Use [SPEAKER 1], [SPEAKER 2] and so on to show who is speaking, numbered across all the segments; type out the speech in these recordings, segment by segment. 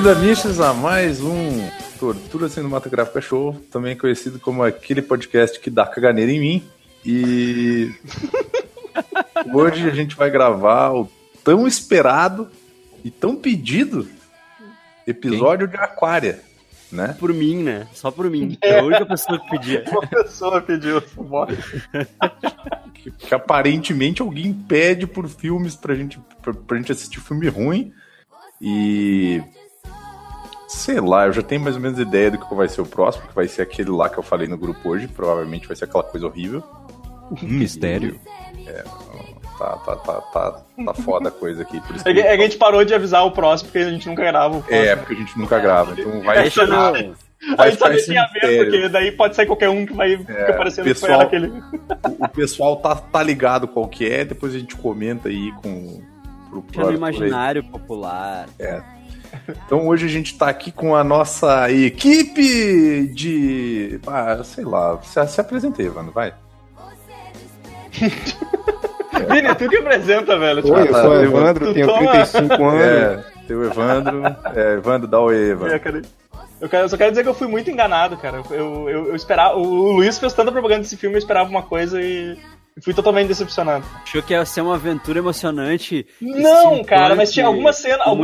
[SPEAKER 1] Bem-vindo, amigos, a mais um Tortura Cinematográfica Show, também conhecido como aquele podcast que dá caganeira em mim. E hoje a gente vai gravar o tão esperado e tão pedido episódio de Aquária, né?
[SPEAKER 2] Por mim, né? Só por mim. É a única pessoa que pedia.
[SPEAKER 3] Uma pessoa pediu.
[SPEAKER 1] Que aparentemente alguém pede por filmes pra gente assistir filme ruim. E sei lá, eu já tenho mais ou menos ideia do que vai ser o próximo, que vai ser aquele lá que eu falei no grupo hoje. Provavelmente vai ser aquela coisa horrível.
[SPEAKER 4] Mistério.
[SPEAKER 1] Tá foda a coisa aqui. Por isso
[SPEAKER 3] que a gente parou de avisar o próximo, porque a gente nunca grava o próximo.
[SPEAKER 1] Porque a gente nunca grava. Então vai
[SPEAKER 2] Deixa
[SPEAKER 1] ficar...
[SPEAKER 3] A gente só deixa ver, porque daí pode sair qualquer um que vai ficar parecendo
[SPEAKER 1] pessoal,
[SPEAKER 3] que foi aquele.
[SPEAKER 1] O pessoal tá ligado qual que é, depois a gente comenta aí pro
[SPEAKER 2] imaginário popular.
[SPEAKER 1] Então hoje a gente tá aqui com a nossa equipe de... sei lá, se apresentei, Evandro, vai.
[SPEAKER 3] Vini, tu que apresenta, velho.
[SPEAKER 4] Oi, eu sou o Evandro, tenho 35 anos.
[SPEAKER 1] Tem o Evandro. Evandro, dá o Evandro.
[SPEAKER 3] Eu só quero dizer que eu fui muito enganado, cara. Eu esperava... O Luiz fez tanta propaganda desse filme, eu esperava uma coisa e fui totalmente decepcionado.
[SPEAKER 2] Achou que ia ser uma aventura emocionante?
[SPEAKER 3] Não, cara, mas tinha algumas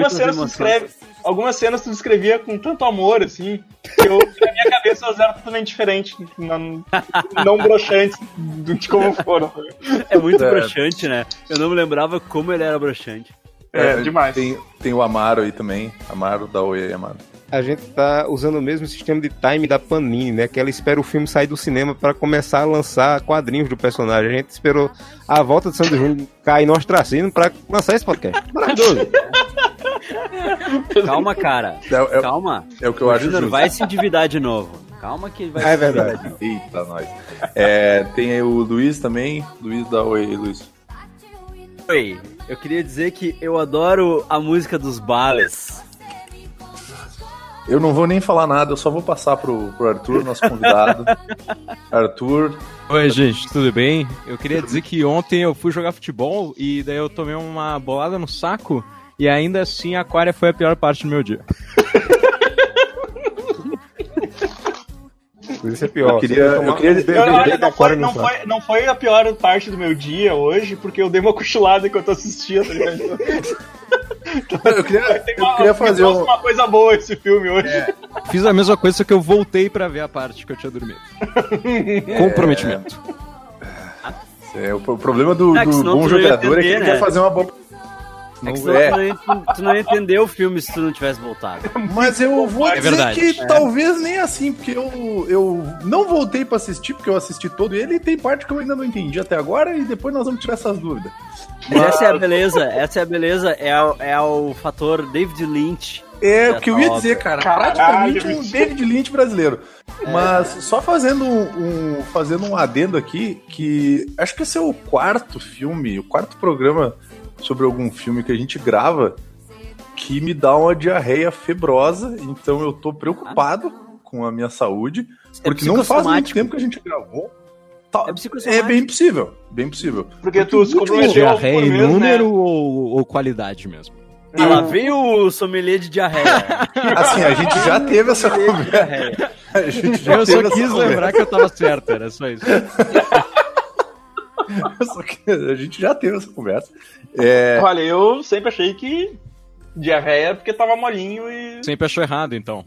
[SPEAKER 3] cenas tu descrevia com tanto amor, assim, que na minha cabeça elas eram totalmente diferentes, não broxantes de como foram.
[SPEAKER 2] É muito broxante, né? Eu não me lembrava como ele era broxante.
[SPEAKER 3] Demais.
[SPEAKER 1] Tem o Amaro aí também. Amaro, dá oi aí, Amaro.
[SPEAKER 4] A gente tá usando o mesmo sistema de time da Panini, né? Que ela espera o filme sair do cinema para começar a lançar quadrinhos do personagem. A gente esperou a volta de Sandy Júnior cair no ostracismo para lançar esse podcast. Maravilhoso.
[SPEAKER 2] Calma, cara. Calma.
[SPEAKER 1] É o que eu acho justo.
[SPEAKER 2] Vai se endividar de novo. Calma que ele vai se
[SPEAKER 4] verdade.
[SPEAKER 1] Eita, nós. Tem aí o Luiz também. Luiz, dá oi aí, Luiz.
[SPEAKER 2] Oi. Eu queria dizer que eu adoro a música dos Bales.
[SPEAKER 1] Eu não vou nem falar nada, eu só vou passar pro Arthur, nosso convidado. Arthur.
[SPEAKER 4] Oi, gente, tudo bem? Eu queria dizer que ontem eu fui jogar futebol e daí eu tomei uma bolada no saco e ainda assim a Aquária foi a pior parte do meu dia. Isso é pior.
[SPEAKER 3] Não foi a pior parte do meu dia hoje, porque eu dei uma cochilada enquanto eu assistia, tá ligado?
[SPEAKER 1] Eu queria fazer
[SPEAKER 3] uma coisa boa esse filme hoje.
[SPEAKER 4] Fiz a mesma coisa, só que eu voltei pra ver a parte que eu tinha dormido. Comprometimento.
[SPEAKER 1] O problema do bom jogador é que ele quer fazer uma boa...
[SPEAKER 2] Tu não entendeu o filme se tu não tivesse voltado.
[SPEAKER 1] Mas eu vou dizer que talvez nem assim, porque eu não voltei pra assistir, porque eu assisti todo ele e tem parte que eu ainda não entendi até agora e depois nós vamos tirar essas dúvidas.
[SPEAKER 2] Mas essa é a beleza, é o fator David Lynch.
[SPEAKER 1] O que eu ia dizer, cara. Praticamente um David Lynch brasileiro. Mas só fazendo um adendo aqui, que acho que esse é o quarto programa sobre algum filme que a gente grava que me dá uma diarreia febrosa, então eu tô preocupado com a minha saúde, porque não faz muito tempo que a gente gravou. É bem possível.
[SPEAKER 3] Porque tu se comprometeu
[SPEAKER 4] diarreia em número ou qualidade mesmo?
[SPEAKER 2] Lá veio o sommelier de diarreia.
[SPEAKER 1] Assim, a gente já teve essa conversa.
[SPEAKER 4] Eu só quis lembrar que eu tava certo, era só isso.
[SPEAKER 1] Só que a gente já teve essa conversa.
[SPEAKER 3] Olha, eu sempre achei que diarreia porque tava molinho e...
[SPEAKER 4] Sempre achou errado, então.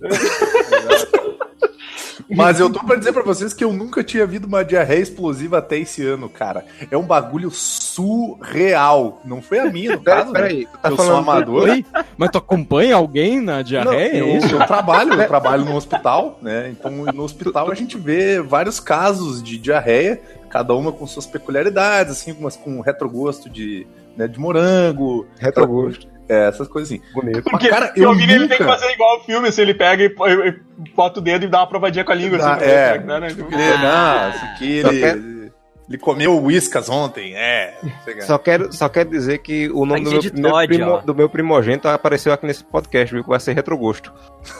[SPEAKER 1] Mas eu tô pra dizer pra vocês que eu nunca tinha visto uma diarreia explosiva até esse ano, cara. É um bagulho surreal. Não foi a minha, no caso.
[SPEAKER 4] Peraí,
[SPEAKER 1] eu sou amador.
[SPEAKER 4] Oi? Mas tu acompanha alguém na diarreia?
[SPEAKER 1] Não, eu trabalho no hospital, né? Então no hospital a gente vê vários casos de diarreia, cada uma com suas peculiaridades, assim, umas com retrogosto de morango.
[SPEAKER 4] Retrogosto.
[SPEAKER 1] Essas coisas assim.
[SPEAKER 3] Bonito. Porque cara, eu nunca... ele tem que fazer igual o filme, se ele pega e bota o dedo e dá uma provadinha com a língua. Isso aqui ele comeu Whiskas ontem,
[SPEAKER 4] Só quero dizer que o nome do meu primogênito apareceu aqui nesse podcast, viu? Que vai ser Retrogosto.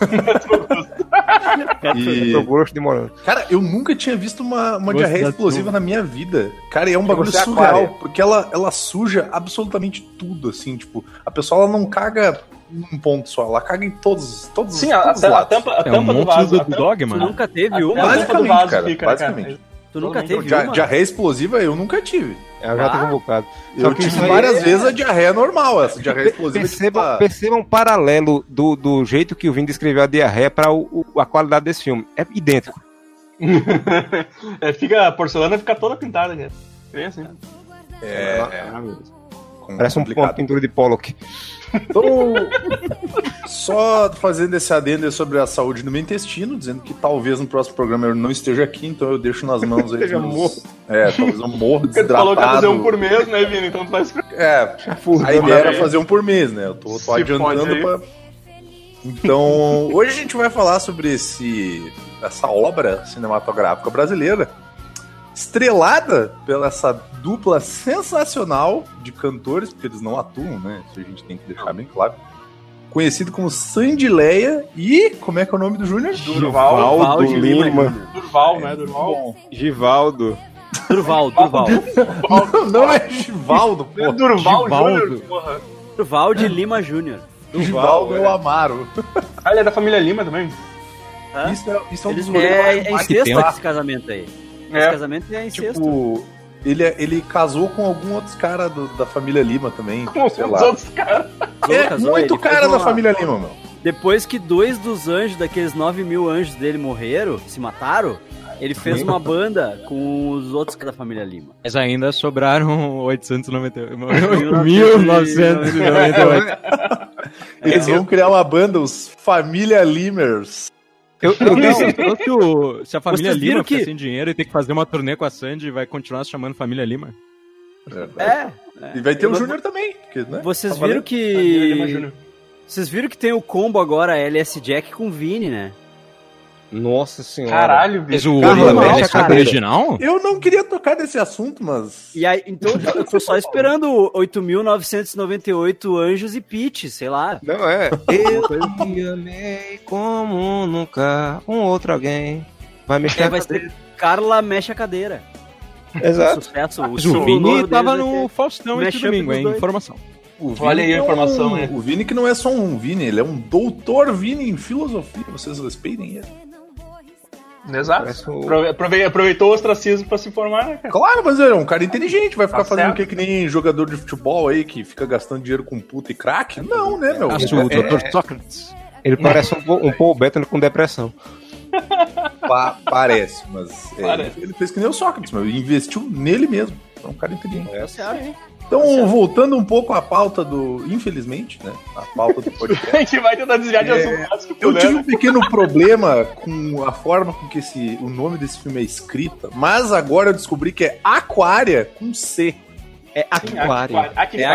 [SPEAKER 4] Retrogosto de morango.
[SPEAKER 1] Cara, eu nunca tinha visto uma diarreia explosiva na minha vida. Cara, e é um bagulho surreal, porque ela suja absolutamente tudo, assim, tipo, a pessoa ela não caga num ponto só. Ela caga em todos
[SPEAKER 3] Sim, a tampa do vaso.
[SPEAKER 2] Do Dogma. Tu nunca teve uma?
[SPEAKER 1] Basicamente, cara. Basicamente.
[SPEAKER 2] Tu nunca teve uma?
[SPEAKER 1] Diarreia explosiva eu nunca tive.
[SPEAKER 4] Eu já tive um bocado.
[SPEAKER 1] Eu tive várias vezes a diarreia normal, essa diarreia explosiva.
[SPEAKER 4] Perceba um paralelo do jeito que o Vini descreveu a diarreia para a qualidade desse filme. É idêntico.
[SPEAKER 3] A porcelana fica toda pintada, cara. É assim.
[SPEAKER 4] Parece uma pintura de Pollock.
[SPEAKER 1] Então, só fazendo esse adendo sobre a saúde do meu intestino, dizendo que talvez no próximo programa eu não esteja aqui, então eu deixo nas mãos aí. Talvez eu morro desidratado.
[SPEAKER 3] Tu falou que ia fazer um por mês, né, Vini? Então tu vai
[SPEAKER 1] a ideia era fazer um por mês, né? Eu tô adiantando pra... Então, hoje a gente vai falar sobre essa obra cinematográfica brasileira, estrelada pela essa dupla sensacional de cantores, porque eles não atuam, né? Isso a gente tem que deixar bem claro. Conhecido como Sandileia e... Como é que é o nome do Júnior?
[SPEAKER 3] Durval
[SPEAKER 4] Lima.
[SPEAKER 3] Durval, né? Durval.
[SPEAKER 4] Givaldo.
[SPEAKER 2] Durval.
[SPEAKER 1] Não é Givaldo, pô.
[SPEAKER 3] É Durval Júnior, porra.
[SPEAKER 2] Durval de Lima Júnior.
[SPEAKER 1] Givaldo é o Amaro.
[SPEAKER 3] Ah, ele é da família Lima também?
[SPEAKER 1] Isso é um dos
[SPEAKER 2] é incesto esse casamento aí. Esse casamento é incesto.
[SPEAKER 1] Tipo, ele casou com algum outros cara da família Lima também.
[SPEAKER 3] Com os outros caras.
[SPEAKER 1] Muito cara da família Lima, meu.
[SPEAKER 2] Depois que 2 dos anjos, daqueles 9.000 anjos dele morreram, se mataram, ele fez uma banda com os outros da família Lima.
[SPEAKER 5] Mas ainda sobraram 1998.
[SPEAKER 1] Eles vão criar uma banda, os Família Limers.
[SPEAKER 5] Eu se a família Lima ficar sem dinheiro e ter que fazer uma turnê com a Sandy, vai continuar se chamando Família Lima?
[SPEAKER 1] E vai ter o Júnior também. Porque, né?
[SPEAKER 2] Vocês viram que... Vocês viram que tem o combo agora LS Jack com Vini, né?
[SPEAKER 4] Nossa senhora.
[SPEAKER 3] Caralho, bicho.
[SPEAKER 5] O original?
[SPEAKER 1] Eu não queria tocar nesse assunto, mas...
[SPEAKER 2] E aí, então, eu tô só esperando 8.998 anjos e Peach, sei lá.
[SPEAKER 4] Não, eu te amei como nunca outro alguém vai mexer a cadeira.
[SPEAKER 2] Carla mexe a cadeira.
[SPEAKER 4] Exato.
[SPEAKER 2] Sucesso,
[SPEAKER 5] o Vini tava no Faustão esse domingo, hein? Informação.
[SPEAKER 3] Olha aí a informação, né?
[SPEAKER 1] O Vini que não é só um Vini, ele é um doutor Vini em filosofia. Vocês respeitem ele.
[SPEAKER 3] Exato. Aproveitou o ostracismo pra se formar, né, cara?
[SPEAKER 1] Claro, mas é um cara inteligente, vai ficar fazendo o que nem jogador de futebol aí, que fica gastando dinheiro com puta e crack? Não, né, meu?
[SPEAKER 5] O Dr. Sócrates.
[SPEAKER 4] Ele parece um Paul Bettany com depressão.
[SPEAKER 1] Parece, mas ele fez que nem o Sócrates, mas investiu nele mesmo. É um cara inteligente. Então, voltando um pouco à pauta infelizmente, né? A pauta do podcast.
[SPEAKER 3] A gente vai tentar desviar de assunto.
[SPEAKER 1] Eu tive um pequeno problema com a forma com que o nome desse filme é escrito, mas agora eu descobri que é Aquária com C.
[SPEAKER 2] É Aquária.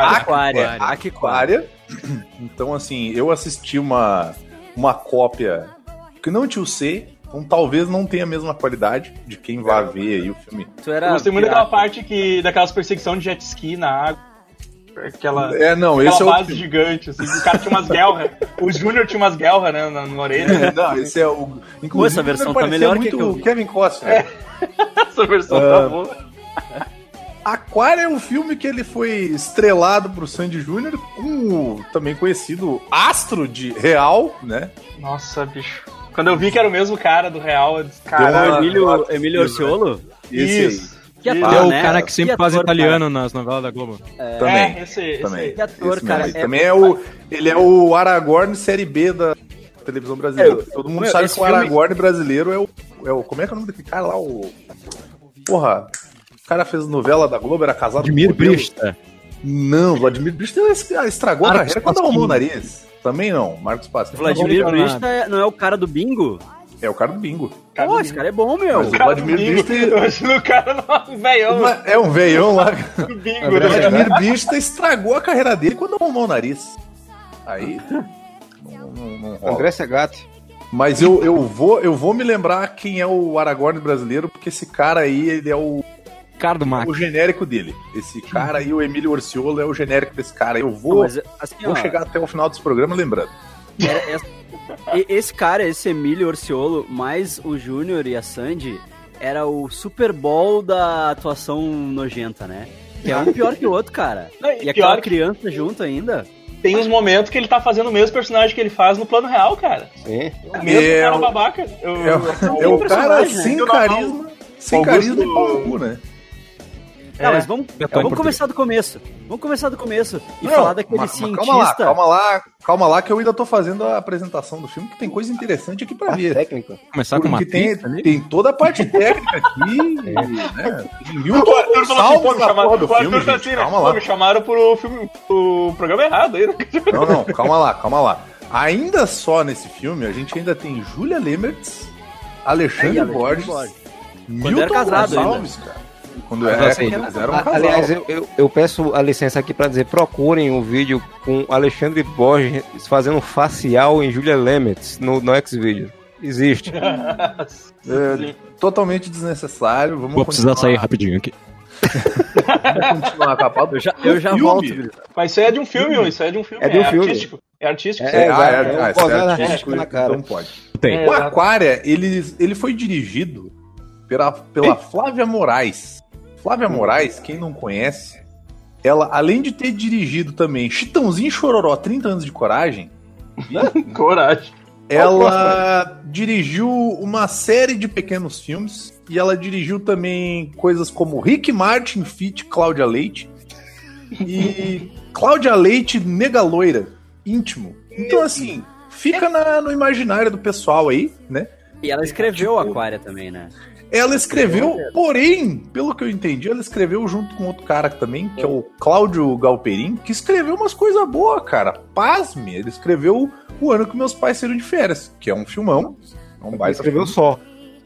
[SPEAKER 1] Aquária. Então, assim, eu assisti uma cópia que não tinha o C. Então talvez não tenha a mesma qualidade de quem vai ver aí o filme.
[SPEAKER 3] Eu gostei muito daquela parte daquelas perseguições de jet ski na água. Aquela
[SPEAKER 1] esse
[SPEAKER 3] base gigante, assim. O cara tinha umas guelras. O Júnior tinha umas guelras, né, na orelha.
[SPEAKER 1] Não, esse é o...
[SPEAKER 2] Inclusive, essa versão tá melhor que
[SPEAKER 1] o Kevin Costner.
[SPEAKER 3] Essa versão tá boa.
[SPEAKER 1] Aquário é um filme que ele foi estrelado pro Sandy Júnior com o também conhecido astro de Real, né?
[SPEAKER 3] Nossa, bicho. Quando eu vi que era o mesmo cara do Real, eu disse, cara...
[SPEAKER 2] Emílio Orciolo?
[SPEAKER 1] Isso.
[SPEAKER 2] Que ator,
[SPEAKER 5] é o cara que sempre faz italiano nas novelas da Globo.
[SPEAKER 1] Também.
[SPEAKER 3] Esse.
[SPEAKER 2] Que ator, cara.
[SPEAKER 1] Também ele é o Aragorn série B da televisão brasileira. Todo mundo sabe que o Aragorn brasileiro é o... Como é que é o nome daquele cara lá? Porra, o cara fez novela da Globo, era casado
[SPEAKER 5] Vladimir Brista.
[SPEAKER 1] Não, Vladimir Brista estragou a carreira quando arrumou o nariz. Também não, Marcos Passos.
[SPEAKER 2] Vladimir Brista não é o cara do bingo?
[SPEAKER 1] É o cara do bingo.
[SPEAKER 2] Pô, esse cara é bom, meu.
[SPEAKER 1] Mas o Vladimir Brista...
[SPEAKER 3] O cara não é um veião.
[SPEAKER 1] É um veião lá.
[SPEAKER 3] Do bingo,
[SPEAKER 1] o Vladimir Brista estragou a carreira dele quando arrumou o nariz. Aí... Não rola.
[SPEAKER 4] André Segatti.
[SPEAKER 1] Mas eu vou me lembrar quem é o Aragorn brasileiro, porque esse cara aí, ele é o genérico dele. Esse cara aí, o Emílio Orciolo, é o genérico desse cara. Eu vou chegar até o final desse programa lembrando.
[SPEAKER 2] Esse cara, esse Emílio Orciolo, mais o Júnior e a Sandy, era o Super Bowl da atuação nojenta, né? Que é um pior que o outro, cara. E aquela criança junto ainda.
[SPEAKER 3] tem uns momentos que ele tá fazendo o mesmo personagem que ele faz no plano real, cara.
[SPEAKER 4] Sim.
[SPEAKER 3] O mesmo cara babaca.
[SPEAKER 1] É o cara sem carisma. Sem carisma e pau no cu, né?
[SPEAKER 2] Não, mas vamos começar do começo. Vamos começar do começo e falar daquele cientista.
[SPEAKER 1] Calma lá, que eu ainda tô fazendo a apresentação do filme, que tem coisa interessante aqui pra ver.
[SPEAKER 4] Técnica.
[SPEAKER 5] Começar com uma
[SPEAKER 1] tem toda a parte técnica aqui. Né?
[SPEAKER 3] O Arthur falou assim, me chamaram pro programa errado aí.
[SPEAKER 1] Não, calma lá. Ainda só nesse filme, a gente ainda tem Julia Lemertz, Alexandre Borges,
[SPEAKER 2] Milton
[SPEAKER 1] Gonçalves, cara. Quando era um casal.
[SPEAKER 4] Aliás, eu peço a licença aqui pra dizer, procurem o vídeo com Alexandre Borges fazendo facial em Julia Lemertz no Xvideo. Existe.
[SPEAKER 1] Totalmente desnecessário.
[SPEAKER 5] Vou precisar sair rapidinho aqui.
[SPEAKER 1] Vamos continuar com a pauta.
[SPEAKER 2] Eu já volto.
[SPEAKER 3] Mas isso é de um filme, artístico. É artístico.
[SPEAKER 1] É artístico na cara. Então pode. O Aquária, ele foi dirigido pela Flávia Moraes. Flávia Moraes, quem não conhece, ela, além de ter dirigido também Chitãozinho e Chororó, 30 anos de coragem.
[SPEAKER 3] Coragem.
[SPEAKER 1] Ela dirigiu uma série de pequenos filmes e ela dirigiu também coisas como Rick Martin feat. Cláudia Leite e Cláudia Leite Nega Loira, Íntimo. Então assim, fica no imaginário do pessoal aí, né?
[SPEAKER 2] E ela escreveu Aquária também, né?
[SPEAKER 1] Ela escreveu, porém, pelo que eu entendi, ela escreveu junto com outro cara também, que é o Cláudio Galperin, que escreveu umas coisas boas, cara. Pasme, ele escreveu O Ano que Meus Pais Saíram de Férias, que é um filmão.
[SPEAKER 4] Ele escreveu só.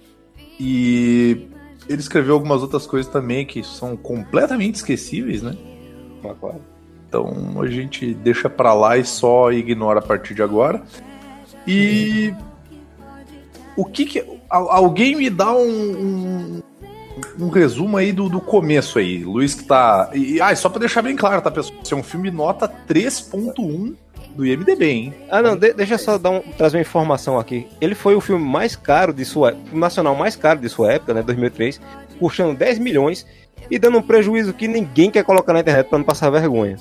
[SPEAKER 1] E ele escreveu algumas outras coisas também que são completamente esquecíveis, né? Então a gente deixa pra lá e só ignora a partir de agora. E... o que alguém me dá um resumo aí do começo aí, Luiz, que tá... só pra deixar bem claro, tá, pessoal? Esse é um filme nota 3.1 do IMDb, hein?
[SPEAKER 4] Não, deixa eu só trazer uma informação aqui. Ele foi o filme mais caro de sua... nacional mais caro de sua época, né, 2003, custando 10 milhões e dando um prejuízo que ninguém quer colocar na internet pra não passar vergonha.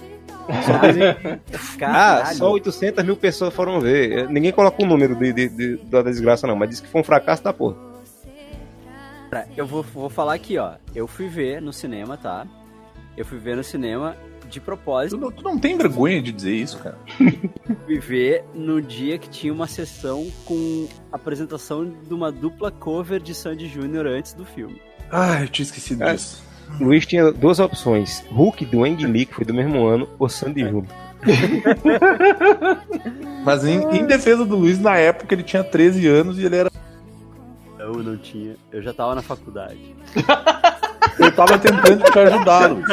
[SPEAKER 4] Só 800 mil pessoas foram ver. Ninguém coloca o número da desgraça não, mas disse que foi um fracasso da porra.
[SPEAKER 2] Eu vou falar aqui, ó. Eu fui ver no cinema, tá? Eu fui ver no cinema de propósito.
[SPEAKER 1] Tu não tem vergonha de dizer isso, cara?
[SPEAKER 2] Fui ver no dia que tinha uma sessão com apresentação de uma dupla cover de Sandy Júnior antes do filme.
[SPEAKER 1] Eu tinha esquecido disso.
[SPEAKER 4] Luiz tinha duas opções: Hulk do Ang Lee, que foi do mesmo ano, ou Sandy Júnior.
[SPEAKER 1] Mas em defesa do Luiz, na época ele tinha 13 anos e ele era...
[SPEAKER 2] Eu não tinha, eu já tava na faculdade.
[SPEAKER 1] Eu tava tentando te ajudar, Luiz.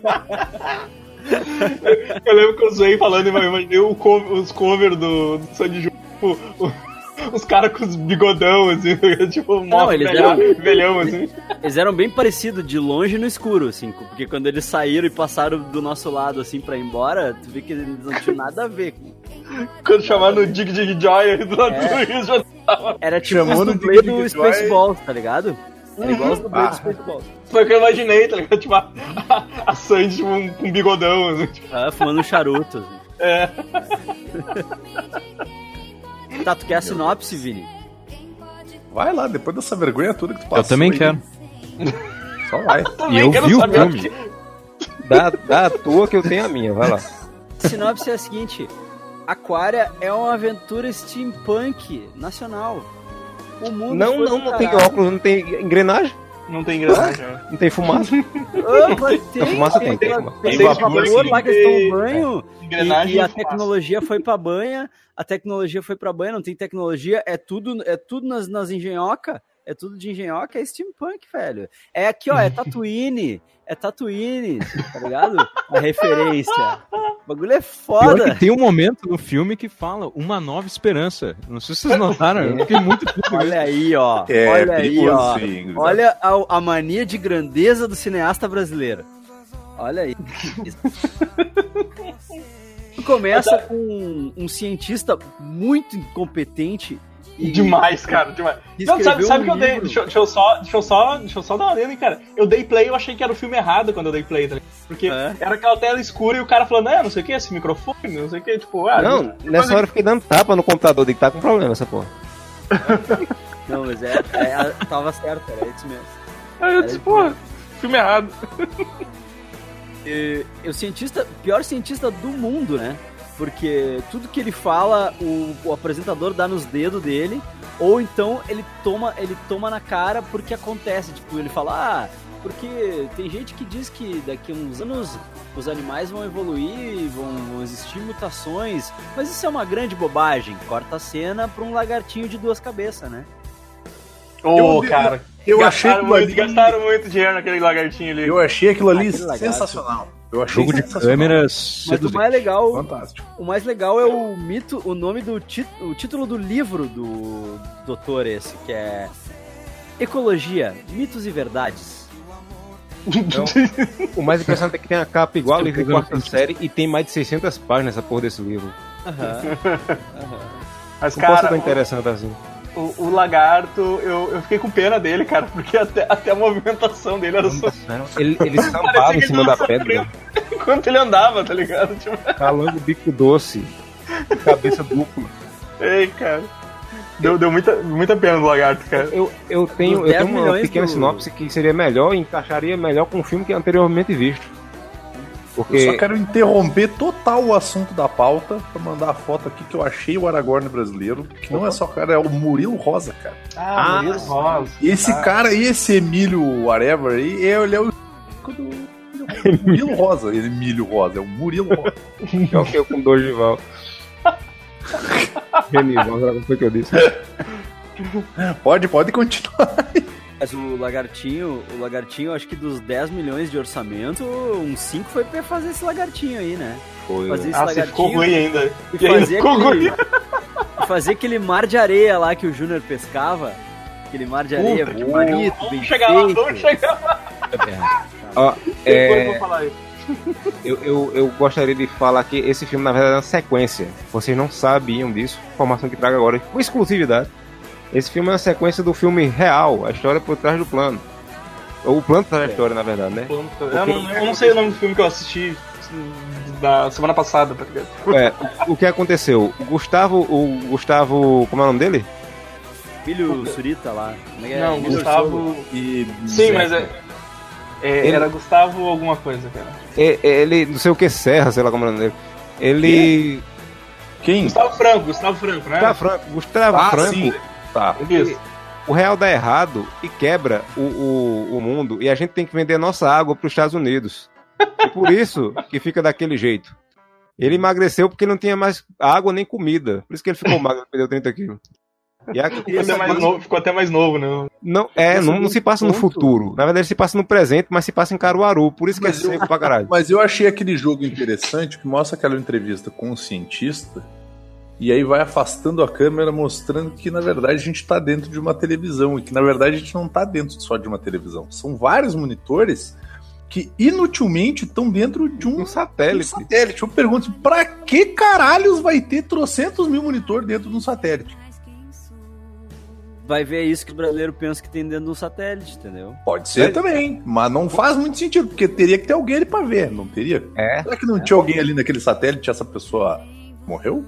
[SPEAKER 3] Eu lembro que eu zoei falando, imaginei os covers do Sandy Júnior, os caras com os bigodão, assim, tipo, velhão, assim.
[SPEAKER 2] Eles eram bem parecidos, de longe no escuro, assim, porque quando eles saíram e passaram do nosso lado, assim, pra ir embora, tu vê que eles não tinham nada a ver.
[SPEAKER 3] Quando chamaram no Dig Dig Joy, do lado do Rio, já tava...
[SPEAKER 2] Era tipo o dublê do Spaceballs, tá ligado? Era igual os dublês do Spaceballs.
[SPEAKER 3] Foi o que eu imaginei, tá ligado? Tipo, a Sandy tipo, com um bigodão, assim. Tipo.
[SPEAKER 2] Fumando um charuto, assim. Tá, tu quer a sinopse, Vini?
[SPEAKER 1] Vai lá, depois dessa vergonha toda que tu passou.
[SPEAKER 5] Eu também quero.
[SPEAKER 1] Só vai.
[SPEAKER 5] E eu vi o filme.
[SPEAKER 4] Dá a tua que eu tenho a minha, vai lá.
[SPEAKER 2] A sinopse é a seguinte: Aquária é uma aventura steampunk nacional. O mundo
[SPEAKER 4] não tem óculos, não tem engrenagem.
[SPEAKER 3] Não tem engrenagem.
[SPEAKER 4] Não tem fumaça.
[SPEAKER 2] Tem
[SPEAKER 4] fumaça tem.
[SPEAKER 2] Tem vapor lá que eles tomam banho. E a tecnologia foi pra banha. A tecnologia foi pra banha, não tem tecnologia. É tudo nas engenhoca. É tudo de engenhoca, é steampunk, velho. É aqui, ó, é Tatooine, tá ligado? A referência. O bagulho é foda.
[SPEAKER 5] Pior que tem um momento no filme que fala Uma Nova Esperança. Não sei se vocês notaram, eu fiquei muito puto.
[SPEAKER 2] Olha aí, ó. Olha aí, ó. Olha a mania de grandeza do cineasta brasileiro. Olha aí. Começa com um cientista muito incompetente.
[SPEAKER 3] Demais, cara, demais. Não, sabe que eu dei. Deixa eu só dar uma lenda, cara. Eu dei play, eu achei que era o filme errado quando eu dei play, tá ligado? Porque era aquela tela escura e o cara falando, não sei o que, esse microfone, não sei o que, tipo...
[SPEAKER 4] não, nessa hora eu fiquei dando tapa no computador de que tá com problema essa porra.
[SPEAKER 2] Não, mas tava certo, era isso mesmo.
[SPEAKER 3] Aí eu disse, pô, filme errado.
[SPEAKER 2] O pior cientista do mundo, né? Porque tudo que ele fala, o apresentador dá nos dedos dele, ou então ele toma na cara porque acontece. Tipo, ele fala, porque tem gente que diz que daqui a uns anos os animais vão evoluir, vão existir mutações, mas isso é uma grande bobagem. Corta a cena pra um lagartinho de 2 cabeças, né?
[SPEAKER 3] Cara, gastaram muito dinheiro naquele lagartinho ali.
[SPEAKER 1] Eu achei aquilo ali sensacional. Eu achei
[SPEAKER 5] jogo de câmeras.
[SPEAKER 2] Mas o mais legal,
[SPEAKER 1] fantástico.
[SPEAKER 2] O mais legal é o mito, o nome do o título do livro do doutor esse, que é Ecologia, Mitos e Verdades.
[SPEAKER 4] Então, o mais impressionante é que tem a capa igual ao livro de 4ª série e tem mais de 600 páginas essa porra desse livro.
[SPEAKER 3] Mas,
[SPEAKER 4] não cara, posso interessante assim.
[SPEAKER 3] O lagarto, eu fiquei com pena dele, cara, porque até a movimentação dele era só...
[SPEAKER 4] Ele sambava em cima da pedra.
[SPEAKER 3] Enquanto ele andava, tá ligado? Tipo...
[SPEAKER 4] Calando o bico doce, cabeça dupla.
[SPEAKER 3] Ei, cara. Deu muita pena do lagarto, cara.
[SPEAKER 4] Eu tenho uma pequena sinopse que seria melhor, encaixaria melhor com o filme que anteriormente visto. Porque...
[SPEAKER 1] Eu só quero interromper total o assunto da pauta pra mandar a foto aqui que eu achei o Aragorn brasileiro, que não é só cara, é o Murilo Rosa, cara.
[SPEAKER 3] Murilo Rosa.
[SPEAKER 1] E esse cara, e esse Emílio whatever, ele é o Murilo Rosa, Emílio Rosa, é o Murilo Rosa.
[SPEAKER 4] É o que eu com Dorival. Genival, não foi o que eu disse.
[SPEAKER 1] Pode continuar.
[SPEAKER 2] Mas o lagartinho, acho que dos 10 milhões de orçamento, uns 5 foi pra fazer esse lagartinho aí, né?
[SPEAKER 4] Foi.
[SPEAKER 2] Fazer esse lagartinho.
[SPEAKER 3] Ficou ruim ainda.
[SPEAKER 2] Fazer aquele mar de areia lá que o Júnior pescava. Aquele mar de areia bonito, bem feito.
[SPEAKER 3] Vamos chegar lá.
[SPEAKER 4] Depois eu vou falar isso. Eu gostaria de falar que esse filme, na verdade, é uma sequência. Vocês não sabiam disso. Informação que trago agora com exclusividade. Esse filme é uma sequência do filme real, a história por trás do plano. Ou o plano por trás da história, na verdade, né?
[SPEAKER 3] Eu não sei o nome do filme que eu assisti da semana passada, tá ligado?
[SPEAKER 4] O que aconteceu? O Gustavo, como é o nome dele?
[SPEAKER 2] Filho Surita lá.
[SPEAKER 3] Não, Gustavo e... Sim, mas era Gustavo alguma coisa, cara.
[SPEAKER 4] Ele, não sei o que, Serra, sei lá como é o nome dele. Ele...
[SPEAKER 1] Quem?
[SPEAKER 3] Gustavo Franco, né?
[SPEAKER 4] Gustavo Franco.
[SPEAKER 1] Sim. Tá.
[SPEAKER 4] O real dá errado e quebra o mundo, e a gente tem que vender nossa água para os Estados Unidos. E por isso que fica daquele jeito. Ele emagreceu porque não tinha mais água nem comida. Por isso que ele ficou magro, perdeu 30 quilos.
[SPEAKER 3] Ficou até mais novo, né?
[SPEAKER 4] Não se passa no futuro. Na verdade, se passa no presente, mas se passa em Caruaru. Por isso que é seco pra caralho.
[SPEAKER 1] Mas eu achei aquele jogo interessante que mostra aquela entrevista com um cientista. E aí vai afastando a câmera, mostrando que, na verdade, a gente tá dentro de uma televisão. E que, na verdade, a gente não tá dentro só de uma televisão. São vários monitores que, inutilmente, estão dentro de um satélite. Eu pergunto, pra que caralhos vai ter 300 mil monitores dentro de um satélite?
[SPEAKER 2] Vai ver isso que o brasileiro pensa que tem dentro de um satélite, entendeu?
[SPEAKER 1] Pode ser também, mas não faz muito sentido, porque teria que ter alguém ali pra ver, não teria? Será que não tinha alguém ali naquele satélite e essa pessoa morreu?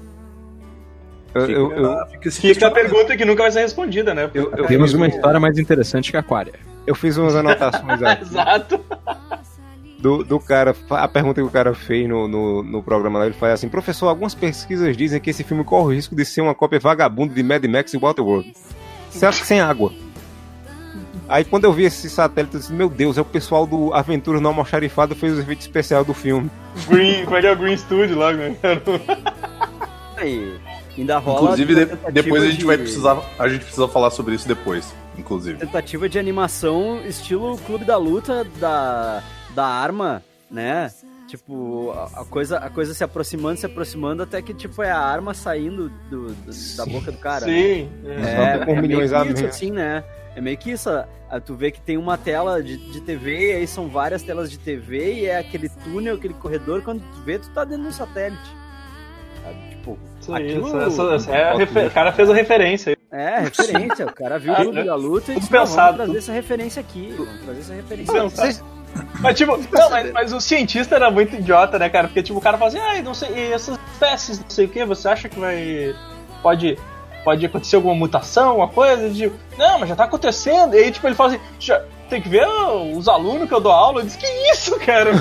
[SPEAKER 3] Fica a pergunta que nunca vai ser respondida, né?
[SPEAKER 5] Temos uma história mais interessante que a Aquária.
[SPEAKER 4] Eu fiz umas anotações aqui.
[SPEAKER 3] Exato.
[SPEAKER 4] Do cara, a pergunta que o cara fez no programa lá, ele faz assim: professor, algumas pesquisas dizem que esse filme corre o risco de ser uma cópia vagabunda de Mad Max e Waterworld. Certo, sem água. Aí quando eu vi esse satélite, eu disse: meu Deus, é o pessoal do Aventuras no Almoxarifado fez os efeitos especiais do filme.
[SPEAKER 3] Como é que é o Green Studio lá, né?
[SPEAKER 2] Aí, ainda rola.
[SPEAKER 1] Inclusive, depois a gente precisa falar sobre isso depois, inclusive.
[SPEAKER 2] Tentativa de animação estilo Clube da Luta da arma, né? Tipo, a coisa se aproximando até que, tipo, é a arma saindo da boca do cara.
[SPEAKER 3] Sim.
[SPEAKER 2] Né? É meio que isso, assim, né? É meio que isso. Tu vê que tem uma tela de TV, e aí são várias telas de TV, e é aquele túnel, aquele corredor, quando tu vê, tu tá dentro de um satélite. Tipo,
[SPEAKER 3] o cara fez a referência.
[SPEAKER 2] Referência. O cara viu o Clube da Luta e disse:
[SPEAKER 3] vamos
[SPEAKER 2] trazer essa referência aqui. Vamos trazer essa referência aqui.
[SPEAKER 3] Mas, tipo, não, mas o cientista era muito idiota, né, cara? Porque, tipo, o cara fala assim, não sei, e essas espécies, não sei o que, você acha que pode acontecer alguma mutação, alguma coisa? E, tipo, não, mas já tá acontecendo. E aí, tipo, ele fala assim, tem que ver os alunos que eu dou aula. Eu disse, que isso, cara?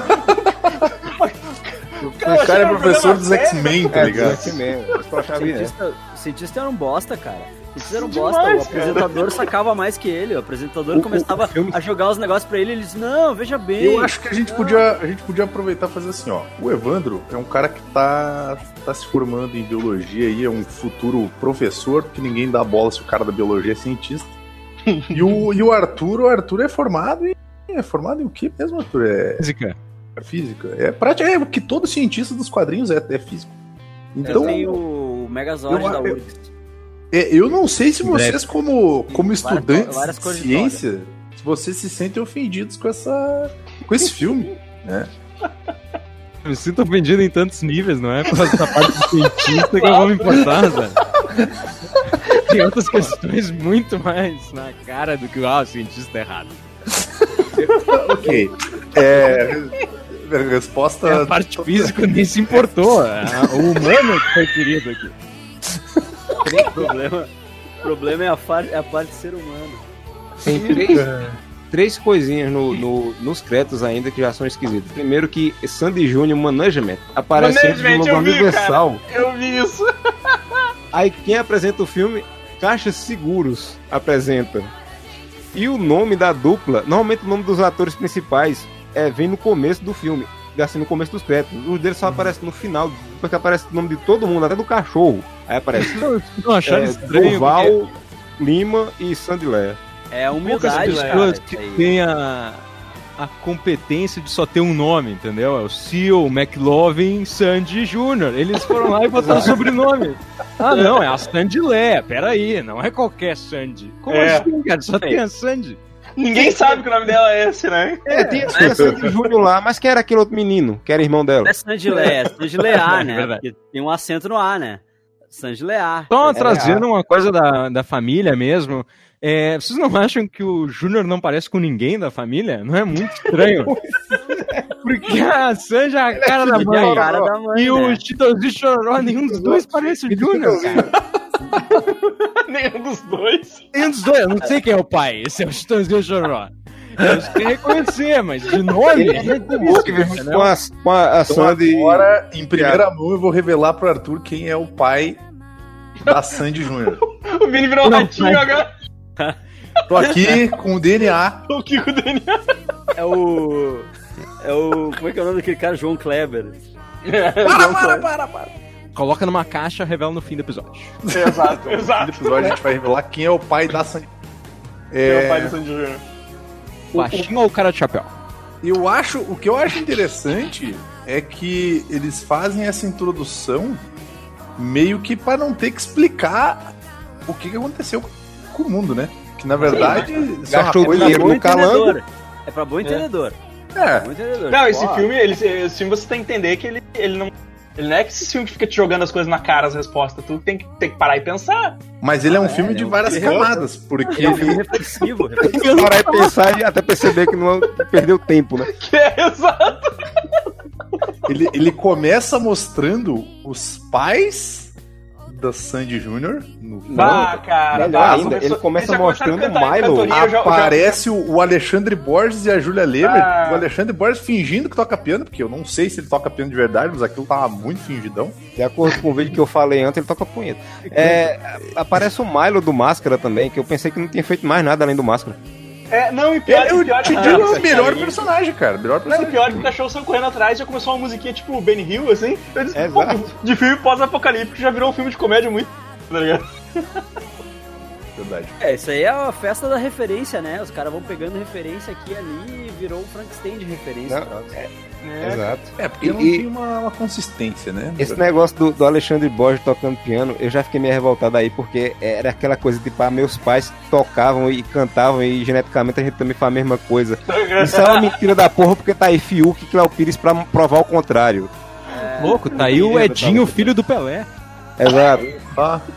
[SPEAKER 1] O cara é professor dos X-Men, tá ligado?
[SPEAKER 2] O cientista era um bosta, cara. O apresentador sacava mais que ele. O apresentador começava a jogar os negócios pra ele. Ele disse, não, veja bem.
[SPEAKER 1] Eu acho que a gente podia aproveitar e fazer assim, ó. O Evandro é um cara que tá se formando em biologia aí, é um futuro professor, porque ninguém dá bola se o cara da biologia é cientista. E o Arthur é formado em... É formado em o que mesmo, Arthur?
[SPEAKER 5] Física.
[SPEAKER 1] É física. É porque todo cientista dos quadrinhos é físico. Então,
[SPEAKER 2] tem o Megazord da URGS.
[SPEAKER 1] Eu não sei se vocês, como estudantes de ciência, se vocês se sentem ofendidos com esse filme, né?
[SPEAKER 5] Eu me sinto ofendido em tantos níveis, não é? Por essa parte do cientista que eu vou me importar, velho. Tem outras questões muito mais na cara do que o cientista errado.
[SPEAKER 1] Ok. Resposta...
[SPEAKER 5] A parte física nem se importou. O humano que foi querido aqui.
[SPEAKER 2] O problema é a parte de ser humano.
[SPEAKER 4] Tem três coisinhas nos créditos ainda que já são esquisitas. Primeiro que Sandy Júnior Management aparece no Universal.
[SPEAKER 3] Cara, eu vi isso.
[SPEAKER 4] Aí quem apresenta o filme, Caixa Seguros apresenta. E o nome da dupla, normalmente o nome dos atores principais vem no começo do filme, assim, no começo dos créditos. Os deles só aparecem no final, porque aparece o nome de todo mundo, até do cachorro. Aí aparece
[SPEAKER 5] não acharam estranho,
[SPEAKER 4] Durval, porque... Lima e Sandy Leia.
[SPEAKER 2] É a humildade,
[SPEAKER 5] pessoas que tem a competência de só ter um nome, entendeu? É o Seal, McLovin, Sandy Jr. Eles foram lá e botaram sobrenome. Ah, não, é a Sandy Leia. Peraí, não é qualquer Sandy. Como assim, cara? Só tem a Sandy.
[SPEAKER 3] Ninguém sabe que o nome dela é esse, né?
[SPEAKER 4] Tinha Sandy Júnior lá, mas quem era aquele outro menino, que era irmão dela?
[SPEAKER 2] Não é Sandy Leia, é Sandy Leia, né? Porque tem um acento no A, né? Sandy Leia.
[SPEAKER 5] Só trazendo uma coisa da família mesmo. Vocês não acham que o Júnior não parece com ninguém da família? Não é muito estranho? Porque a Sandy é a cara da mãe. E o Chitãozinho Chororó, nenhum dos dois parece o Júnior, cara.
[SPEAKER 3] Nenhum dos dois.
[SPEAKER 5] Eu não sei quem é o pai. Esse é o Chitãozinho Chororó. Eu sei reconhecer, mas de nome é
[SPEAKER 1] com a Sandy. Agora, em primeira mão, eu vou revelar pro Arthur quem é o pai da Sandy Júnior.
[SPEAKER 3] O Vini virou um ratinho agora.
[SPEAKER 1] Tô aqui com o DNA.
[SPEAKER 3] Tô aqui com o DNA.
[SPEAKER 2] É o... Como é que é o nome daquele cara? João Kleber.
[SPEAKER 5] Para. Coloca numa caixa, revela no fim do episódio.
[SPEAKER 3] Exato.
[SPEAKER 1] No fim do episódio a gente vai revelar quem é o pai da Sandy.
[SPEAKER 3] Quem é o pai da Sandy Júnior?
[SPEAKER 5] Baixinho ou o cara de chapéu?
[SPEAKER 1] O que eu acho interessante é que eles fazem essa introdução meio que para não ter que explicar o que aconteceu com o mundo, né? Que na verdade
[SPEAKER 4] gastou dinheiro no calango.
[SPEAKER 2] É pra bom entendedor.
[SPEAKER 3] Não, esse filme você tem que entender que ele não é que esse filme que fica te jogando as coisas na cara, as respostas. Tu tem que parar e pensar.
[SPEAKER 1] Mas ele é um filme de várias camadas, porque
[SPEAKER 2] é um filme reflexivo.
[SPEAKER 4] Parar e pensar e até perceber que não perdeu tempo, né?
[SPEAKER 3] Exato.
[SPEAKER 1] Ele começa mostrando os pais da Sandy Júnior no filme.
[SPEAKER 3] Cara,
[SPEAKER 4] ele começa mostrando o Milo.
[SPEAKER 1] Aparece o Alexandre Borges e a Júlia Leber. O Alexandre Borges fingindo que toca piano, porque eu não sei se ele toca piano de verdade, mas aquilo tava muito fingidão.
[SPEAKER 4] De acordo com o vídeo que eu falei antes, ele toca punheta. Aparece o Milo do Máscara também, que eu pensei que não tinha feito mais nada além do Máscara.
[SPEAKER 3] Não, e pior,
[SPEAKER 1] eu te digo, o melhor personagem, cara.
[SPEAKER 3] Não, e pior que o cachorro saiu correndo atrás, já começou uma musiquinha tipo Benny Hill, assim. Eu disse, de filme pós-apocalíptico, já virou um filme de comédia muito, tá ligado?
[SPEAKER 1] Verdade.
[SPEAKER 2] Isso aí é a festa da referência, né? Os caras vão pegando referência aqui e ali e virou um Frankenstein de referência.
[SPEAKER 1] Exato. Porque não tem uma consistência, né?
[SPEAKER 4] Esse negócio do Alexandre Borges tocando piano, eu já fiquei meio revoltado aí, porque era aquela coisa de meus pais tocavam e cantavam e geneticamente a gente também faz a mesma coisa. Isso é uma mentira da porra, porque tá aí Fiuk e Cléo Pires pra provar o contrário.
[SPEAKER 5] Louco, tá aí o Edinho, filho do Pelé.
[SPEAKER 4] Exato.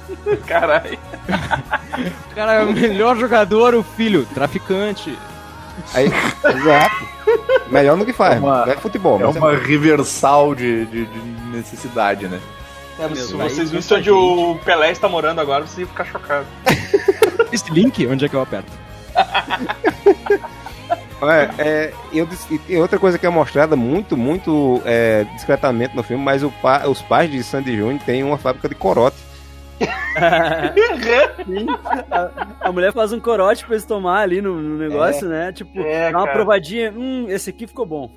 [SPEAKER 3] Caralho.
[SPEAKER 5] O cara é o melhor jogador, o filho, traficante.
[SPEAKER 4] Aí, exato. Melhor no que faz. Não é futebol.
[SPEAKER 1] É uma reversal de necessidade, né?
[SPEAKER 3] Se vocês vissem onde o Pelé está morando agora, vocês iam ficar chocados.
[SPEAKER 5] Esse link, onde é que eu aperto?
[SPEAKER 4] E outra coisa que é mostrada muito discretamente no filme, mas os pais de Sandy Júnior têm uma fábrica de corote.
[SPEAKER 2] A mulher faz um corote pra eles tomar ali no negócio, né? Tipo, dá uma provadinha. Esse aqui ficou bom.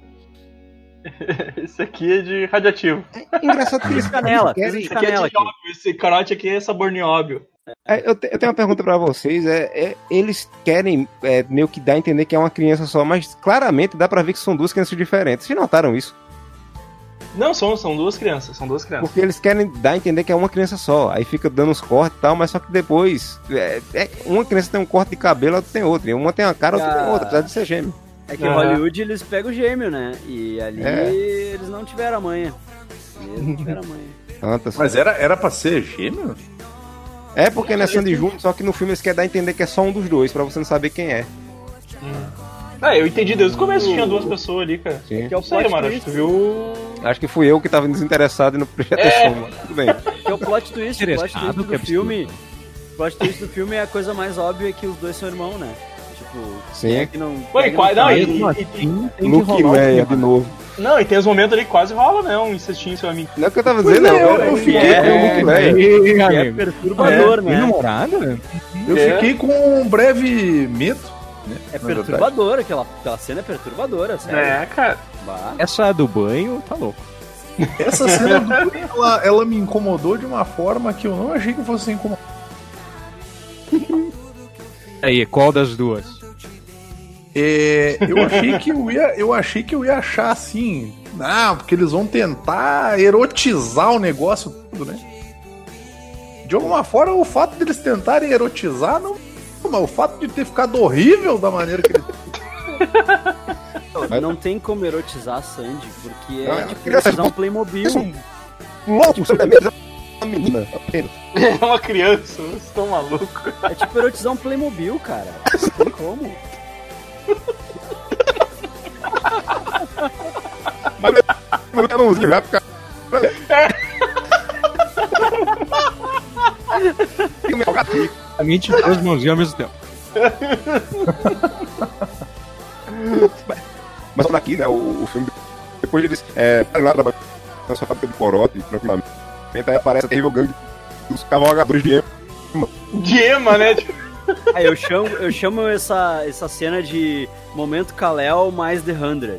[SPEAKER 3] Esse aqui é de radioativo.
[SPEAKER 4] Engraçado que eles
[SPEAKER 2] canela.
[SPEAKER 3] Esse corote aqui é sabor nióbio.
[SPEAKER 4] Eu tenho uma pergunta pra vocês. Eles querem meio que dar a entender que é uma criança só, mas claramente dá pra ver que são duas crianças diferentes. Vocês notaram isso?
[SPEAKER 3] Não, são duas crianças.
[SPEAKER 4] Porque eles querem dar a entender que é uma criança só. Aí fica dando uns cortes e tal, mas só que depois uma criança tem um corte de cabelo, a outra tem outro. E uma tem uma cara, a outra tem outra, apesar de ser gêmeo.
[SPEAKER 2] É que em Hollywood eles pegam o gêmeo, né? E ali eles não tiveram a manha.
[SPEAKER 1] Mas era pra ser gêmeo?
[SPEAKER 4] É porque não é Sandy Júnior, só que no filme eles querem dar a entender que é só um dos dois, pra você não saber quem é.
[SPEAKER 3] Eu entendi desde o começo que tinha duas pessoas ali, cara.
[SPEAKER 4] Sim.
[SPEAKER 2] Que é o plot twist.
[SPEAKER 3] Tu viu?
[SPEAKER 4] Acho que fui eu que tava desinteressado e não prestei atenção, mas tudo bem.
[SPEAKER 2] Que é o plot twist do filme. O plot twist do filme é a coisa mais óbvia que os dois são irmãos, né? Tipo,
[SPEAKER 4] sim.
[SPEAKER 2] Que não.
[SPEAKER 4] Luke Leia de novo.
[SPEAKER 3] Não, e tem os momentos ali que quase rola, né? Um incestinho, seu amigo.
[SPEAKER 4] Não é o que eu tava dizendo, eu fiquei com o Luke Leia.
[SPEAKER 2] É perturbador, né?
[SPEAKER 5] Namorada?
[SPEAKER 1] Eu fiquei com um breve medo.
[SPEAKER 2] É perturbadora, aquela cena é perturbadora, sério.
[SPEAKER 3] Cara.
[SPEAKER 5] Essa do banho, tá louco.
[SPEAKER 1] Essa cena do banho, ela me incomodou de uma forma que eu não achei que fosse incomodar.
[SPEAKER 5] Aí, qual das duas?
[SPEAKER 1] Eu achei que eu ia achar assim, porque eles vão tentar erotizar o negócio tudo, né? De alguma forma, o fato deles tentarem erotizar não. Mas o fato de ter ficado horrível da maneira que ele.
[SPEAKER 2] Não tem como erotizar a Sandy, porque é tipo erotizar um Playmobil.
[SPEAKER 4] Louco, você é uma menina.
[SPEAKER 3] É uma criança, vocês estão malucos.
[SPEAKER 2] É tipo erotizar um Playmobil, cara. Não tem como.
[SPEAKER 4] Mas eu quero um vai ficar.
[SPEAKER 5] A mente e duas mãozinhas ao mesmo tempo.
[SPEAKER 4] Mas olha aqui, né? O filme. Depois eles lá na sua fábrica de corote, tranquilamente. Aí aparece a terrível gangue dos cavalgadores de Ema.
[SPEAKER 3] De Ema, né?
[SPEAKER 2] Eu chamo essa cena de momento Kal-El mais The 100.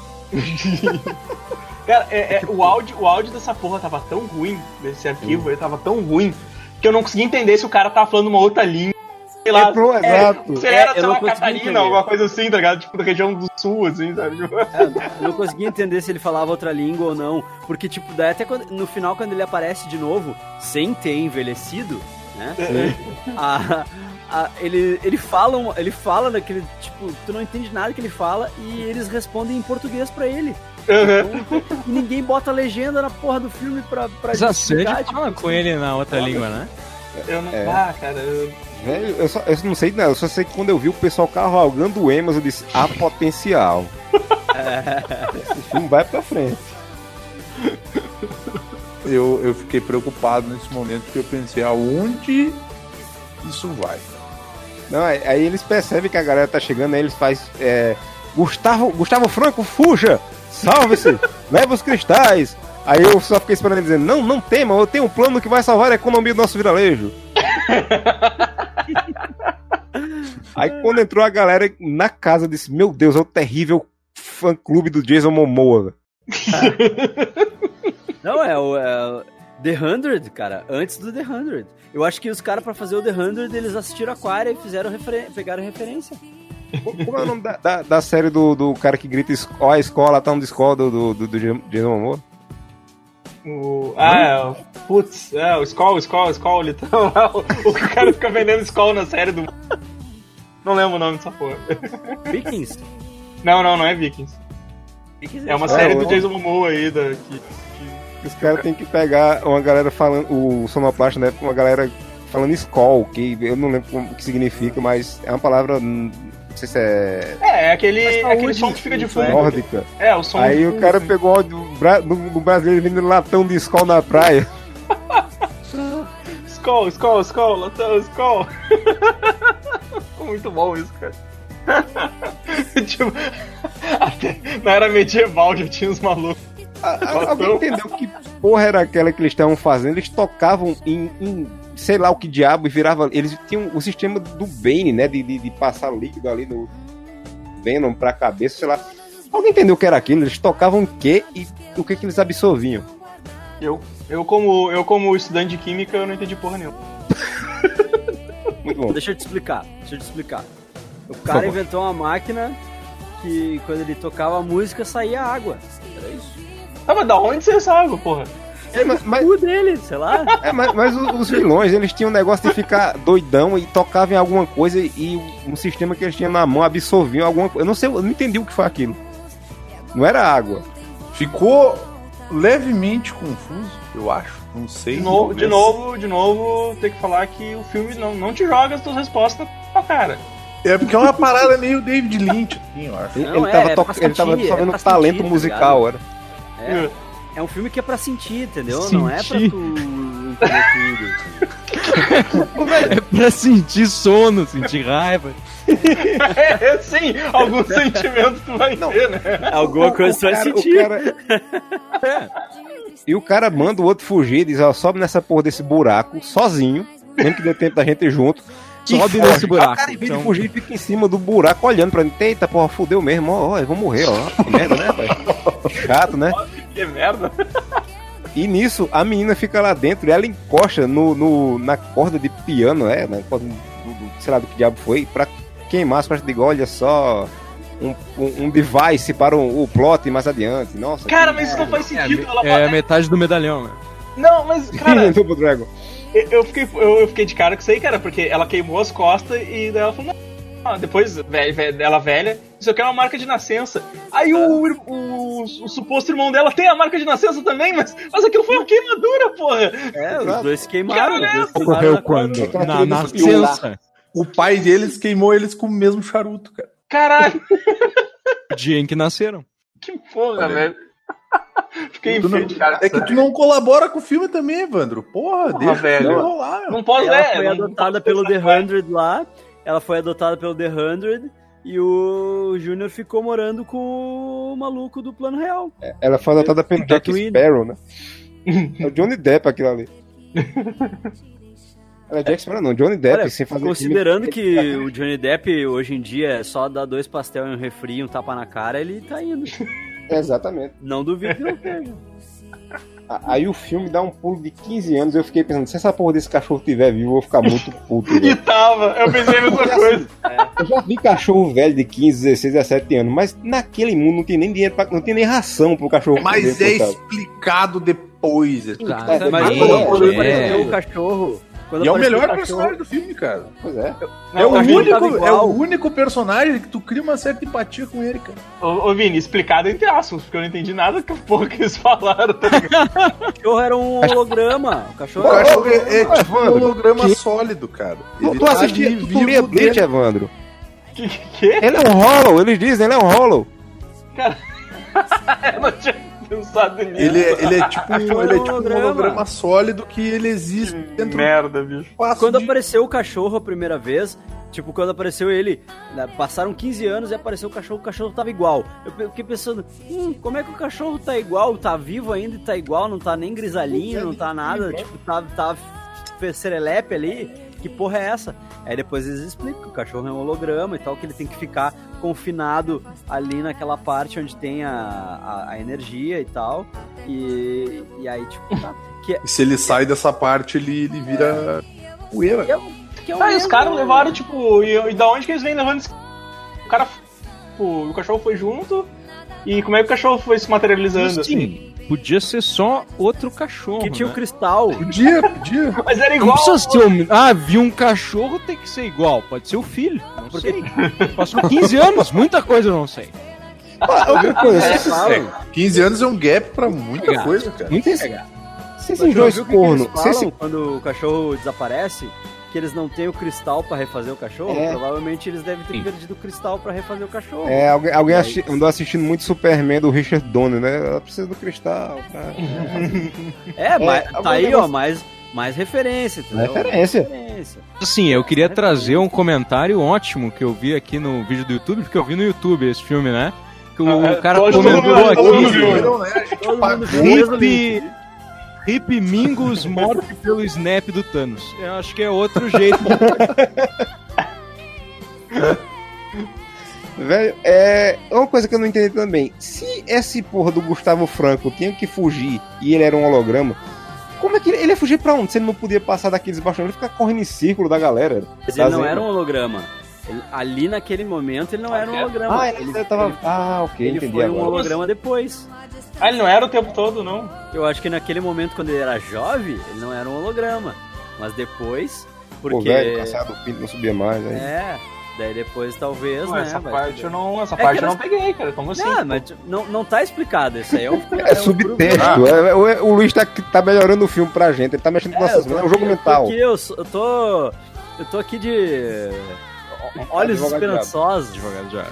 [SPEAKER 3] Cara, o áudio dessa porra tava tão ruim, desse arquivo, ele tava tão ruim, que eu não conseguia entender se o cara tava falando uma outra língua. Sei lá.
[SPEAKER 4] Exato.
[SPEAKER 3] Se era, sei lá, Catarina, alguma coisa assim, tá ligado? Tipo, da região do sul, assim, sabe? Tipo...
[SPEAKER 2] Eu não conseguia entender se ele falava outra língua ou não. Porque, tipo, daí até no final, quando ele aparece de novo, sem ter envelhecido, né? Ele fala daquele, tipo, tu não entende nada que ele fala e eles respondem em português pra ele. Então, e ninguém bota legenda na porra do filme pra
[SPEAKER 5] Mas a Sandy fala com ele na outra língua, né?
[SPEAKER 3] Eu não... cara,
[SPEAKER 4] Velho, eu não sei nada, eu só sei que quando eu vi o pessoal cavalgando o Emas, eu disse, há potencial. Esse filme vai pra frente.
[SPEAKER 1] Eu fiquei preocupado nesse momento, porque eu pensei, aonde isso vai?
[SPEAKER 4] Não, aí eles percebem que a galera tá chegando, aí eles fazem Gustavo Franco, fuja! Salve-se! Leva os cristais! Aí eu só fiquei esperando ele dizendo, não tema, eu tenho um plano que vai salvar a economia do nosso vilarejo. Aí quando entrou a galera na casa, eu disse, meu Deus, é o terrível fã-clube do Jason Momoa.
[SPEAKER 2] Não, é o The 100, cara, antes do The 100. Eu acho que os caras, pra fazer o The 100, eles assistiram Aquária e pegaram referência.
[SPEAKER 4] Como é o nome da série do cara que grita a escola, tá onde escola do Jason Momoa?
[SPEAKER 3] O Skol, então. O cara fica vendendo Skol na série do... Não lembro o nome dessa porra.
[SPEAKER 2] Vikings?
[SPEAKER 3] Não é Vikings. É uma série do Jason Momoa aí,
[SPEAKER 4] Os caras têm que pegar uma galera falando, o sonoplasta, né? Uma galera falando Skol, que eu não lembro o que significa, mas é uma palavra Não sei se é...
[SPEAKER 3] É aquele som que fica de fundo.
[SPEAKER 4] Nórdica.
[SPEAKER 3] O som
[SPEAKER 4] aí o cara pegou no brasileiro vindo latão de Skol na praia.
[SPEAKER 3] Skol, latão, Skol. Muito bom isso, cara. Tipo, até na era medieval já tinha os malucos.
[SPEAKER 4] Alguém entendeu que porra era aquela que eles estavam fazendo? Eles tocavam em sei lá o que diabo e virava. Eles tinham o sistema do Bane, né? De passar líquido ali no Venom pra cabeça, sei lá. Alguém entendeu o que era aquilo? Eles tocavam o quê e o que eles absorviam?
[SPEAKER 3] Eu como estudante de química, eu não entendi porra nenhuma.
[SPEAKER 2] Muito bom. Deixa eu te explicar. O cara inventou uma máquina que quando ele tocava a música saía água. Era isso.
[SPEAKER 3] Mas da onde você sabe, porra?
[SPEAKER 4] Mas
[SPEAKER 2] o dele, sei lá.
[SPEAKER 4] Mas os vilões, eles tinham um negócio de ficar doidão e tocavam em alguma coisa e um sistema que eles tinham na mão absorviam alguma coisa. Eu não sei, eu não entendi o que foi aquilo. Não era água.
[SPEAKER 1] Ficou levemente confuso, eu acho. Não sei.
[SPEAKER 3] De novo, tem que falar que o filme não te joga as tuas respostas pra cara.
[SPEAKER 1] É porque é uma parada meio David Lynch, assim, eu acho.
[SPEAKER 4] Ele tava fazendo talento musical, era.
[SPEAKER 2] É um filme que é pra sentir, entendeu? Não é pra tu entender tudo.
[SPEAKER 5] É pra sentir sono, sentir raiva.
[SPEAKER 3] Sim, alguns sentimentos tu vai ter, né?
[SPEAKER 2] Alguma coisa tu vai sentir.
[SPEAKER 4] E o cara manda o outro fugir, diz, ó, sobe nessa porra desse buraco, sozinho, mesmo que dê tempo da gente ir junto. Sobe nesse buraco. O cara, em vez de fugir, fica em cima do buraco, olhando pra mim. Eita, porra, fudeu mesmo, ó, eu vou morrer, ó. Que merda, né, pai? Chato, né?
[SPEAKER 3] Que merda.
[SPEAKER 4] E nisso, a menina fica lá dentro e ela encosta na corda de piano, na corda sei lá do que diabo foi, pra queimar as costas de igual, olha só... Um device para o plot mais adiante. Nossa.
[SPEAKER 3] Cara, mas isso não faz sentido.
[SPEAKER 5] É metade do medalhão, né?
[SPEAKER 3] Não, mas, cara...
[SPEAKER 4] Double Dragon.
[SPEAKER 3] Eu fiquei de cara com isso aí, cara, porque ela queimou as costas e daí ela falou, não, depois ela velha, isso aqui é uma marca de nascença. Aí o suposto irmão dela tem a marca de nascença também, mas aquilo foi uma queimadura, porra.
[SPEAKER 2] Os dois se queimaram.
[SPEAKER 5] Ocorreu quando? Na nascença.
[SPEAKER 1] O pai deles queimou eles com o mesmo charuto, cara.
[SPEAKER 3] Caralho!
[SPEAKER 5] O dia em que nasceram.
[SPEAKER 3] Que porra, velho. Fiquei enfeite, cara.
[SPEAKER 1] É que tu não colabora com o filme também, Evandro. Porra, deixa
[SPEAKER 3] velho.
[SPEAKER 1] Rolar.
[SPEAKER 3] Não pode,
[SPEAKER 2] ela foi adotada pelo The 100 lá. Ela foi adotada pelo The 100 e o Júnior ficou morando com o maluco do plano real.
[SPEAKER 4] Ela foi adotada pelo Jack Sparrow, né? É o Johnny Depp aquilo ali. É Jack Sparrow não, Johnny Depp.
[SPEAKER 2] Olha,
[SPEAKER 4] sem fazer
[SPEAKER 2] considerando que o Johnny Depp hoje em dia é só dar 2 pastel e um refri e um tapa na cara, ele tá indo.
[SPEAKER 4] Exatamente.
[SPEAKER 2] Não duvido que não seja.
[SPEAKER 4] Aí o filme dá um pulo de 15 anos e eu fiquei pensando, se essa porra desse cachorro estiver vivo, eu vou ficar muito puto.
[SPEAKER 3] E tava, eu pensei a mesma coisa.
[SPEAKER 4] Eu já vi cachorro velho de 15, 16, 17 anos, mas naquele mundo não tem nem dinheiro, não tem nem ração pro cachorro.
[SPEAKER 1] Mas é explicado depois.
[SPEAKER 2] Mas quando apareceu o cachorro...
[SPEAKER 1] E é o melhor personagem do filme, cara.
[SPEAKER 4] Pois é.
[SPEAKER 1] É o único personagem que tu cria uma certa empatia com ele, cara.
[SPEAKER 3] Ô Vini, explicado entre aspas, porque eu não entendi nada que porra que eles falaram. Tá
[SPEAKER 2] o cachorro era um holograma. O cachorro
[SPEAKER 1] é tipo um holograma sólido, cara.
[SPEAKER 4] Tu assistiu Turia Bleach, Evandro?
[SPEAKER 3] Que?
[SPEAKER 4] Ele é um hollow, eles dizem, ele é um hollow.
[SPEAKER 3] Cara, eu não tinha...
[SPEAKER 1] Ele é tipo um holograma sólido que ele existe dentro.
[SPEAKER 3] Merda, bicho.
[SPEAKER 2] Quando apareceu o cachorro a primeira vez, tipo, quando apareceu ele, passaram 15 anos e apareceu o cachorro tava igual. Eu fiquei pensando, como é que o cachorro tá igual? Tá vivo ainda e tá igual, não tá nem grisalhinho, não tá nada, tipo, tá serelepe ali. Que porra é essa? Aí depois eles explicam que o cachorro é um holograma e tal, que ele tem que ficar confinado ali naquela parte onde tem a energia e tal. E aí, tipo, tá.
[SPEAKER 1] E se ele sai dessa parte, ele vira poeira.
[SPEAKER 3] Os caras levaram, tipo, e da onde que eles vêm levando esse... O cachorro foi junto, e como é que o cachorro foi se materializando?
[SPEAKER 5] Sim. Podia ser só outro cachorro.
[SPEAKER 2] Que tinha o cristal.
[SPEAKER 1] Podia.
[SPEAKER 3] Mas era igual.
[SPEAKER 5] Não precisa ser viu um cachorro, tem que ser igual. Pode ser o filho. Não sei. Passou 15 anos, muita coisa eu não sei.
[SPEAKER 1] Outra coisa, 15 anos é um gap pra muita coisa, cara.
[SPEAKER 4] Vocês enjoam esse corno.
[SPEAKER 2] Quando o cachorro desaparece, que eles não têm o cristal pra refazer o cachorro, provavelmente eles devem ter perdido o cristal pra refazer o cachorro.
[SPEAKER 4] Alguém andou assistindo muito Superman do Richard Donner, né? Ela precisa do cristal.
[SPEAKER 2] Mas tá aí, ó, mais referência, entendeu?
[SPEAKER 4] Referência.
[SPEAKER 5] Sim, eu queria trazer um comentário ótimo que eu vi aqui no vídeo do YouTube, porque eu vi no YouTube esse filme, né? Que o cara comentou aqui. Hip Mingus morte pelo snap do Thanos. Eu acho que é outro jeito.
[SPEAKER 4] Velho, é uma coisa que eu não entendi também. Se esse porra do Gustavo Franco tinha que fugir e ele era um holograma, como é que ele ia fugir pra onde? Se ele não podia passar daqueles bastões, ele fica correndo em círculo da galera.
[SPEAKER 2] Mas ele não era um holograma. Ali naquele momento ele não era um holograma.
[SPEAKER 4] Ele tava... ok,
[SPEAKER 2] ele
[SPEAKER 4] entendi
[SPEAKER 2] foi
[SPEAKER 4] agora.
[SPEAKER 2] um holograma depois.
[SPEAKER 3] Ele não era o tempo todo, não?
[SPEAKER 2] Eu acho que naquele momento, quando ele era jovem, ele não era um holograma. Mas depois, porque...
[SPEAKER 4] Pô, velho, caçado do pinto não subia mais, né?
[SPEAKER 2] Daí depois talvez,
[SPEAKER 3] Pô,
[SPEAKER 2] né?
[SPEAKER 3] Essa parte eu não peguei, cara. Como assim?
[SPEAKER 2] Mas não tá explicado. Isso aí
[SPEAKER 4] é subtexto. O Luiz tá melhorando o filme pra gente. Ele tá mexendo com nossas mãos. É um jogo mental.
[SPEAKER 2] Eu tô aqui de... olhos esperançosos.
[SPEAKER 5] Advogado já.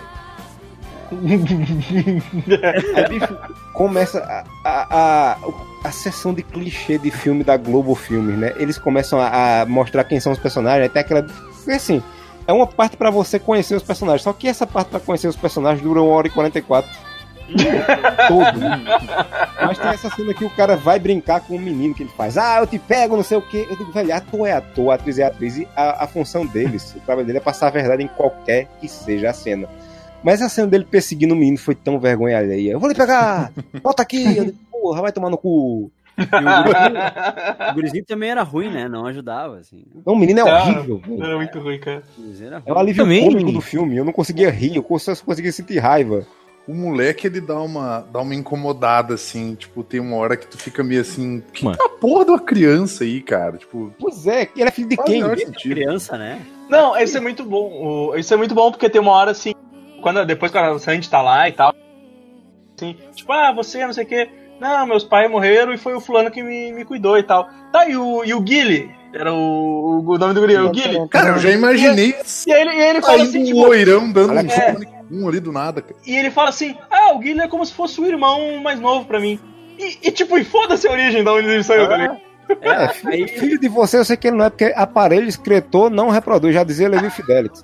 [SPEAKER 4] Aí, bicho, começa a sessão de clichê de filme da Globo Filmes, né? Eles começam a mostrar quem são os personagens, até aquela... Porque assim, é uma parte pra você conhecer os personagens, só que essa parte pra conhecer os personagens dura 1h44. Todo. Mas tem essa cena que o cara vai brincar com um menino que ele faz. Eu te pego, não sei o que. Eu digo, velho, ator é ator, atriz é atriz. E a função deles, o trabalho dele é passar a verdade em qualquer que seja a cena. Mas a cena dele perseguindo o menino foi tão vergonha alheia. Eu vou lhe pegar! Volta aqui! Eu digo, porra, vai tomar no cu!
[SPEAKER 2] O gurizinho também era ruim, né? Não ajudava, assim.
[SPEAKER 4] Não, o menino é horrível.
[SPEAKER 3] Era muito ruim, cara.
[SPEAKER 4] É o alívio cômico do filme. Eu não conseguia rir, eu só conseguia sentir raiva.
[SPEAKER 1] O moleque, ele dá uma incomodada, assim, tipo, tem uma hora que tu fica meio assim, que tá a porra de uma criança aí, cara, tipo...
[SPEAKER 4] Pois é, ele é filho de quem?
[SPEAKER 2] Criança, né?
[SPEAKER 3] Não, isso é muito bom, isso é muito bom porque tem uma hora, assim, depois que a Sandy tá lá e tal, assim, tipo, você, não sei o quê, não, meus pais morreram e foi o fulano que me cuidou e tal. Tá, e o Guile, era o nome do guri, o Guile.
[SPEAKER 1] Cara, eu já imaginei.
[SPEAKER 3] E ele fala assim, tipo...
[SPEAKER 1] loirão dando um ali do nada, cara.
[SPEAKER 3] E ele fala assim, o Guile é como se fosse o irmão mais novo pra mim. E tipo, e foda-se a origem da onde ele saiu, tá ligado?
[SPEAKER 4] Filho de você, eu sei que ele não é, porque aparelho escritor não reproduz, já dizia Levi Fidelix.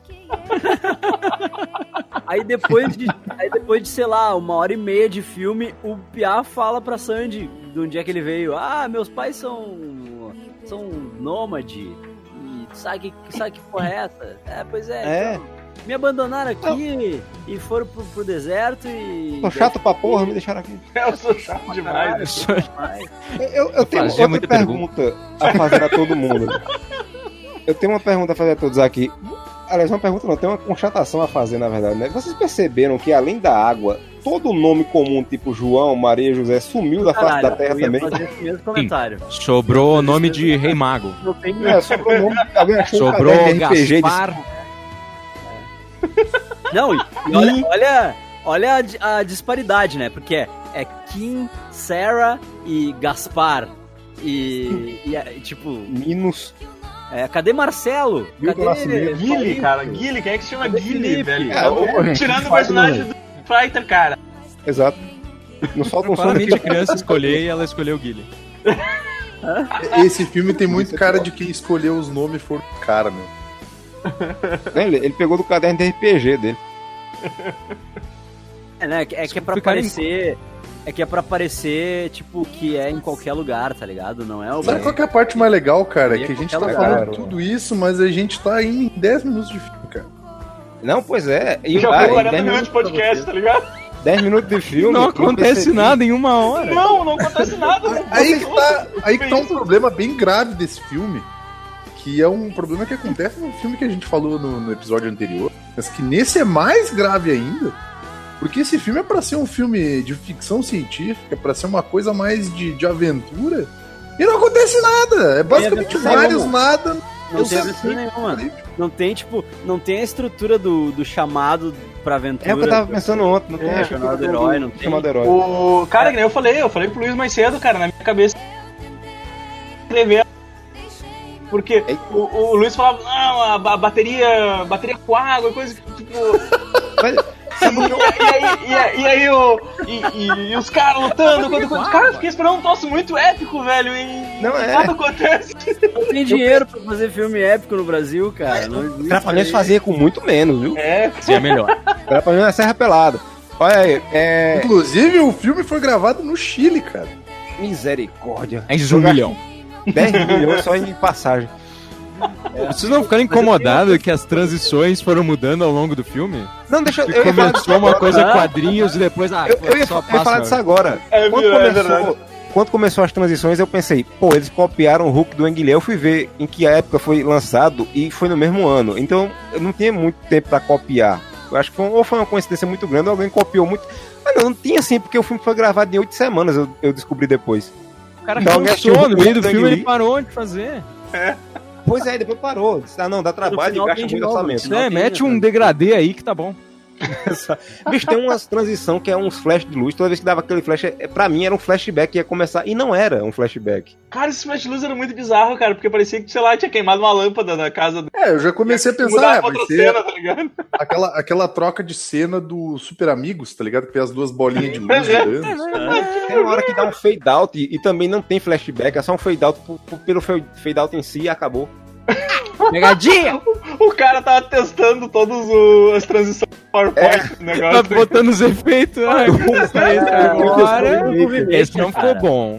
[SPEAKER 2] Aí depois de, sei lá, 1h30 de filme, o Piá fala pra Sandy de onde é que ele veio. Meus pais são nômade. E sabe que porra é essa? Pois é. Então, me abandonaram aqui e foram pro deserto e...
[SPEAKER 4] Tô chato pra porra, me deixaram aqui.
[SPEAKER 3] Eu sou chato demais.
[SPEAKER 4] Eu tenho outra pergunta a fazer a todo mundo. Eu tenho uma pergunta a fazer a todos aqui. Aliás, uma pergunta não, tem uma constatação a fazer, na verdade, né? Vocês perceberam que, além da água, todo nome comum, tipo João, Maria, José, sumiu da face da Terra também?
[SPEAKER 2] Mesmo comentário.
[SPEAKER 5] Sobrou o nome de Rei Mago.
[SPEAKER 4] Sobrou o nome... Alguém achou
[SPEAKER 5] sobrou Gaspar.
[SPEAKER 2] Não, e olha a disparidade, né? Porque é Kim, Sarah e Gaspar. E tipo...
[SPEAKER 4] Minos...
[SPEAKER 2] cadê Marcelo? Cadê
[SPEAKER 3] Guile, cara? Guile, quem é que se chama Guile, velho? Tirando o personagem do Fighter, cara.
[SPEAKER 4] Exato. Não falta um
[SPEAKER 5] som de criança escolher e ela escolheu o Guile.
[SPEAKER 1] Esse filme tem muito cara de quem escolheu os nomes for cara, meu.
[SPEAKER 4] Ele pegou do caderno de RPG dele.
[SPEAKER 2] Né? Que é pra parecer... É que é pra parecer, tipo, que é em qualquer lugar, tá ligado? Não é o...
[SPEAKER 1] Sabe qual que é a parte mais legal, cara? É que a gente tá falando tudo isso, mas a gente tá indo em 10 minutos de filme, cara.
[SPEAKER 4] Não, pois é.
[SPEAKER 3] E já foi 40 minutos de podcast, tá ligado?
[SPEAKER 4] 10 minutos de filme.
[SPEAKER 5] Não acontece nada em 1 hora.
[SPEAKER 3] Não acontece nada.
[SPEAKER 1] Aí que tá um problema bem grave desse filme, que é um problema que acontece no filme que a gente falou no episódio anterior, mas que nesse é mais grave ainda. Porque esse filme é pra ser um filme de ficção científica, é pra ser uma coisa mais de aventura, e não acontece nada. É basicamente vários nada.
[SPEAKER 2] Não tem aventura nenhuma. Não tem a estrutura do chamado pra aventura.
[SPEAKER 4] É o que eu tava pensando ontem, não tem a
[SPEAKER 2] chamado do herói, não tem.
[SPEAKER 4] Chamado herói.
[SPEAKER 3] Cara, que nem eu falei pro Luiz mais cedo, cara, na minha cabeça escrever Porque o Luiz falava, não, a bateria com água, coisa que, tipo... E os caras lutando cara, eu fiquei esperando um troço muito épico, velho, e nada acontece.
[SPEAKER 2] Não tem dinheiro pra fazer filme épico no Brasil, cara.
[SPEAKER 4] Trapalhões fazia com muito menos, viu?
[SPEAKER 5] Fazia melhor.
[SPEAKER 4] Trapalhões é Serra Pelada. Olha aí,
[SPEAKER 1] Inclusive, o filme foi gravado no Chile, cara.
[SPEAKER 4] Misericórdia.
[SPEAKER 5] É 1 milhão.
[SPEAKER 4] 10 milhões só em passagem.
[SPEAKER 5] Vocês não ficaram incomodados que as transições foram mudando ao longo do filme?
[SPEAKER 4] Não, deixa eu...
[SPEAKER 5] Começou uma coisa quadrinhos e depois...
[SPEAKER 4] Eu ia falar disso agora. Quando começou as transições, eu pensei, eles copiaram o Hulk do Enguilhão. Eu fui ver em que época foi lançado e foi no mesmo ano. Então, eu não tinha muito tempo pra copiar. Eu acho que foi uma coincidência muito grande, alguém copiou muito. Mas não tinha assim, porque o filme foi gravado em 8 semanas, eu descobri depois.
[SPEAKER 5] O cara cansou, no meio do filme ele parou de fazer.
[SPEAKER 4] Pois é, depois parou. Não, dá trabalho e gasta muito orçamento.
[SPEAKER 5] Mete um degradê aí que tá bom.
[SPEAKER 4] Bicho, tem umas transição que é uns flash de luz. Toda vez que dava aquele flash, pra mim era um flashback que ia começar. E não era um flashback.
[SPEAKER 3] Cara, esse flash de luz era muito bizarro, cara. Porque parecia que, sei lá, tinha queimado uma lâmpada na casa do...
[SPEAKER 1] Eu já comecei a pensar,
[SPEAKER 3] vai ser
[SPEAKER 1] cena, tá ligado? aquela troca de cena do Super Amigos, tá ligado? Que tem as duas bolinhas de luz.
[SPEAKER 4] Tem uma hora que dá um fade out e também não tem flashback. É só um fade out pelo fade out em si e acabou.
[SPEAKER 5] Pegadinha!
[SPEAKER 3] O cara tava testando todas as transições do PowerPoint.
[SPEAKER 5] Tá botando os efeitos. Agora, esse não ficou bom.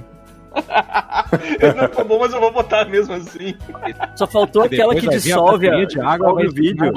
[SPEAKER 3] Esse não ficou bom, mas eu vou botar mesmo assim.
[SPEAKER 2] Só faltou aquela que dissolve o vídeo.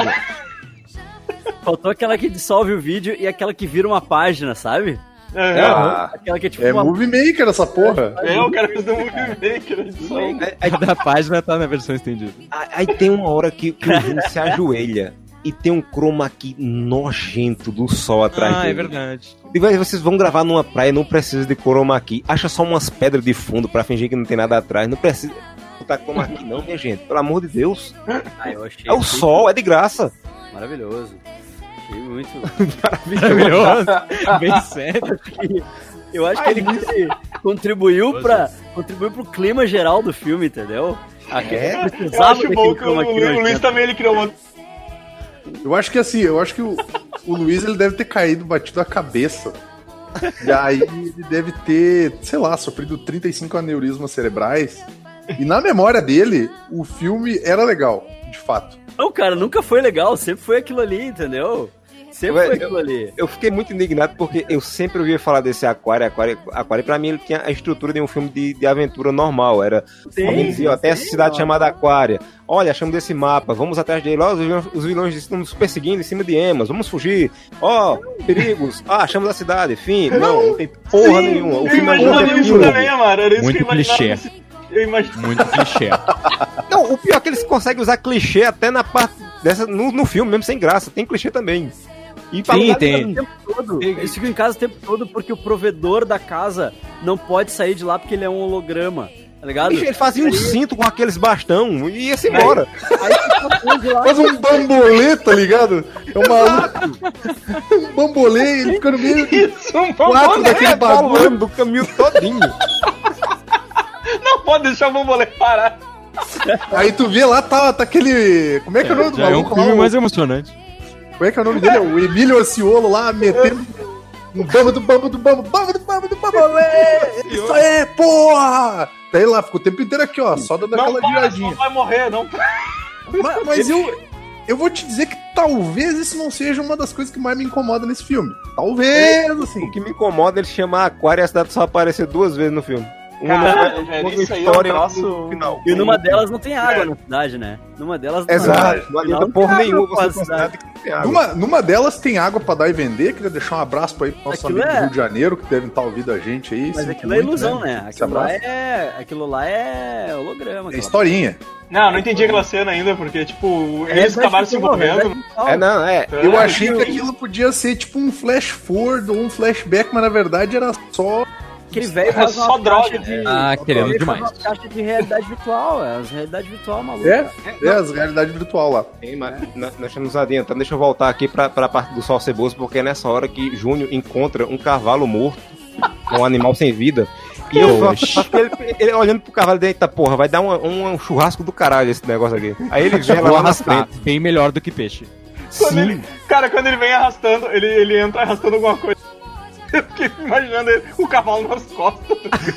[SPEAKER 2] Faltou aquela que dissolve o vídeo e aquela que vira uma página, sabe?
[SPEAKER 1] Aquela que é tipo Movie Maker essa porra.
[SPEAKER 3] O cara fez um Movie Maker.
[SPEAKER 5] A da página tá na versão estendida.
[SPEAKER 4] Aí tem uma hora que o Júnior se ajoelha e tem um chroma key nojento do sol atrás dele.
[SPEAKER 5] É verdade.
[SPEAKER 4] E vocês vão gravar numa praia, não precisa de chroma key. Acha só umas pedras de fundo pra fingir que não tem nada atrás. Não precisa botar chroma key não, minha gente. Pelo amor de Deus. É o sol, é de graça.
[SPEAKER 2] Maravilhoso. Muito
[SPEAKER 5] maravilhoso. Bem sério.
[SPEAKER 2] Eu acho que ele contribuiu pro clima geral do filme, entendeu?
[SPEAKER 3] Eu acho bom que o Luiz também ele criou uma...
[SPEAKER 1] Eu acho que o Luiz ele deve ter caído, batido a cabeça. E aí ele deve ter, sei lá, sofrido 35 aneurismas cerebrais. E na memória dele, o filme era legal, de fato.
[SPEAKER 2] Não, cara, nunca foi legal, sempre foi aquilo ali, entendeu? Sempre foi aquilo ali.
[SPEAKER 4] Eu fiquei muito indignado porque eu sempre ouvia falar desse Aquário. Pra mim ele tinha a estrutura de um filme de aventura normal. Era, tem essa cidade chamada Aquária. Olha, achamos desse mapa, vamos atrás dele. Os vilões estão nos perseguindo em cima de Emas, vamos fugir. Perigos. Achamos a cidade. Fim. Não tem porra nenhuma. O filme
[SPEAKER 5] é muito clichê. Muito clichê.
[SPEAKER 4] Não, o pior é que eles conseguem usar clichê até na parte dessa, no filme, mesmo sem graça. Tem clichê também.
[SPEAKER 5] E sim, tem.
[SPEAKER 2] Eles ficam em casa o tempo todo porque o provedor da casa não pode sair de lá porque ele é um holograma. Tá ligado?
[SPEAKER 4] Ele fazia um cinto com aqueles bastão e ia-se embora.
[SPEAKER 1] Faz um bambolê, tá ligado? É um maluco. Um bambolê, ele fica no meio de quatro daquele bagulho
[SPEAKER 4] do caminho todinho.
[SPEAKER 3] Não pode deixar o bambolê parar.
[SPEAKER 1] Aí tu vê lá, tá aquele... Como é que é o nome do maluco?
[SPEAKER 5] É um filme mais emocionante.
[SPEAKER 1] Como é que é o nome dele? O Emílio Aciolo lá, metendo um bambolê. Isso aí, porra! Daí lá, ficou o tempo inteiro aqui, ó, só dando aquela viradinha.
[SPEAKER 3] Não vai morrer, não.
[SPEAKER 1] Mas eu vou te dizer que talvez isso não seja uma das coisas que mais me incomoda nesse filme. Talvez, assim.
[SPEAKER 4] O que me incomoda é ele chamar Aquário e a cidade só aparecer 2 vezes no filme.
[SPEAKER 3] Uma história no final.
[SPEAKER 2] E numa delas não tem água na cidade, né? Numa delas não
[SPEAKER 1] Exato.
[SPEAKER 4] Não adianta porra nenhuma você cidade que não tem água.
[SPEAKER 1] Numa delas tem água pra dar e vender. Queria deixar um abraço pra aí pro nosso amigo do Rio de Janeiro, que devem estar ouvindo a gente aí.
[SPEAKER 2] Mas aquilo é ilusão, né? Aquilo lá é holograma.
[SPEAKER 1] É historinha.
[SPEAKER 3] Não entendi aquela cena ainda, porque, tipo, eles acabaram se envolvendo.
[SPEAKER 1] Eu achei que aquilo podia ser, tipo, um flash forward ou um flashback, mas na verdade era só...
[SPEAKER 2] Aquele velho
[SPEAKER 3] faz só droga.
[SPEAKER 5] Querendo demais.
[SPEAKER 2] Uma caixa de realidade virtual, as realidade virtual maluca.
[SPEAKER 1] As realidade virtual lá.
[SPEAKER 4] Nós estamos adiantando, deixa eu voltar aqui pra parte do Sol Ceboso, porque é nessa hora que Júnior encontra um cavalo morto um animal sem vida. E eu só fiquei ele olhando pro cavalo dele, eita porra, vai dar um churrasco do caralho esse negócio aqui. Aí ele vem lá na frente.
[SPEAKER 5] Bem melhor do que peixe.
[SPEAKER 3] Quando ele vem arrastando, ele entra arrastando alguma coisa. Eu fiquei imaginando o cavalo nas costas.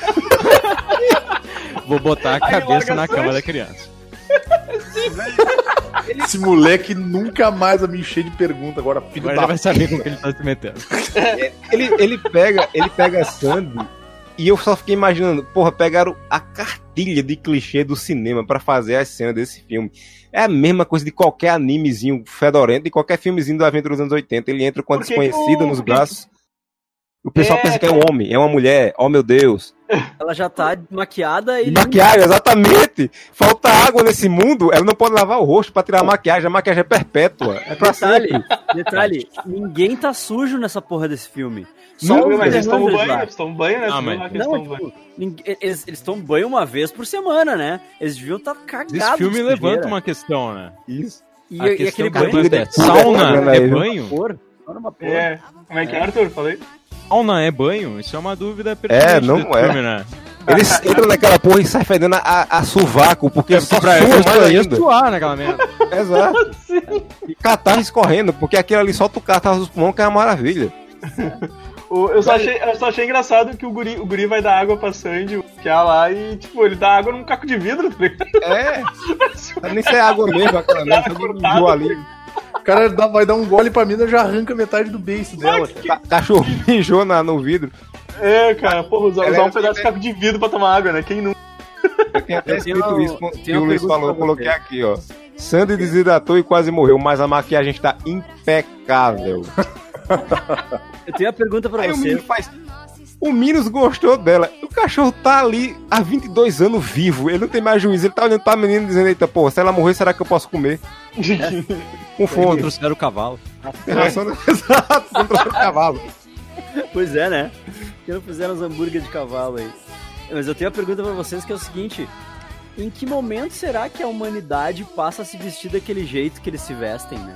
[SPEAKER 5] Vou botar a cabeça na cama da criança.
[SPEAKER 1] Esse moleque nunca mais vai me encher de pergunta agora, filho
[SPEAKER 5] Agora
[SPEAKER 1] da...
[SPEAKER 5] ele vai saber com que ele tá se metendo.
[SPEAKER 4] Ele pega a Sandy e eu só fiquei imaginando, porra, pegaram a cartilha de clichê do cinema pra fazer as cenas desse filme. É a mesma coisa de qualquer animezinho fedorento, de qualquer filmezinho da aventura dos anos 80. Ele entra com a desconhecida nos braços. O pessoal pensa que é um homem, é uma mulher, oh meu Deus.
[SPEAKER 2] Ela já tá maquiada e...
[SPEAKER 4] Maquiagem, exatamente. Falta água nesse mundo, ela não pode lavar o rosto pra tirar a maquiagem é perpétua. É pra
[SPEAKER 2] Detalhe, ninguém tá sujo nessa porra desse filme.
[SPEAKER 3] Só mas eles tomam banho, né?
[SPEAKER 2] Eles tomam banho uma vez por semana, né? Eles deviam estar cagados.
[SPEAKER 5] Esse filme levanta uma questão, né?
[SPEAKER 2] Isso. E
[SPEAKER 5] aquele
[SPEAKER 2] banho...
[SPEAKER 5] Sauna é banho?
[SPEAKER 3] Como é que é, Arthur? Falei?
[SPEAKER 5] Sauna é banho? Isso é uma dúvida pertinente.
[SPEAKER 4] Não é. Filme, né? Eles entram naquela porra e saem fedendo a sovaco, porque só
[SPEAKER 5] pra
[SPEAKER 4] ainda.
[SPEAKER 5] Suar naquela merda.
[SPEAKER 4] Exato. E catarro escorrendo, porque aquilo ali solta o catarro dos pulmões, que é uma maravilha.
[SPEAKER 3] Eu só achei engraçado que o guri vai dar água pra Sandy, que é lá, e tipo, ele dá água num caco de vidro, tá ligado?
[SPEAKER 4] Nem se é água mesmo, aquela merda mijou ali.
[SPEAKER 1] O cara vai dar um gole pra mina e já arranca metade do beiço dela.
[SPEAKER 4] Cachorro mijou no vidro.
[SPEAKER 3] Cara, porra, usar um pedaço de caco de vidro pra tomar água, né? Quem não?
[SPEAKER 4] Eu tenho até escrito isso que o Luiz falou, eu coloquei aqui, ó. Sandy desidratou e quase morreu, mas a maquiagem está impecável.
[SPEAKER 2] Eu tenho uma pergunta pra você.
[SPEAKER 4] O Minos gostou dela. O cachorro tá ali há 22 anos vivo. Ele não tem mais juízo. Ele tá olhando pra menina dizendo, eita, pô, se ela morrer, será que eu posso comer? Com fome.
[SPEAKER 5] Trouxeram o cavalo.
[SPEAKER 4] Exato, trouxeram o cavalo.
[SPEAKER 2] Pois é, né? Que não fizeram os hambúrguer de cavalo aí. Mas eu tenho uma pergunta pra vocês que é o seguinte. Em que momento será que a humanidade passa a se vestir daquele jeito que eles se vestem, né?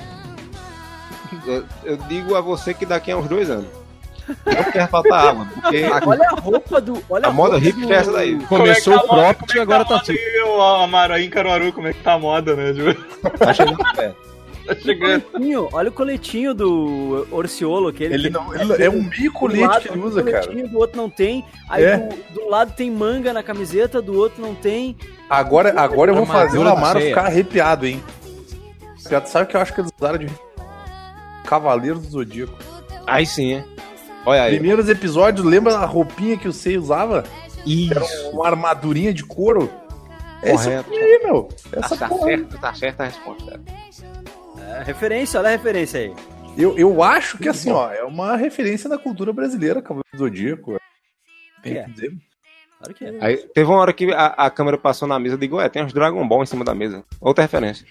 [SPEAKER 4] Eu digo a você que daqui a uns 2 anos. Não quer faltar água, porque
[SPEAKER 2] olha a roupa do... Olha
[SPEAKER 4] a moda hippie é essa daí.
[SPEAKER 5] Começou o próprio e agora tá tudo.
[SPEAKER 3] O Amaro aí em Caruaru, como é que tá a moda, né?
[SPEAKER 4] Tá chegando perto.
[SPEAKER 3] Tá chegando.
[SPEAKER 2] Olha o coletinho do Orciolo, aquele.
[SPEAKER 1] Ele é um meio colete que ele usa, cara.
[SPEAKER 2] Do outro não tem. Aí do lado tem manga na camiseta, do outro não tem.
[SPEAKER 1] Agora eu vou fazer o Amaro ficar arrepiado, hein? Sabe o que eu acho que eles usaram de Cavaleiro do Zodíaco?
[SPEAKER 4] Aí sim, hein? Olha aí.
[SPEAKER 1] Primeiros episódios, lembra a roupinha que o Sei usava?
[SPEAKER 4] Isso.
[SPEAKER 1] Era uma armadurinha de couro.
[SPEAKER 4] Correto.
[SPEAKER 1] Aí, meu.
[SPEAKER 4] Tá certa a resposta.
[SPEAKER 2] Referência, olha a referência aí.
[SPEAKER 1] Eu acho que assim, ó, é uma referência da cultura brasileira, Cavaleiro do Zodíaco. Tem que dizer.
[SPEAKER 2] Claro que é.
[SPEAKER 4] Aí, teve uma hora que a câmera passou na mesa e digo, tem uns Dragon Ball em cima da mesa. Outra referência.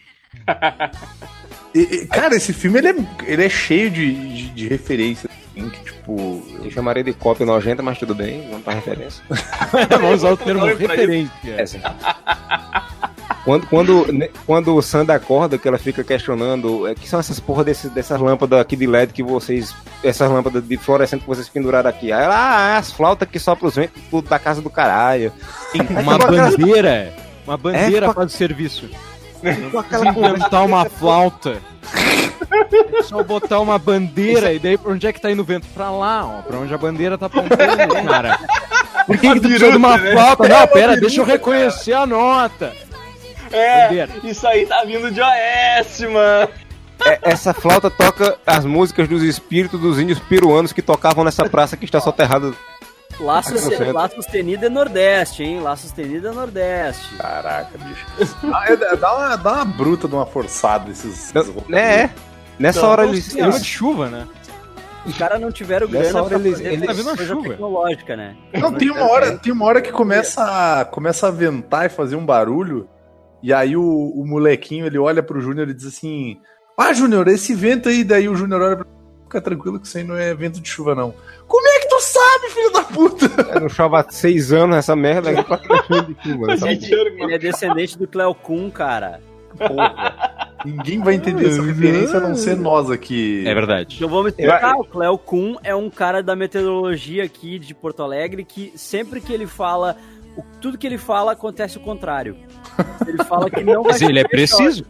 [SPEAKER 1] Cara, esse filme ele é cheio de referências. Assim, que, tipo,
[SPEAKER 4] eu chamaria de cópia nojenta, mas tudo bem, vamos pra referência.
[SPEAKER 5] Vamos usar o termo referência.
[SPEAKER 4] Quando o Sandy acorda, que ela fica questionando, que são essas porra dessas lâmpadas aqui de LED que vocês, essas lâmpadas de fluorescente que vocês penduraram aqui. Aí ela, as flautas que sopram os ventos tudo da casa do caralho.
[SPEAKER 5] Uma bandeira faz o serviço. Inventar uma flauta. Só botar uma bandeira e daí pra onde é que tá indo o vento? Pra lá, ó, pra onde a bandeira tá apontando, cara. Por que tu precisa de uma flauta? Não, pera, deixa eu reconhecer a nota.
[SPEAKER 3] Bandeira. Isso aí tá vindo de OS, mano.
[SPEAKER 4] Essa flauta toca as músicas dos espíritos dos índios peruanos que tocavam nessa praça que está soterrada.
[SPEAKER 2] Lá sustenido é Nordeste, hein? Lá sustenido é Nordeste.
[SPEAKER 1] Caraca, bicho. Dá uma bruta de uma forçada esses
[SPEAKER 4] Nessa hora eles...
[SPEAKER 5] Clima de chuva, né?
[SPEAKER 2] Os caras não tiveram grana pra fazer
[SPEAKER 5] tá vendo
[SPEAKER 2] coisa
[SPEAKER 5] chuva
[SPEAKER 2] tecnológica, né?
[SPEAKER 1] Não, tem uma hora que começa a ventar e fazer um barulho. E aí o molequinho, ele olha pro Júnior e diz assim: Júnior, esse vento aí. Daí o Júnior olha pra ele: fica tranquilo que isso aí não é vento de chuva, não. Como é que tu sabe, filho da puta?
[SPEAKER 4] Não chove há 6 anos essa merda.
[SPEAKER 2] Ele é descendente do Cleo Kuhn, cara.
[SPEAKER 1] Porra. Ninguém vai entender essa referência a não ser nós aqui.
[SPEAKER 5] É verdade.
[SPEAKER 2] Então vamos explicar. O Cleo Kuhn é um cara da meteorologia aqui de Porto Alegre que sempre que ele fala, tudo que ele fala acontece o contrário. Ele fala que não vai
[SPEAKER 5] Mas ele é preciso.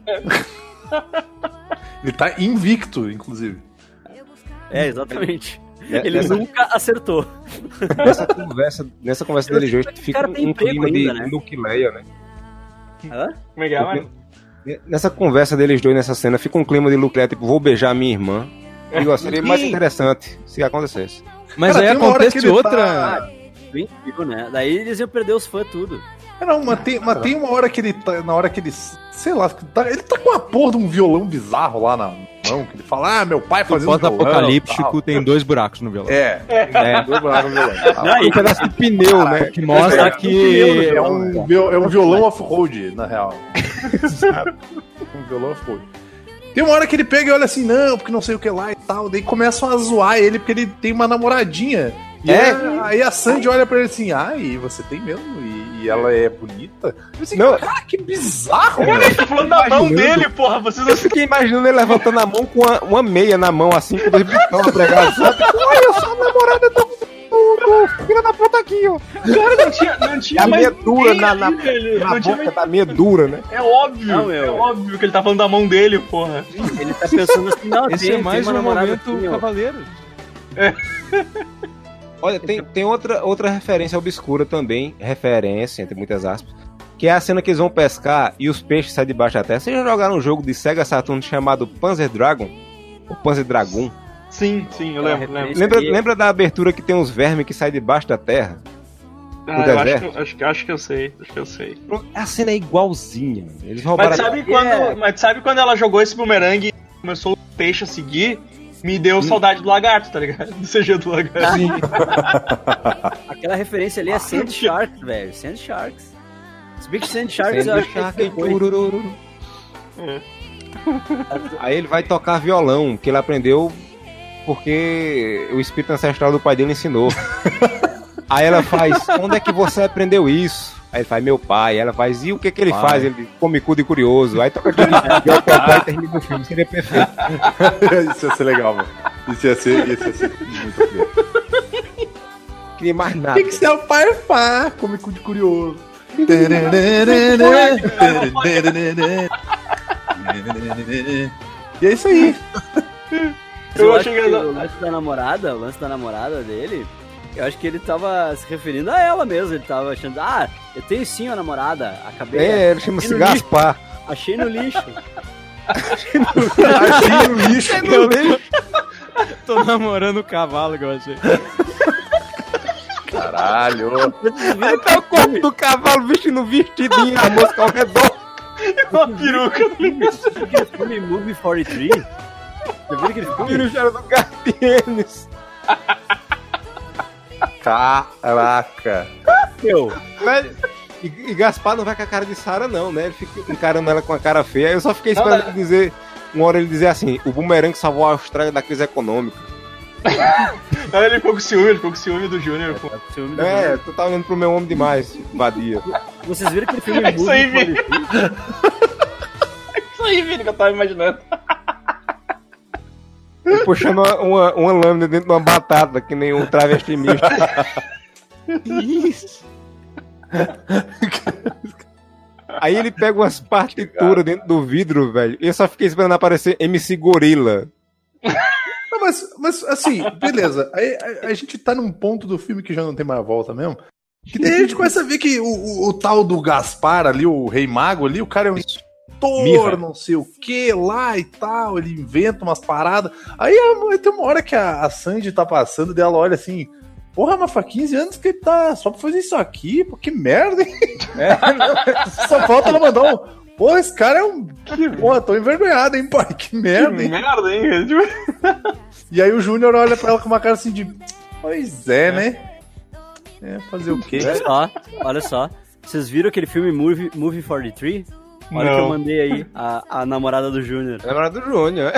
[SPEAKER 1] Ele tá invicto, inclusive.
[SPEAKER 2] É, exatamente. Ele nunca acertou.
[SPEAKER 4] Nessa conversa deles hoje, fica um clima
[SPEAKER 2] ainda,
[SPEAKER 4] de Nucleia, né?
[SPEAKER 2] Hã?
[SPEAKER 3] Como é que é, mano?
[SPEAKER 4] Nessa conversa deles dois, nessa cena, fica um clima de Nucleia, tipo, vou beijar minha irmã. Digo, seria mais interessante se acontecesse.
[SPEAKER 5] Mas
[SPEAKER 1] Cara,
[SPEAKER 5] aí
[SPEAKER 1] tem uma hora
[SPEAKER 5] acontece
[SPEAKER 1] que ele
[SPEAKER 5] outra...
[SPEAKER 2] Viu, né? Daí eles iam perder os fãs tudo.
[SPEAKER 1] Não, mas tem uma hora que ele tá. Na hora que ele. Sei lá, ele tá com a porra de um violão bizarro lá na mão, que ele fala, meu pai fazia um violão.
[SPEAKER 5] Pós-apocalíptico tem 2 buracos no violão.
[SPEAKER 1] É, 2 buracos no violão.
[SPEAKER 4] Um pedaço de pneu, né?
[SPEAKER 5] Que mostra que...
[SPEAKER 1] É um violão off-road, na real. Um violão off-road. Tem uma hora que ele pega e olha assim, não, porque não sei o que lá e tal. Daí começam a zoar ele porque ele tem uma namoradinha. E aí a Sandy olha pra ele assim, e você tem mesmo? E ela é bonita? Eu assim, não, cara, que bizarro!
[SPEAKER 3] Cara, ele tá falando da mão dele, porra. Vocês não...
[SPEAKER 4] Eu fiquei imaginando ele levantando a mão com uma meia na mão, assim, com 2 botões pregados. Olha, eu sou a namorada do filho da puta aqui, ó.
[SPEAKER 3] Cara, não tinha
[SPEAKER 4] a
[SPEAKER 3] mais
[SPEAKER 4] meia dura na
[SPEAKER 3] boca
[SPEAKER 4] mais... da meia dura, né?
[SPEAKER 3] É óbvio que ele tá falando da mão dele, porra.
[SPEAKER 2] Ele tá pensando assim, não,
[SPEAKER 5] esse é mais um momento cavaleiro.
[SPEAKER 4] Olha, tem outra referência obscura também, referência, entre muitas aspas, que é a cena que eles vão pescar e os peixes saem debaixo da terra. Vocês já jogaram um jogo de Sega Saturn chamado Panzer Dragon? Ou Panzer Dragon?
[SPEAKER 3] Sim, eu lembro.
[SPEAKER 4] Lembra da abertura que tem uns vermes que saem debaixo da terra?
[SPEAKER 3] Acho que eu sei.
[SPEAKER 4] A cena é igualzinha. Eles
[SPEAKER 3] mas sabe quando ela jogou esse bumerangue e começou o peixe a seguir? Me deu saudade do lagarto, tá ligado? Do CG do lagarto.
[SPEAKER 4] Sim.
[SPEAKER 2] Aquela referência ali é Sand Sharks, velho. Sand Sharks. Se bem que Sand Sharks eu acho que
[SPEAKER 4] Aí ele vai tocar violão, que ele aprendeu porque o espírito ancestral do pai dele ensinou. Aí ela faz, onde é que você aprendeu isso? Aí ele faz, meu pai. Aí ela faz, e o que ele faz? Ele come cu de curioso. Aí toca aquele e termina o filme. Seria perfeito.
[SPEAKER 1] Isso ia ser legal, mano. Isso ia ser muito legal.
[SPEAKER 4] Queria mais nada.
[SPEAKER 1] O que seu pai faz? Come cu de curioso. E é isso aí.
[SPEAKER 2] Eu acho que o lance da namorada dele, eu acho que ele tava se referindo a ela mesmo. Ele tava achando, eu tenho sim uma namorada. Acabei.
[SPEAKER 4] Ele chama-se Gaspar.
[SPEAKER 2] Achei no lixo.
[SPEAKER 1] Achei no lixo.
[SPEAKER 5] Tô namorando o cavalo que eu achei.
[SPEAKER 1] Caralho.
[SPEAKER 4] Aí tá o corpo do cavalo vestindo vestidinho, a música ao redor.
[SPEAKER 3] Uma peruca.
[SPEAKER 2] Aquele filme Movie 43? Você viu aquele filme?
[SPEAKER 4] Vira o cheiro do Gartienes.
[SPEAKER 1] Caraca.
[SPEAKER 4] E Gaspar não vai com a cara de Sarah, não, né? Ele fica encarando ela com a cara feia. Eu só fiquei esperando ele dizer, uma hora ele dizer assim, o bumerangue salvou a Austrália da crise econômica.
[SPEAKER 3] Não, ele ficou com ciúme do Júnior.
[SPEAKER 4] Tu tá olhando pro meu homem demais, vadia.
[SPEAKER 2] Vocês viram aquele filme
[SPEAKER 3] Isso aí, Vini. Isso aí, Vini, que eu tava imaginando.
[SPEAKER 4] Puxando uma lâmina dentro de uma batata, que nem um travesti misto. Isso. Aí ele pega umas partituras dentro do vidro, velho. E eu só fiquei esperando aparecer MC Gorila.
[SPEAKER 1] Não, mas assim, beleza. Aí a gente tá num ponto do filme que já não tem mais volta mesmo. Que daí a gente começa a ver que o tal do Gaspar ali, o Rei Mago ali, o cara é um ator, não sei o que lá e tal. Ele inventa umas paradas. Aí tem uma hora que a Sandy tá passando, daí ela olha assim. Porra, mas faz 15 anos que ele tá só pra fazer isso aqui, pô, que merda, hein? Só falta ela mandar um. Pô, esse cara é um. Porra, tô envergonhado, hein, pai? Que merda, hein?
[SPEAKER 3] Que merda, hein?
[SPEAKER 1] E aí o Júnior olha pra ela com uma cara assim de. Pois é, né? Fazer o quê?
[SPEAKER 2] Olha só. Vocês viram aquele filme Movie 43? Olha que eu mandei aí, a namorada do Júnior.
[SPEAKER 4] A namorada do Júnior,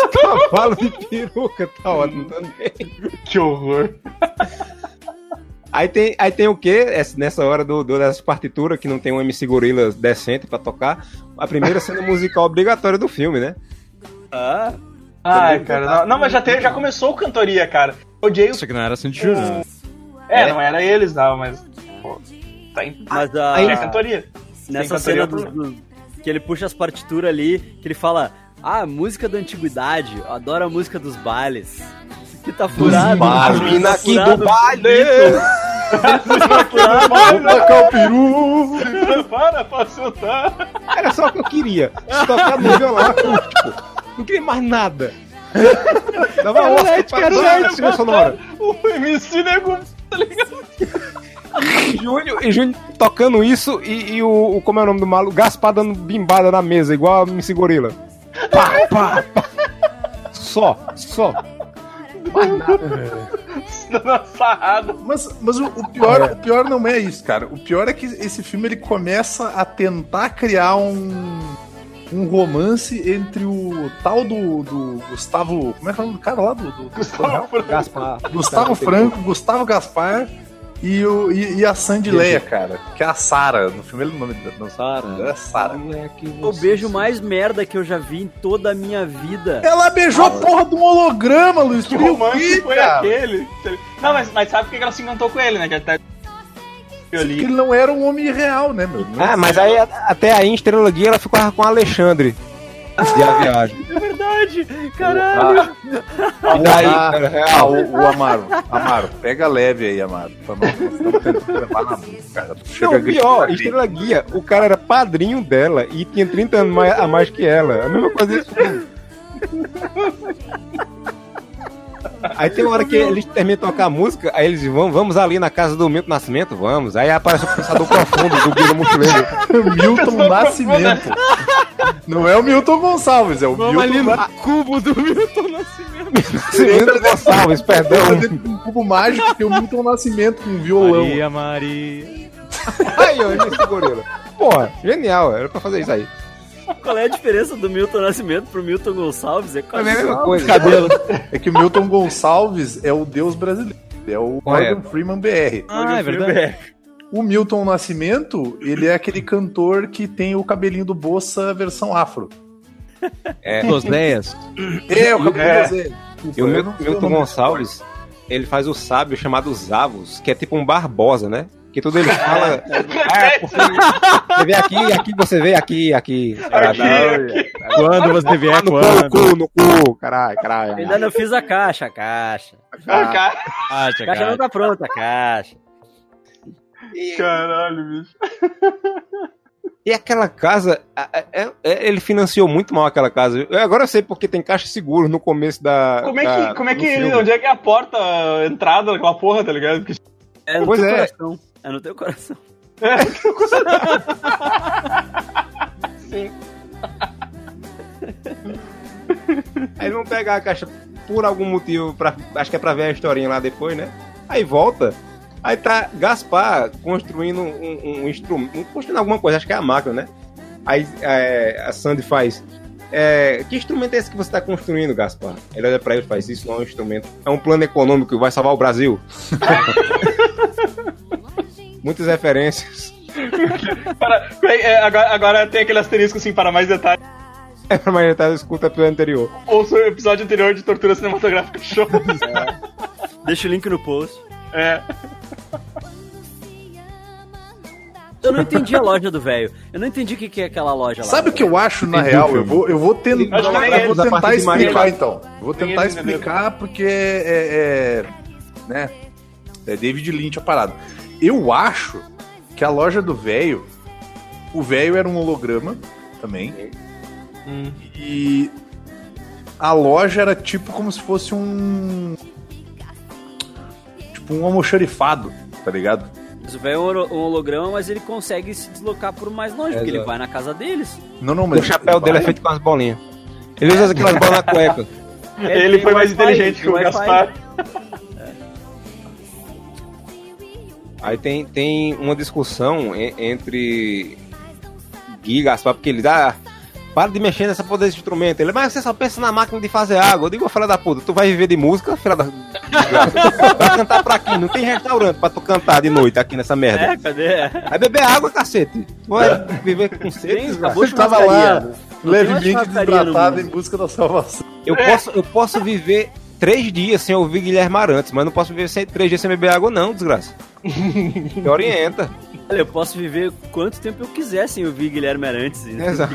[SPEAKER 4] Cavalo de peruca, tá ótimo também.
[SPEAKER 3] Que horror.
[SPEAKER 4] Aí tem o quê? Nessa hora dessas partituras que não tem um MC Gorilla decente pra tocar, a primeira cena musical obrigatória do filme, né?
[SPEAKER 3] Ai, cara, não, mas já começou a cantoria, cara. Odiei
[SPEAKER 5] Isso aqui não era Sandy Júnior.
[SPEAKER 3] Não era eles, não, mas... Pô,
[SPEAKER 2] mas
[SPEAKER 3] a cantoria.
[SPEAKER 2] Nessa cena que ele puxa as partituras ali, que ele fala, música da antiguidade, eu adoro a música dos bailes. Que tá furado.
[SPEAKER 4] A mina aqui do baile!
[SPEAKER 1] Vou tacar o peru!
[SPEAKER 3] Para soltar!
[SPEAKER 4] Era só o que eu queria. Tocar no violão acústico. Não queria mais nada. Dava Oscar para trilha sonora.
[SPEAKER 3] O MC Nego, tá ligado?
[SPEAKER 4] E Júnior tocando isso e o como é o nome do maluco? Gaspar dando bimbada na mesa, igual a MC Gorilla. Pá, pá, pá. Só.
[SPEAKER 1] Mas o pior não é isso, cara. O pior é que esse filme ele começa a tentar criar um romance entre o tal do Gustavo... Como é que é o nome do cara lá?
[SPEAKER 4] Gaspar.
[SPEAKER 1] Gustavo Franco, Gustavo Gaspar e a Sandy Leia, cara. Que é a Sarah. No filme ele não é
[SPEAKER 2] Sarah.
[SPEAKER 1] É Sarah.
[SPEAKER 2] O beijo mais merda que eu já vi em toda a minha vida.
[SPEAKER 1] Ela beijou a porra de um holograma, Luiz.
[SPEAKER 3] Que romance foi aquele? Não, mas sabe por que ela se encantou com ele, né? Que
[SPEAKER 1] ele não era um homem real, né, meu?
[SPEAKER 4] Mas aí até aí em Estrela Guia ela ficava com a Alexandre. De a viagem.
[SPEAKER 2] É verdade, caralho.
[SPEAKER 4] E daí,
[SPEAKER 1] o Amaro, pega leve aí, Amaro. Estamos tentando levar na boca, cara.
[SPEAKER 4] Não, pior, Estrela Guia, o cara era padrinho dela e tinha 30 anos a mais que ela. A mesma coisa desse filme. Aí tem uma hora que eles terminam de tocar a música, aí eles vamos ali na casa do Milton Nascimento, vamos. Aí aparece o Pensador Profundo do Guilherme Mochileiro.
[SPEAKER 1] Milton Nascimento. Não é o Milton Gonçalves, é o
[SPEAKER 5] Milton ali no cubo do Milton Nascimento.
[SPEAKER 4] Milton Gonçalves, perdão.
[SPEAKER 1] Um cubo mágico tem o Milton Nascimento com um violão.
[SPEAKER 5] Maria.
[SPEAKER 4] Aí, ó, esse gorila. Porra, genial, era pra fazer isso aí.
[SPEAKER 2] Qual é a diferença do Milton Nascimento pro Milton Gonçalves? É
[SPEAKER 4] a mesma coisa.
[SPEAKER 1] Cabelo. É que o Milton Gonçalves é o deus brasileiro. É o Morgan Freeman BR.
[SPEAKER 5] É verdade.
[SPEAKER 1] O Milton Nascimento, ele é aquele cantor que tem o cabelinho do Bossa versão afro.
[SPEAKER 5] Dos Deias.
[SPEAKER 1] O cabelinho dos Deias.
[SPEAKER 4] E o Milton Gonçalves, ele faz o sábio chamado Zavos, que é tipo um Barbosa, né? Que tudo ele fala. Você vê aqui você vê aqui.
[SPEAKER 5] Quando você vier,
[SPEAKER 4] no cu, caralho.
[SPEAKER 2] Ainda não fiz a caixa. A caixa não tá pronta, a caixa.
[SPEAKER 3] Caralho, bicho.
[SPEAKER 4] E aquela casa, ele financiou muito mal aquela casa. Agora eu sei porque tem caixa seguro no começo da.
[SPEAKER 3] Como é que onde é que é a porta, a entrada daquela porra, tá ligado?
[SPEAKER 2] É no teu coração. É no teu coração.
[SPEAKER 3] Sim.
[SPEAKER 4] Aí vão pegar a caixa por algum motivo, acho que é pra ver a historinha lá depois, né? Aí volta. Aí tá Gaspar construindo um instrumento, construindo alguma coisa, acho que é a máquina, né? Aí a Sandy faz: que instrumento é esse que você tá construindo, Gaspar? Ele olha pra ele e faz: isso não é um instrumento, é um plano econômico que vai salvar o Brasil. Muitas referências.
[SPEAKER 3] Agora tem aquele asterisco assim, para mais detalhes.
[SPEAKER 4] Para mais detalhes, escuta o episódio anterior.
[SPEAKER 3] Ouça o episódio anterior de Tortura Cinematográfica Show.
[SPEAKER 2] Deixa o link no post. Eu não entendi a loja do velho. Eu não entendi o que é aquela loja lá.
[SPEAKER 1] Sabe o que eu acho, na real? Eu vou tentar explicar, então. Vou tentar explicar porque né? É David Lynch a parada. Eu acho que a loja do velho, o velho era um holograma também. E a loja era tipo como se fosse um almoxarifado, tá ligado?
[SPEAKER 2] Mas o velho é um holograma, mas ele consegue se deslocar por mais longe, porque ele vai na casa deles.
[SPEAKER 1] Não, mas
[SPEAKER 4] o chapéu dele é feito com as bolinhas. Ele usa aquelas bolas na cueca.
[SPEAKER 3] Ele foi mais inteligente que o Gaspar.
[SPEAKER 4] Aí tem uma discussão entre Gui e Gaspar, porque eles para de mexer nessa porra desse instrumento. Ele, mas você só pensa na máquina de fazer água. Eu digo, filha da puta, tu vai viver de música, filha da... Vai cantar pra quem? Não tem restaurante pra tu cantar de noite aqui nessa merda.
[SPEAKER 2] Cadê?
[SPEAKER 4] Vai beber água, cacete. Tu vai viver com sede.
[SPEAKER 1] Você tava lá, levemente desidratado em busca da salvação.
[SPEAKER 4] Eu posso viver 3 dias sem ouvir Guilherme Arantes, mas não posso viver 3 dias sem beber água não, desgraça. Me orienta.
[SPEAKER 2] Olha, eu posso viver quanto tempo eu quiser sem ouvir Guilherme Arantes.
[SPEAKER 4] Exato.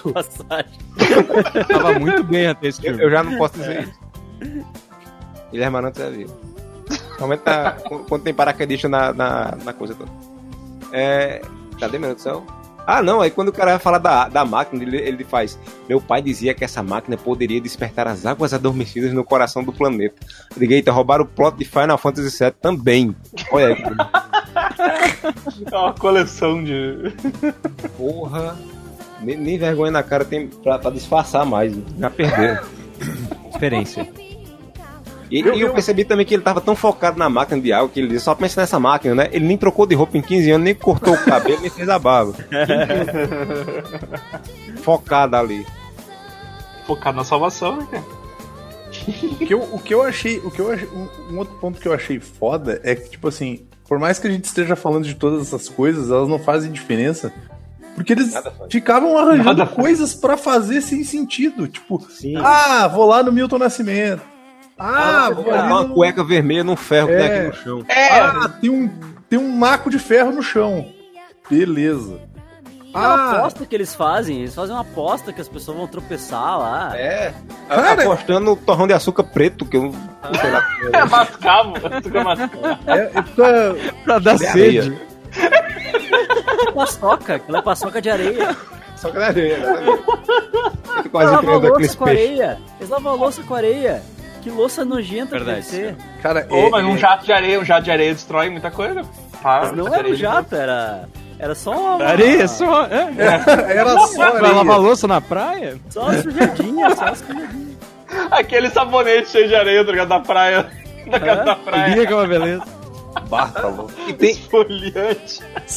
[SPEAKER 5] Tava muito bem até esse filme.
[SPEAKER 4] Eu já não posso dizer isso. Guilherme Arantes é vivo. Realmente tá, quando tem paraquedista na coisa toda. Cadê minha noção? Ah, não, aí quando o cara vai falar da máquina, ele faz: meu pai dizia que essa máquina poderia despertar as águas adormecidas no coração do planeta. Eu digo, eita, roubaram o plot de Final Fantasy VII também. Olha aí.
[SPEAKER 3] É uma coleção de...
[SPEAKER 4] Porra. Nem vergonha na cara tem pra disfarçar mais. Já perderam.
[SPEAKER 5] Experiência.
[SPEAKER 4] E eu percebi também que ele tava tão focado na máquina de água que ele disse, só pensa nessa máquina, né? Ele nem trocou de roupa em 15 anos, nem cortou o cabelo, nem fez a barba. Focado ali.
[SPEAKER 3] Focado na salvação, né, cara?
[SPEAKER 1] O que eu achei, um outro ponto que eu achei foda é que, tipo assim, por mais que a gente esteja falando de todas essas coisas, elas não fazem diferença. Porque eles ficavam arranjando coisas pra fazer sem sentido. Tipo, vou lá no Milton Nascimento.
[SPEAKER 4] Vou ali uma cueca vermelha num ferro que tem aqui no chão.
[SPEAKER 1] Tem um maco de ferro no chão. Beleza.
[SPEAKER 2] É uma aposta que eles fazem uma aposta que as pessoas vão tropeçar lá.
[SPEAKER 4] Cara, apostando no torrão de açúcar preto, que eu não sei lá.
[SPEAKER 3] É mascavo, açúcar mascavo.
[SPEAKER 5] Pra dar sede.
[SPEAKER 2] Paçoca, aquela é paçoca de areia.
[SPEAKER 4] Paçoca de areia.
[SPEAKER 2] Eles lavam a louça com areia. Eles lavam a louça com areia. Que louça nojenta que deve ser.
[SPEAKER 1] Cara,
[SPEAKER 3] mas um jato de areia destrói muita coisa.
[SPEAKER 2] Mas não era um jato, era só uma...
[SPEAKER 5] Areia, só...
[SPEAKER 1] Era só areia.
[SPEAKER 5] Vai lavar louça na praia?
[SPEAKER 2] Só uma sujadinha,
[SPEAKER 3] Aquele sabonete cheio de areia, tá ligado? Da praia. Da casa da praia.
[SPEAKER 5] Que é uma beleza.
[SPEAKER 4] E tem
[SPEAKER 3] esfoliante.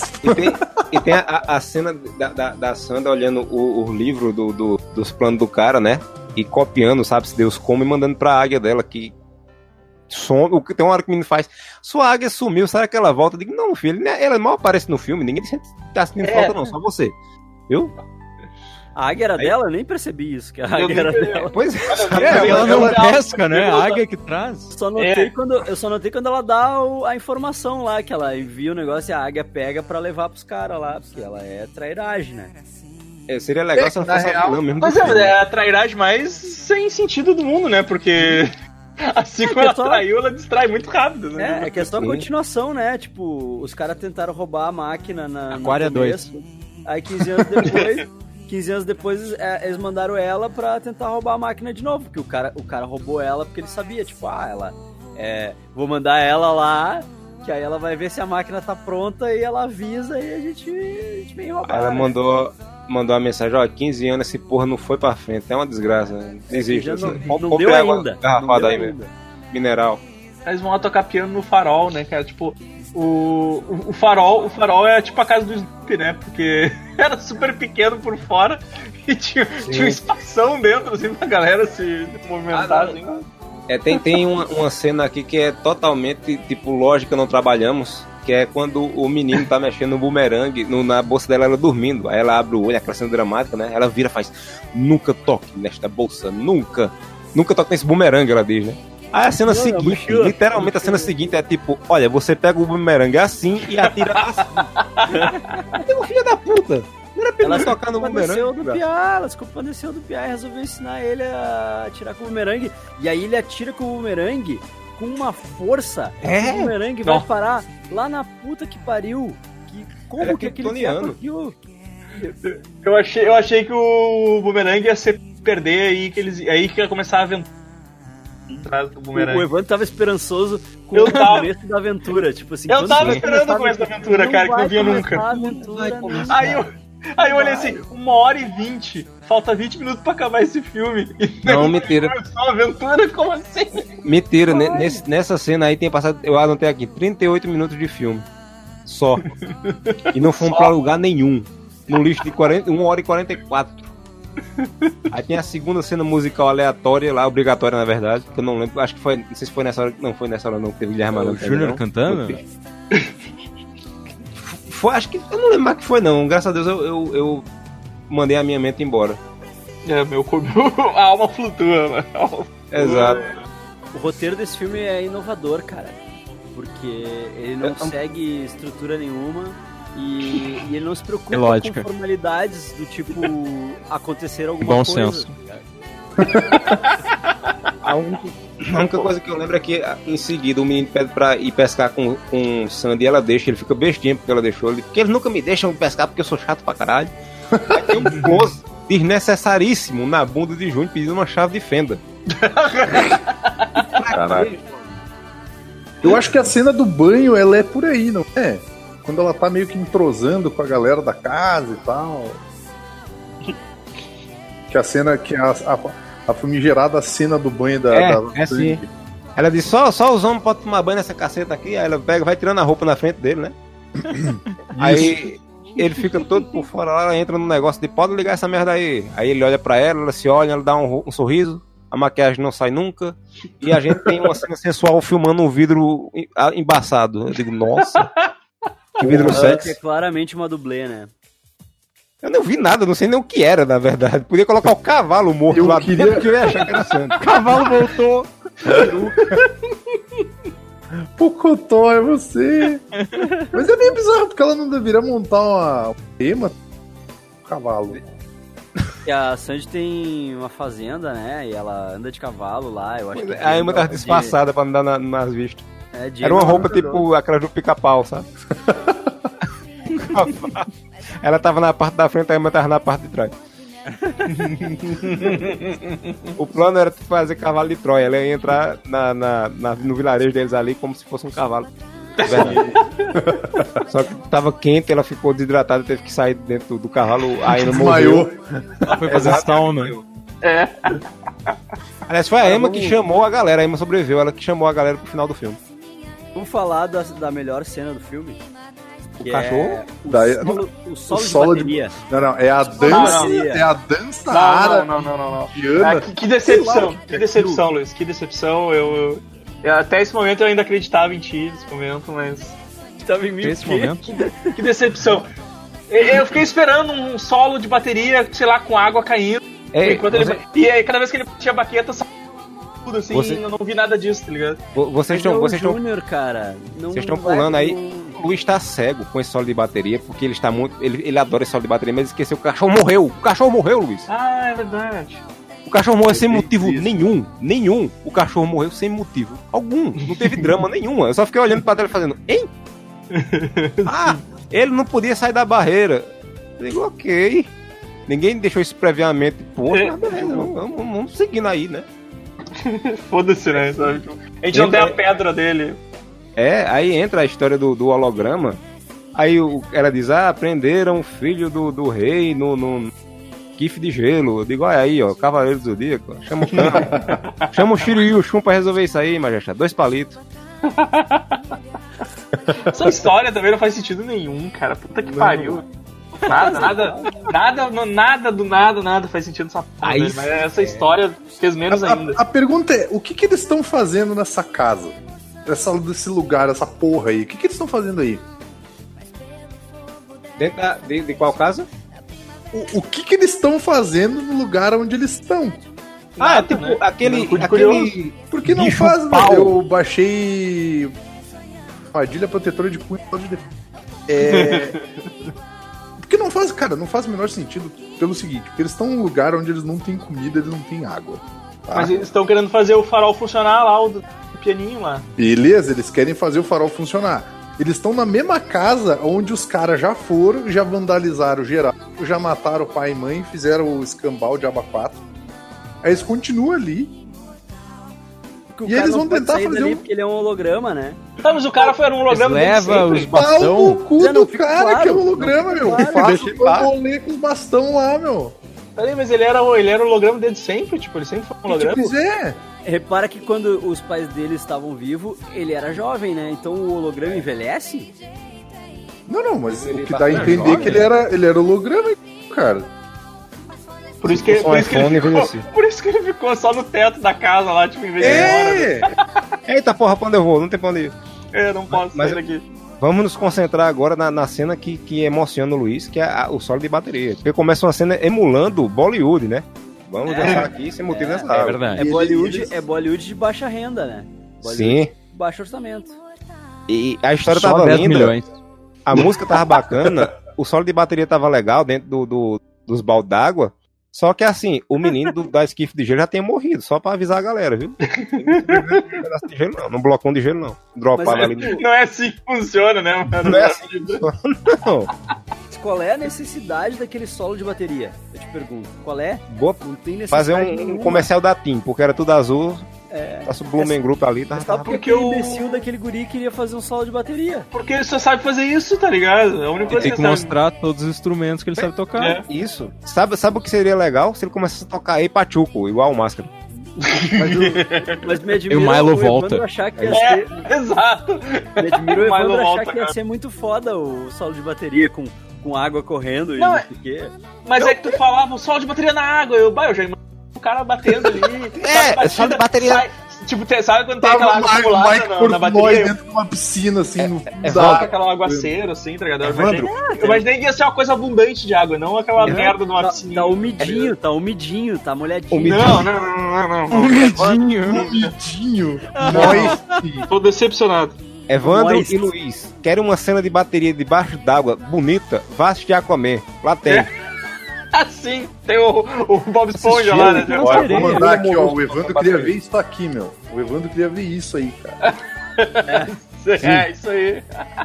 [SPEAKER 4] E tem a cena da Sandra olhando o livro dos planos do cara, né? E copiando, sabe, se Deus como, e mandando pra águia dela, que some. Tem uma hora que o menino faz, sua águia sumiu, será que ela volta? Eu digo, não, filho, ela mal aparece no filme, ninguém tá sentindo falta não, só você. Viu?
[SPEAKER 2] A águia era dela? Eu nem percebi isso, que a águia era dela.
[SPEAKER 4] Pois é.
[SPEAKER 5] Ela não pesca, né? A águia que traz.
[SPEAKER 2] Eu só notei quando ela dá a informação lá, que ela envia o negócio e a águia pega pra levar pros caras lá, porque ela é trairagem, né?
[SPEAKER 4] Seria legal se ela fosse a vilã mesmo.
[SPEAKER 3] Mas é a trairagem mais sem sentido do mundo, né? Porque assim como ela traiu, ela distrai muito rápido, né?
[SPEAKER 2] É que é só continuação, né? Tipo, os caras tentaram roubar a máquina no
[SPEAKER 5] Aquária 2.
[SPEAKER 2] Aí 15 anos depois eles mandaram ela pra tentar roubar a máquina de novo, porque o cara roubou ela porque ele sabia, tipo, vou mandar ela lá, que aí ela vai ver se a máquina tá pronta e ela avisa e a gente vem roubar.
[SPEAKER 4] Ela mandou uma mensagem, 15 anos esse porra não foi pra frente, é uma desgraça. Existe.
[SPEAKER 2] Não deu ainda.
[SPEAKER 4] Garrafada aí mesmo. Mineral.
[SPEAKER 3] Eles vão lá tocar piano no farol, né, cara? Tipo, o farol é tipo a casa do Snoopy, né? Porque era super pequeno por fora e tinha um espação dentro, assim, pra galera se movimentar, assim.
[SPEAKER 4] Tem uma cena aqui que é totalmente, tipo, lógica não trabalhamos, que é quando o menino tá mexendo no bumerangue, na bolsa dela, ela dormindo. Aí ela abre o olho, aquela cena dramática, né? Ela vira e faz, nunca toque nesta bolsa, nunca toque nesse bumerangue, ela diz, né? Aí a cena seguinte, literalmente a cena seguinte é tipo, olha, você pega o bumerangue assim e atira assim. É uma filha da puta. Não era pra ele tocar no bumerangue.
[SPEAKER 2] Ela se compadeceu do Piá e resolveu ensinar ele a atirar com o bumerangue. E aí ele atira com o bumerangue com uma força. O bumerangue vai parar lá na puta que pariu. Como que aquele cara conseguiu?
[SPEAKER 3] Eu achei que o bumerangue ia se perder aí que ia começar a aventura.
[SPEAKER 2] O Evandro tava esperançoso com o começo da aventura, tipo assim.
[SPEAKER 3] Eu tava esperando o começo da aventura, cara, que não vinha nunca. Aí eu olhei assim, 1h20, falta 20 minutos pra acabar esse filme.
[SPEAKER 4] Não, mentira.
[SPEAKER 3] Começou a aventura, como assim?
[SPEAKER 4] Mentira, nessa cena aí tem passado, eu anotei aqui, 38 minutos de filme. Só. E não fomos pra lugar nenhum. No lixo de 1h44. Aí tem a segunda cena musical aleatória lá, obrigatória na verdade, que eu não lembro, acho que foi, não sei se foi nessa hora, não foi nessa hora não, que teve Guilherme Armando.
[SPEAKER 5] O Júnior cantando?
[SPEAKER 4] Foi, acho que, eu não lembro mais que foi não, graças a Deus eu mandei a minha mente embora.
[SPEAKER 3] A alma flutua, mano.
[SPEAKER 4] Exato.
[SPEAKER 2] O roteiro desse filme é inovador, cara, porque ele não segue estrutura nenhuma. E ele não se preocupa com formalidades do tipo acontecer alguma
[SPEAKER 5] Bom
[SPEAKER 2] coisa.
[SPEAKER 5] senso.
[SPEAKER 4] A única coisa que eu lembro é que em seguida o menino pede pra ir pescar com Sandy e ela deixa, ele fica bestinha porque ela deixou ele, porque eles nunca me deixam pescar porque eu sou chato pra caralho. Aí tem um close desnecessaríssimo na bunda de Júnior pedindo uma chave de fenda.
[SPEAKER 1] Caralho. Eu acho que a cena do banho ela é por aí, não é? Quando ela tá meio que entrosando com a galera da casa e tal. Que a cena, que a famigerada cena do banho da
[SPEAKER 4] sim. Ela diz, só os homens podem tomar banho nessa caceta aqui, aí ela pega, vai tirando a roupa na frente dele, né? Aí ele fica todo por fora lá, ela entra no negócio de pode ligar essa merda aí. Aí ele olha pra ela se olha, ela dá um sorriso, a maquiagem não sai nunca, e a gente tem uma cena sensual filmando um vidro embaçado. Eu digo, nossa... Que vidro sexy.
[SPEAKER 2] É claramente uma dublê, né?
[SPEAKER 4] Eu não vi nada, não sei nem o que era, na verdade. Podia colocar o cavalo morto lá dentro que eu ia achar que era santo. O cavalo voltou.
[SPEAKER 1] Pocotó, é você. Mas é meio bizarro, porque ela não deveria montar uma ema cavalo.
[SPEAKER 2] E a Sandy tem uma fazenda, né? E ela anda de cavalo lá. Eu acho que
[SPEAKER 4] a Emma tá disfarçada pra andar nas vistas. Era uma roupa tipo aquela do pica-pau, sabe? Ela tava na parte da frente, a Emma tava na parte de trás. O plano era fazer cavalo de Troia. Ela ia entrar no vilarejo deles ali como se fosse um cavalo. Só que tava quente, ela ficou desidratada, teve que sair dentro do cavalo. Aí ela morreu.
[SPEAKER 5] Ela foi fazer sauna.
[SPEAKER 4] Aliás, foi a Emma que chamou a galera. A Emma sobreviveu, ela que chamou a galera pro final do filme.
[SPEAKER 2] Vamos falar da melhor cena do filme.
[SPEAKER 4] O cachorro?
[SPEAKER 2] O solo de bateria.
[SPEAKER 1] Não, é a dança. É a dança árabe.
[SPEAKER 3] Não. Que decepção. Que decepção, Luiz. Que decepção. Eu até esse momento eu ainda acreditava em ti, nesse momento, mas...
[SPEAKER 2] Tava em mim.
[SPEAKER 5] Nesse momento?
[SPEAKER 3] Que decepção. Eu fiquei esperando um solo de bateria, sei lá, com água caindo. E aí, cada vez que ele batia a baqueta, tudo assim, eu não vi nada disso, tá ligado?
[SPEAKER 4] Vocês estão
[SPEAKER 2] Júnior, cara.
[SPEAKER 4] Vocês estão pulando aí. O Luiz tá cego com esse solo de bateria, porque ele está muito. Ele adora esse solo de bateria, mas esqueceu que o cachorro morreu. O cachorro morreu, Luiz.
[SPEAKER 3] Ah, é verdade.
[SPEAKER 4] O cachorro morreu sem motivo nenhum. O cachorro morreu sem motivo algum. Não teve drama nenhuma. Eu só fiquei olhando pra tela fazendo, hein? Ele não podia sair da barreira. Eu digo, ok. Ninguém deixou isso previamente. Pô, vamos seguindo aí, né?
[SPEAKER 3] Foda-se, né? A gente não tem a pedra dele.
[SPEAKER 4] Aí entra a história do holograma. Aí ela diz, prenderam o filho do rei no Kiff de gelo. Eu digo, olha aí, ó, Cavaleiro do Zodíaco. Chama o Shiryu e o Shun pra resolver isso aí, Majestade. 2 palitos.
[SPEAKER 3] Essa história também não faz sentido nenhum, cara. Puta que pariu. Nada faz sentido nessa porra, né? Mas essa história fez menos ainda.
[SPEAKER 1] A pergunta é, o que eles estão fazendo nessa casa? Desse lugar, essa porra aí. O que eles estão fazendo aí?
[SPEAKER 4] Dentro de qual casa?
[SPEAKER 1] O que eles estão fazendo no lugar onde eles estão?
[SPEAKER 4] Tipo,
[SPEAKER 3] né?
[SPEAKER 4] aquele
[SPEAKER 1] Por que não faz, né? Eu baixei armadilha protetora de cunho de defesa. Porque não faz, cara, não faz o menor sentido pelo seguinte, porque eles estão num lugar onde eles não têm comida, eles não têm água. Tá?
[SPEAKER 3] Mas eles estão querendo fazer o farol funcionar lá, o pianinho lá.
[SPEAKER 1] Beleza, eles querem fazer o farol funcionar. Eles estão na mesma casa onde os caras já foram, já vandalizaram geral, já mataram o pai e mãe, fizeram o escambau de aba 4. Aí eles continuam ali. E eles vão tentar fazer
[SPEAKER 2] porque ele é um holograma, né?
[SPEAKER 3] Tá, mas o cara foi um holograma
[SPEAKER 5] leva os
[SPEAKER 1] Pau
[SPEAKER 5] bastão.
[SPEAKER 1] no cu do cara, claro, que é um holograma, meu.
[SPEAKER 2] Claro,
[SPEAKER 1] Faça o rolê com os bastão lá, meu.
[SPEAKER 3] Peraí, mas ele era holograma desde sempre? Tipo, ele sempre foi um holograma?
[SPEAKER 1] Pois é.
[SPEAKER 2] Repara que quando os pais dele estavam vivos, ele era jovem, né? Então o holograma envelhece?
[SPEAKER 1] Não, mas o que dá a entender é que ele era holograma, cara.
[SPEAKER 3] Por isso que ele ficou só no teto da casa lá, tipo, em vez de ir embora.
[SPEAKER 4] Eita porra, pra onde eu vou? Não tem pra onde ir.
[SPEAKER 3] Não posso sair daqui.
[SPEAKER 4] Vamos nos concentrar agora na cena que emociona o Luiz, que é o solo de bateria. Porque começa uma cena emulando Bollywood, né? Vamos dançar aqui sem motivo nessa água.
[SPEAKER 5] É verdade.
[SPEAKER 2] É Bollywood de baixa renda, né?
[SPEAKER 4] Sim.
[SPEAKER 2] Baixo orçamento.
[SPEAKER 4] E a história
[SPEAKER 5] Só
[SPEAKER 4] tava
[SPEAKER 5] 10
[SPEAKER 4] linda.
[SPEAKER 5] milhões.
[SPEAKER 4] A música tava bacana, o solo de bateria tava legal dentro dos baldes d'água. Só que assim, o menino da esquife de gelo já tinha morrido, só pra avisar a galera, viu? Não de gelo não, blocão de gelo não. Dropado ali.
[SPEAKER 3] Não é assim que funciona, né, mano?
[SPEAKER 4] Não é assim que funciona, não.
[SPEAKER 2] Qual é a necessidade daquele solo de bateria? Eu te pergunto, qual é?
[SPEAKER 4] Não tem necessidade. Fazer um comercial da TIM, porque era tudo azul. Passa o Blumen Group ali, tá?
[SPEAKER 2] Porque o imbecil daquele guri queria fazer um solo de bateria.
[SPEAKER 3] Porque ele só sabe fazer isso, tá ligado? É a única coisa
[SPEAKER 5] tem que mostrar todos os instrumentos que ele sabe tocar.
[SPEAKER 4] Isso. Sabe o que seria legal? Se ele começasse a tocar aí Pachuco, igual o Máscara.
[SPEAKER 2] Mas me admira
[SPEAKER 5] o Milo volta.
[SPEAKER 2] Achar que ia ser...
[SPEAKER 3] Exato.
[SPEAKER 2] Me admira o Evandro achar que ia ser muito foda o solo de bateria com água correndo e não sei o quê.
[SPEAKER 3] Mas é que tu falava o solo de bateria na água, eu já imagino o cara batendo ali.
[SPEAKER 4] Solo de bateria.
[SPEAKER 3] Tipo, sabe quando tem aquela água acumulada na bateria?
[SPEAKER 1] Dentro de uma piscina, assim, no
[SPEAKER 3] aquela aguaceiro, assim, tá ligado? Eu imaginei que ia ser uma coisa abundante de água, não aquela merda numa piscina.
[SPEAKER 2] Tá umidinho, tá molhadinho.
[SPEAKER 3] Não.
[SPEAKER 1] Umidinho.
[SPEAKER 3] Tô decepcionado.
[SPEAKER 4] Evandro e Luiz, querem uma cena de bateria debaixo d'água, bonita, vá assistir Aquaman. Lá tem.
[SPEAKER 3] Sim, tem o Bob Esponja lá, né?
[SPEAKER 1] Olha, vou mandar aqui, ó. O Evandro queria ver isso aqui, meu. O Evandro queria ver isso aí, cara.
[SPEAKER 3] Isso aí.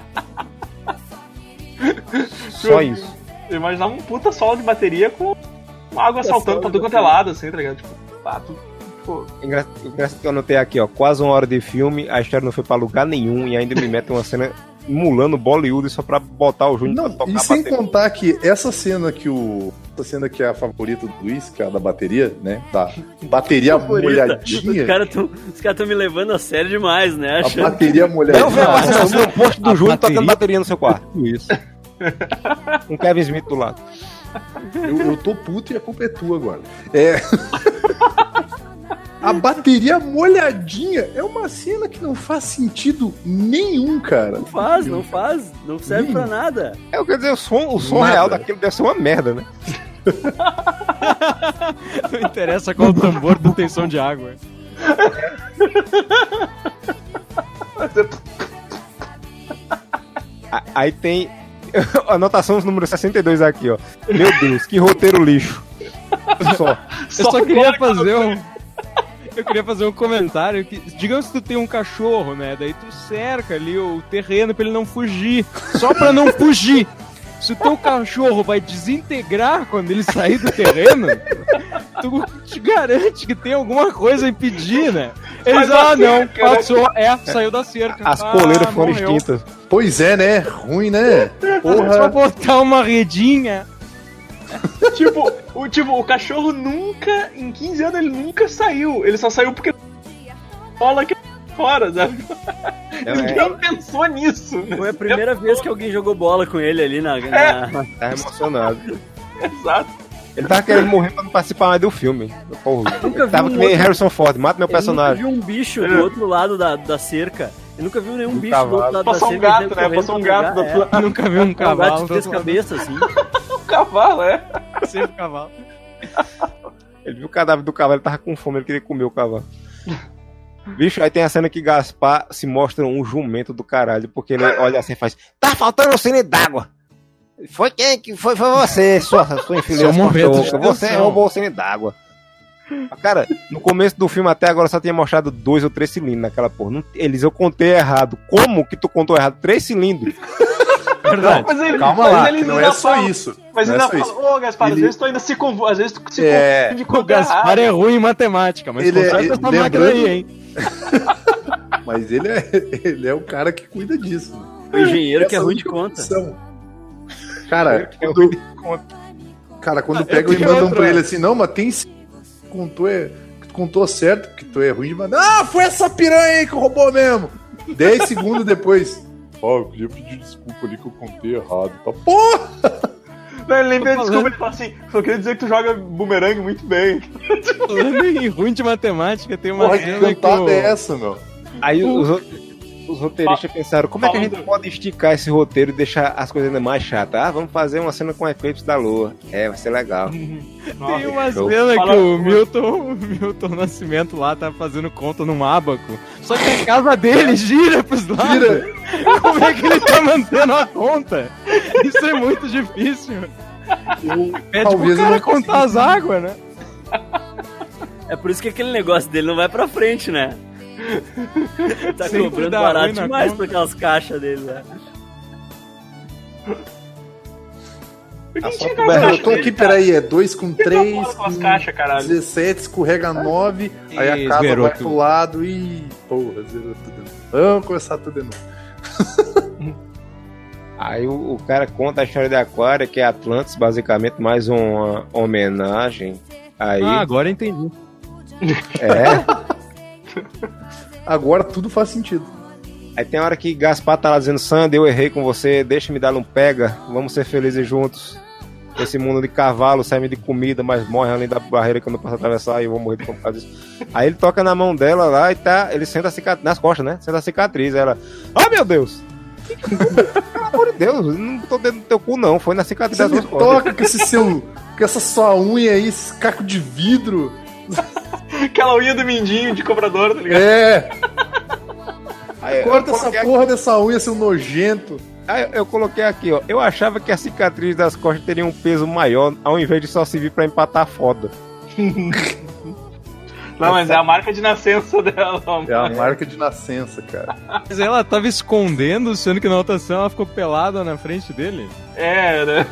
[SPEAKER 4] Só isso.
[SPEAKER 3] Eu imaginava um puta solo de bateria com água saltando pra tudo quanto é lado, assim, tá ligado? Tipo,
[SPEAKER 4] Engraçado que eu anotei aqui, ó. Quase 1 hora de filme, a história não foi pra lugar nenhum e ainda me metem uma cena emulando Bollywood só pra botar o Júnior pra tocar.
[SPEAKER 1] E sem contar que essa cena que é a favorita do Luiz, que é a da bateria, né? Da bateria molhadinha.
[SPEAKER 2] Os caras tão me levando a sério demais, né?
[SPEAKER 1] A bateria molhadinha.
[SPEAKER 4] Não, velho, o posto do Júnior tocando bateria no seu quarto. Isso. Com Kevin Smith do lado.
[SPEAKER 1] Eu tô puto e a culpa é tua agora. A bateria molhadinha é uma cena que não faz sentido nenhum, cara.
[SPEAKER 2] Não faz. Não serve pra nada.
[SPEAKER 4] Eu quero dizer, o som real daquilo deve ser uma merda, né?
[SPEAKER 5] Não interessa qual tambor do tensão de água.
[SPEAKER 4] Aí tem anotação dos números 62 aqui, ó. Meu Deus, que roteiro lixo.
[SPEAKER 5] Eu só queria fazer Eu queria fazer um comentário que, digamos que tu tem um cachorro, né? Daí tu cerca ali o terreno pra ele não fugir. Só pra não fugir. Se o teu cachorro vai desintegrar quando ele sair do terreno, tu te garante que tem alguma coisa a impedir, né? Eles, não, passou, saiu da cerca.
[SPEAKER 4] As coleiras foram extintas.
[SPEAKER 1] Pois é, né? Ruim, né?
[SPEAKER 5] Porra. Só botar uma redinha.
[SPEAKER 3] O cachorro nunca, em 15 anos, ele nunca saiu. Ele só saiu porque bola aqui fora, sabe? Ninguém pensou nisso. Né?
[SPEAKER 2] Foi a primeira vez que alguém jogou bola com ele ali na...
[SPEAKER 4] Tá emocionado.
[SPEAKER 3] Exato.
[SPEAKER 4] Ele tava querendo morrer pra não participar mais do filme. Porra,
[SPEAKER 2] nunca
[SPEAKER 4] tava que nem Harrison Ford, mata meu personagem.
[SPEAKER 2] Eu nunca vi um bicho do outro lado da cerca. Eu nunca vi nenhum bicho do outro lado
[SPEAKER 3] Passou
[SPEAKER 2] da cerca.
[SPEAKER 3] Passou um gato, né? Passou um gato do outro lado.
[SPEAKER 5] Nunca vi um cavalo.
[SPEAKER 2] Um gato de 3 cabeças, assim.
[SPEAKER 3] Um cavalo,
[SPEAKER 5] Sempre cavalo.
[SPEAKER 4] Ele viu o cadáver do cavalo, ele tava com fome, ele queria comer o cavalo. Bicho, aí tem a cena que Gaspar se mostra um jumento do caralho, porque ele olha assim e faz: tá faltando um cine d'água. Foi quem que foi você, sua infeliz. Você roubou o cine d'água. Cara, no começo do filme até agora só tinha mostrado 2 ou 3 cilindros naquela porra. Eu contei errado. Como que tu contou errado? 3 cilindros.
[SPEAKER 5] Verdade.
[SPEAKER 1] Calma lá, não é só isso.
[SPEAKER 3] Mas ainda fala, Gaspar, às vezes tu ainda se confunde. Às vezes tu se confunde com
[SPEAKER 5] o Gaspar é ruim em matemática, mas conserta essa máquina aí, hein?
[SPEAKER 1] Mas ele é o cara que cuida disso.
[SPEAKER 2] O engenheiro que é ruim de conta.
[SPEAKER 1] Cara, quando pegam e mandam pra ele assim, não, mas tem contou certo, porque tu é ruim de mandar. Foi essa piranha aí que roubou mesmo. 10 segundos depois. Eu queria pedir desculpa ali que eu contei errado. Tá? Porra!
[SPEAKER 3] Não, ele nem pediu desculpa, ele fala assim, só queria dizer que tu joga bumerangue muito bem.
[SPEAKER 5] Falando em ruim de matemática, tem uma
[SPEAKER 1] cena que é essa, meu.
[SPEAKER 4] Aí os roteiristas pensaram, como é que a gente pode esticar esse roteiro e deixar as coisas ainda mais chatas? Ah, vamos fazer uma cena com eclipse da lua. Vai ser legal.
[SPEAKER 5] Tem uma cena que o Milton Nascimento lá tá fazendo conta num ábaco, só que a casa dele gira pros lados. Como é que ele tá mantendo a conta? Isso é muito difícil. Pede pro cara contar as águas, né?
[SPEAKER 2] É por isso que aquele negócio dele não vai pra frente, né? Tá cobrando barato demais por aquelas caixas dele, né?
[SPEAKER 1] Eu tô aqui, peraí, é 2 com 3, com 17, escorrega 9, aí a casa vai pro lado e... Porra, zerou tudo de novo. Vamos começar tudo de novo.
[SPEAKER 4] Aí o cara conta a história de Aquária, que é Atlantis, basicamente, mais uma homenagem. Aí...
[SPEAKER 5] Ah, agora entendi.
[SPEAKER 1] Agora tudo faz sentido.
[SPEAKER 4] Aí tem hora que Gaspar tá lá dizendo, Sandy, eu errei com você, deixa-me dar um pega, vamos ser felizes juntos. Esse mundo de cavalo serve de comida, mas morre além da barreira que eu não posso atravessar e eu vou morrer por causa disso. Aí ele toca na mão dela lá e ele senta a cicatriz, nas costas, né? Senta a cicatriz. Aí ela, meu Deus! Pelo amor de Deus, não tô dentro do teu cu não, foi na cicatriz
[SPEAKER 1] das duas costas. Toca com essa sua unha aí, esse caco de vidro.
[SPEAKER 3] Aquela unha do mindinho de cobrador, tá ligado?
[SPEAKER 1] Aí, corta essa porra dessa unha, seu nojento.
[SPEAKER 4] Aí eu coloquei aqui, ó. Eu achava que a cicatriz das costas teria um peso maior, ao invés de só servir pra empatar foda.
[SPEAKER 3] Não, mas é a marca de nascença dela.
[SPEAKER 1] É a marca de nascença, cara.
[SPEAKER 5] Mas ela tava escondendo, sendo que na outra ação ela ficou pelada na frente dele?
[SPEAKER 3] Né?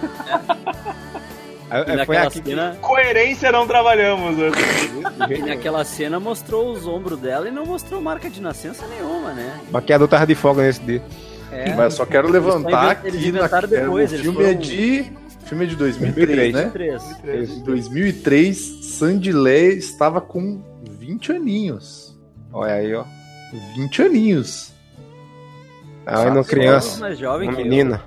[SPEAKER 2] Foi aqui cena...
[SPEAKER 3] Coerência não trabalhamos.
[SPEAKER 2] E naquela cena mostrou os ombros dela e não mostrou marca de nascença nenhuma, né?
[SPEAKER 4] O maquiador tava de folga nesse dia.
[SPEAKER 1] Mas só quero levantar
[SPEAKER 2] eles inventaram depois.
[SPEAKER 1] O filme é de 2003, né? 2003, Sandy Lé estava com 20 aninhos.
[SPEAKER 4] Olha aí, ó.
[SPEAKER 1] 20 aninhos.
[SPEAKER 4] Uma criança,
[SPEAKER 2] mais jovem
[SPEAKER 4] uma menina.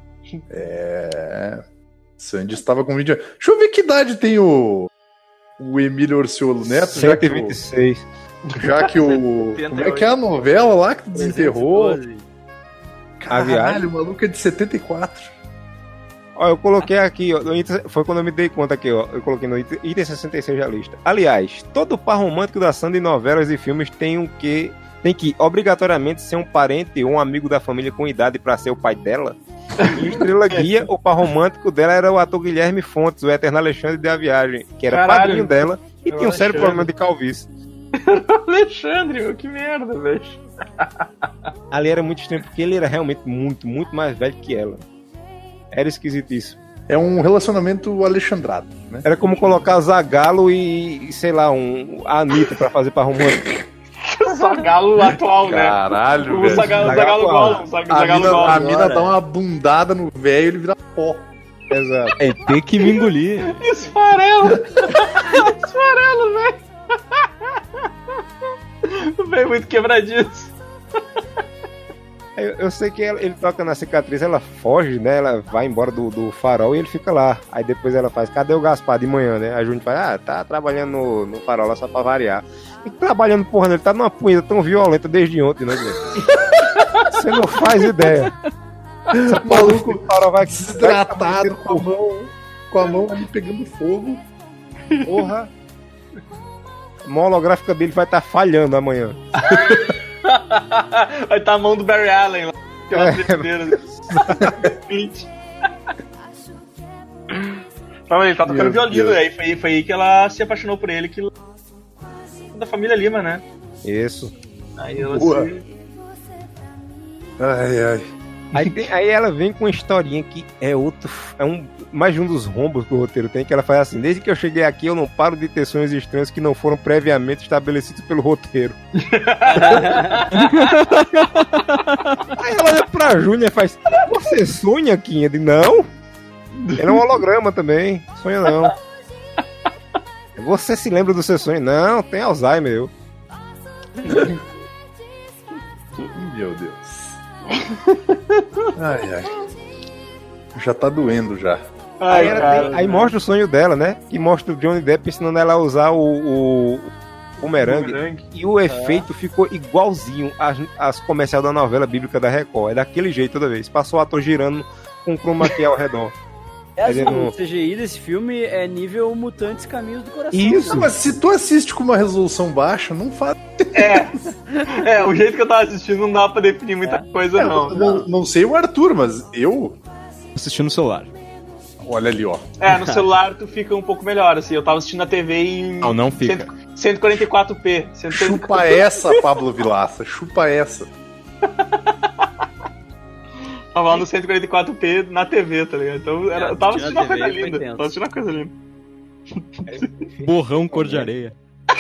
[SPEAKER 1] Sandy estava com 20 anos. Deixa eu ver que idade tem o Emílio Orciolo Neto.
[SPEAKER 4] 126.
[SPEAKER 1] Já que o... Como é que é a novela lá que tu desenterrou? Caralho, o maluco é de 74.
[SPEAKER 4] Ó, eu coloquei aqui, ó, foi quando eu me dei conta aqui, ó. Eu coloquei no item 66 da lista. Aliás, todo par romântico da Sandy em novelas e filmes tem que obrigatoriamente ser um parente ou um amigo da família com idade pra ser o pai dela. E Estrela Guia, o par romântico dela era o ator Guilherme Fontes, o eterno Alexandre de A Viagem, que era padrinho dela e tinha um sério problema de calvície.
[SPEAKER 3] Alexandre, meu, que merda, velho.
[SPEAKER 4] Ali era muito estranho, porque ele era realmente muito, muito mais velho que ela. Era esquisitíssimo.
[SPEAKER 1] É um relacionamento alexandrado, né?
[SPEAKER 4] Era como colocar Zagalo e sei lá, a Anitta pra fazer par romântico.
[SPEAKER 3] Zagalo atual, né?
[SPEAKER 1] Caralho,
[SPEAKER 3] velho. Zagalo Gollum.
[SPEAKER 1] A mina dá uma bundada no velho e ele vira pó.
[SPEAKER 4] Exato.
[SPEAKER 5] É ter que me engolir.
[SPEAKER 3] Esfarelo, velho. Veio muito quebradiço.
[SPEAKER 4] Eu sei que ele toca na cicatriz, ela foge, né? Ela vai embora do farol e ele fica lá. Aí depois ela faz, cadê o Gaspar de manhã, né? A Júnior faz, tá trabalhando no farol lá só pra variar. E trabalhando, porra, ele tá numa punheta tão violenta desde ontem, né, Você não faz ideia.
[SPEAKER 1] O maluco farol vai desidratado com a mão ali pegando fogo.
[SPEAKER 4] Porra. A mão holográfica dele vai estar falhando amanhã.
[SPEAKER 3] Vai estar a mão do Barry Allen lá. Não, ele tá tocando violino, aí foi aí que ela se apaixonou por ele, que da família Lima, né?
[SPEAKER 4] Isso.
[SPEAKER 3] Aí ela
[SPEAKER 4] Aí ela vem com uma historinha que mais um dos rombos que o roteiro tem, que ela faz assim: desde que eu cheguei aqui eu não paro de ter sonhos estranhos que não foram previamente estabelecidos pelo roteiro. Aí ela olha pra Júlia e faz: você sonha, Kim? Ele: não. Ele é um holograma também, sonha não. Você se lembra do seu sonho? Não, tem Alzheimer, eu.
[SPEAKER 1] Meu Deus. Ai. Já tá doendo já.
[SPEAKER 4] Aí mostra o sonho dela, né? Que mostra o Johnny Depp ensinando ela a usar o bumerangue. E o efeito ficou igualzinho às comerciais da novela bíblica da Record. É daquele jeito toda vez. Passou o ator girando com chroma key ao redor.
[SPEAKER 2] O CGI desse filme é nível Mutantes Caminhos do Coração.
[SPEAKER 1] Isso. Não, mas se tu assiste com uma resolução baixa, não faz.
[SPEAKER 3] O jeito que eu tava assistindo não dá pra definir muita coisa, não.
[SPEAKER 1] Não sei o Arthur, mas eu
[SPEAKER 5] assisti no celular.
[SPEAKER 1] Olha ali, ó.
[SPEAKER 3] No celular tu fica um pouco melhor, assim. Eu tava assistindo na TV em...
[SPEAKER 5] Não fica.
[SPEAKER 3] 144p.
[SPEAKER 1] Chupa essa, Pablo Vilaça. Chupa essa.
[SPEAKER 3] Tava no 144p na TV, tá ligado? Então eu tava assistindo uma coisa linda. Tava assistindo uma coisa linda.
[SPEAKER 5] Borrão cor de areia.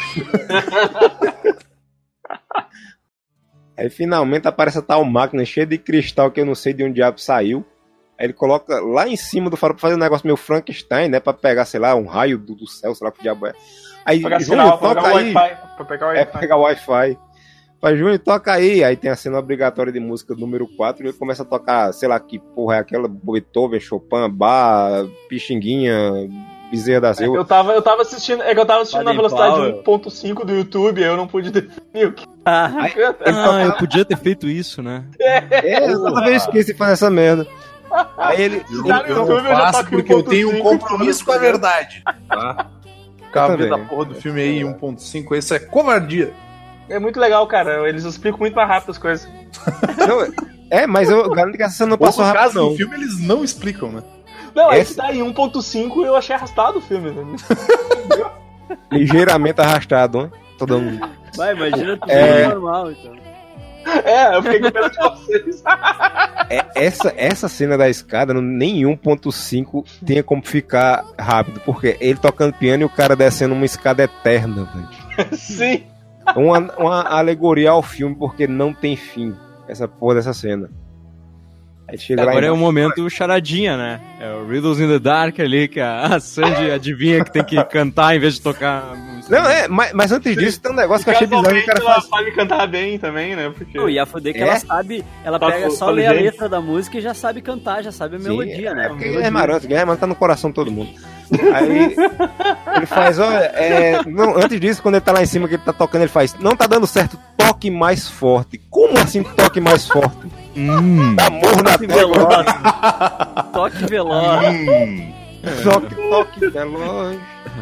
[SPEAKER 4] Aí finalmente aparece a tal máquina cheia de cristal que eu não sei de onde diabo saiu. Aí ele coloca lá em cima do farol pra fazer um negócio meio Frankenstein, né? Pra pegar, sei lá, um raio do céu, sei lá que diabo é. Aí
[SPEAKER 3] Júnior, toca aí. Pra
[SPEAKER 4] pegar o Wi-Fi. Pai Júnior, toca aí tem a cena obrigatória de música número 4 e ele começa a tocar, sei lá que porra é aquela, Beethoven, Chopin, Bach, Pixinguinha, Bezerra da Silva.
[SPEAKER 3] Eu tava assistindo na velocidade 1.5 do YouTube, aí eu não pude definir o que...
[SPEAKER 5] eu podia ter feito isso, né?
[SPEAKER 4] Toda vez eu esqueci de fazer essa merda. Aí
[SPEAKER 1] eu faço porque eu tenho um compromisso com a verdade. Tá? Cabe da porra do filme aí 1.5, isso é covardia.
[SPEAKER 3] É muito legal, cara. Eles explicam muito mais rápido as coisas.
[SPEAKER 4] Mas eu garanto que essa cena não passou rápido,
[SPEAKER 1] caso do filme, eles não explicam, né?
[SPEAKER 3] Não, é que tá em 1.5 eu achei arrastado o filme, né?
[SPEAKER 4] Ligeiramente arrastado, né? Todo mundo.
[SPEAKER 2] Vai, imagina tudo normal, então.
[SPEAKER 3] Eu fiquei com pena de vocês.
[SPEAKER 4] Essa cena da escada, nem 1.5 tinha como ficar rápido, porque ele tocando piano e o cara descendo uma escada eterna, velho.
[SPEAKER 3] Sim.
[SPEAKER 4] Uma alegoria ao filme, porque não tem fim essa porra dessa cena. Aí chega
[SPEAKER 5] agora
[SPEAKER 4] lá
[SPEAKER 5] é o momento charadinha, né? É o Riddles in the Dark ali, que a Sandy adivinha que tem que cantar em vez de tocar.
[SPEAKER 4] Não, mas antes disso tem um negócio que eu achei bizarro que o cara
[SPEAKER 3] faz. Ela sabe cantar bem também, né? Porque...
[SPEAKER 2] E a foder que ela sabe, ela pega só ler a letra da música e já sabe cantar, já sabe a melodia, né?
[SPEAKER 4] Guilherme Maroto tá no coração de todo mundo. Aí ele faz, antes disso, quando ele tá lá em cima, que ele tá tocando, ele faz, não tá dando certo, toque mais forte. Como assim toque mais forte? Tá morro na
[SPEAKER 2] veloz. Toque veloz.
[SPEAKER 4] Toque veloz.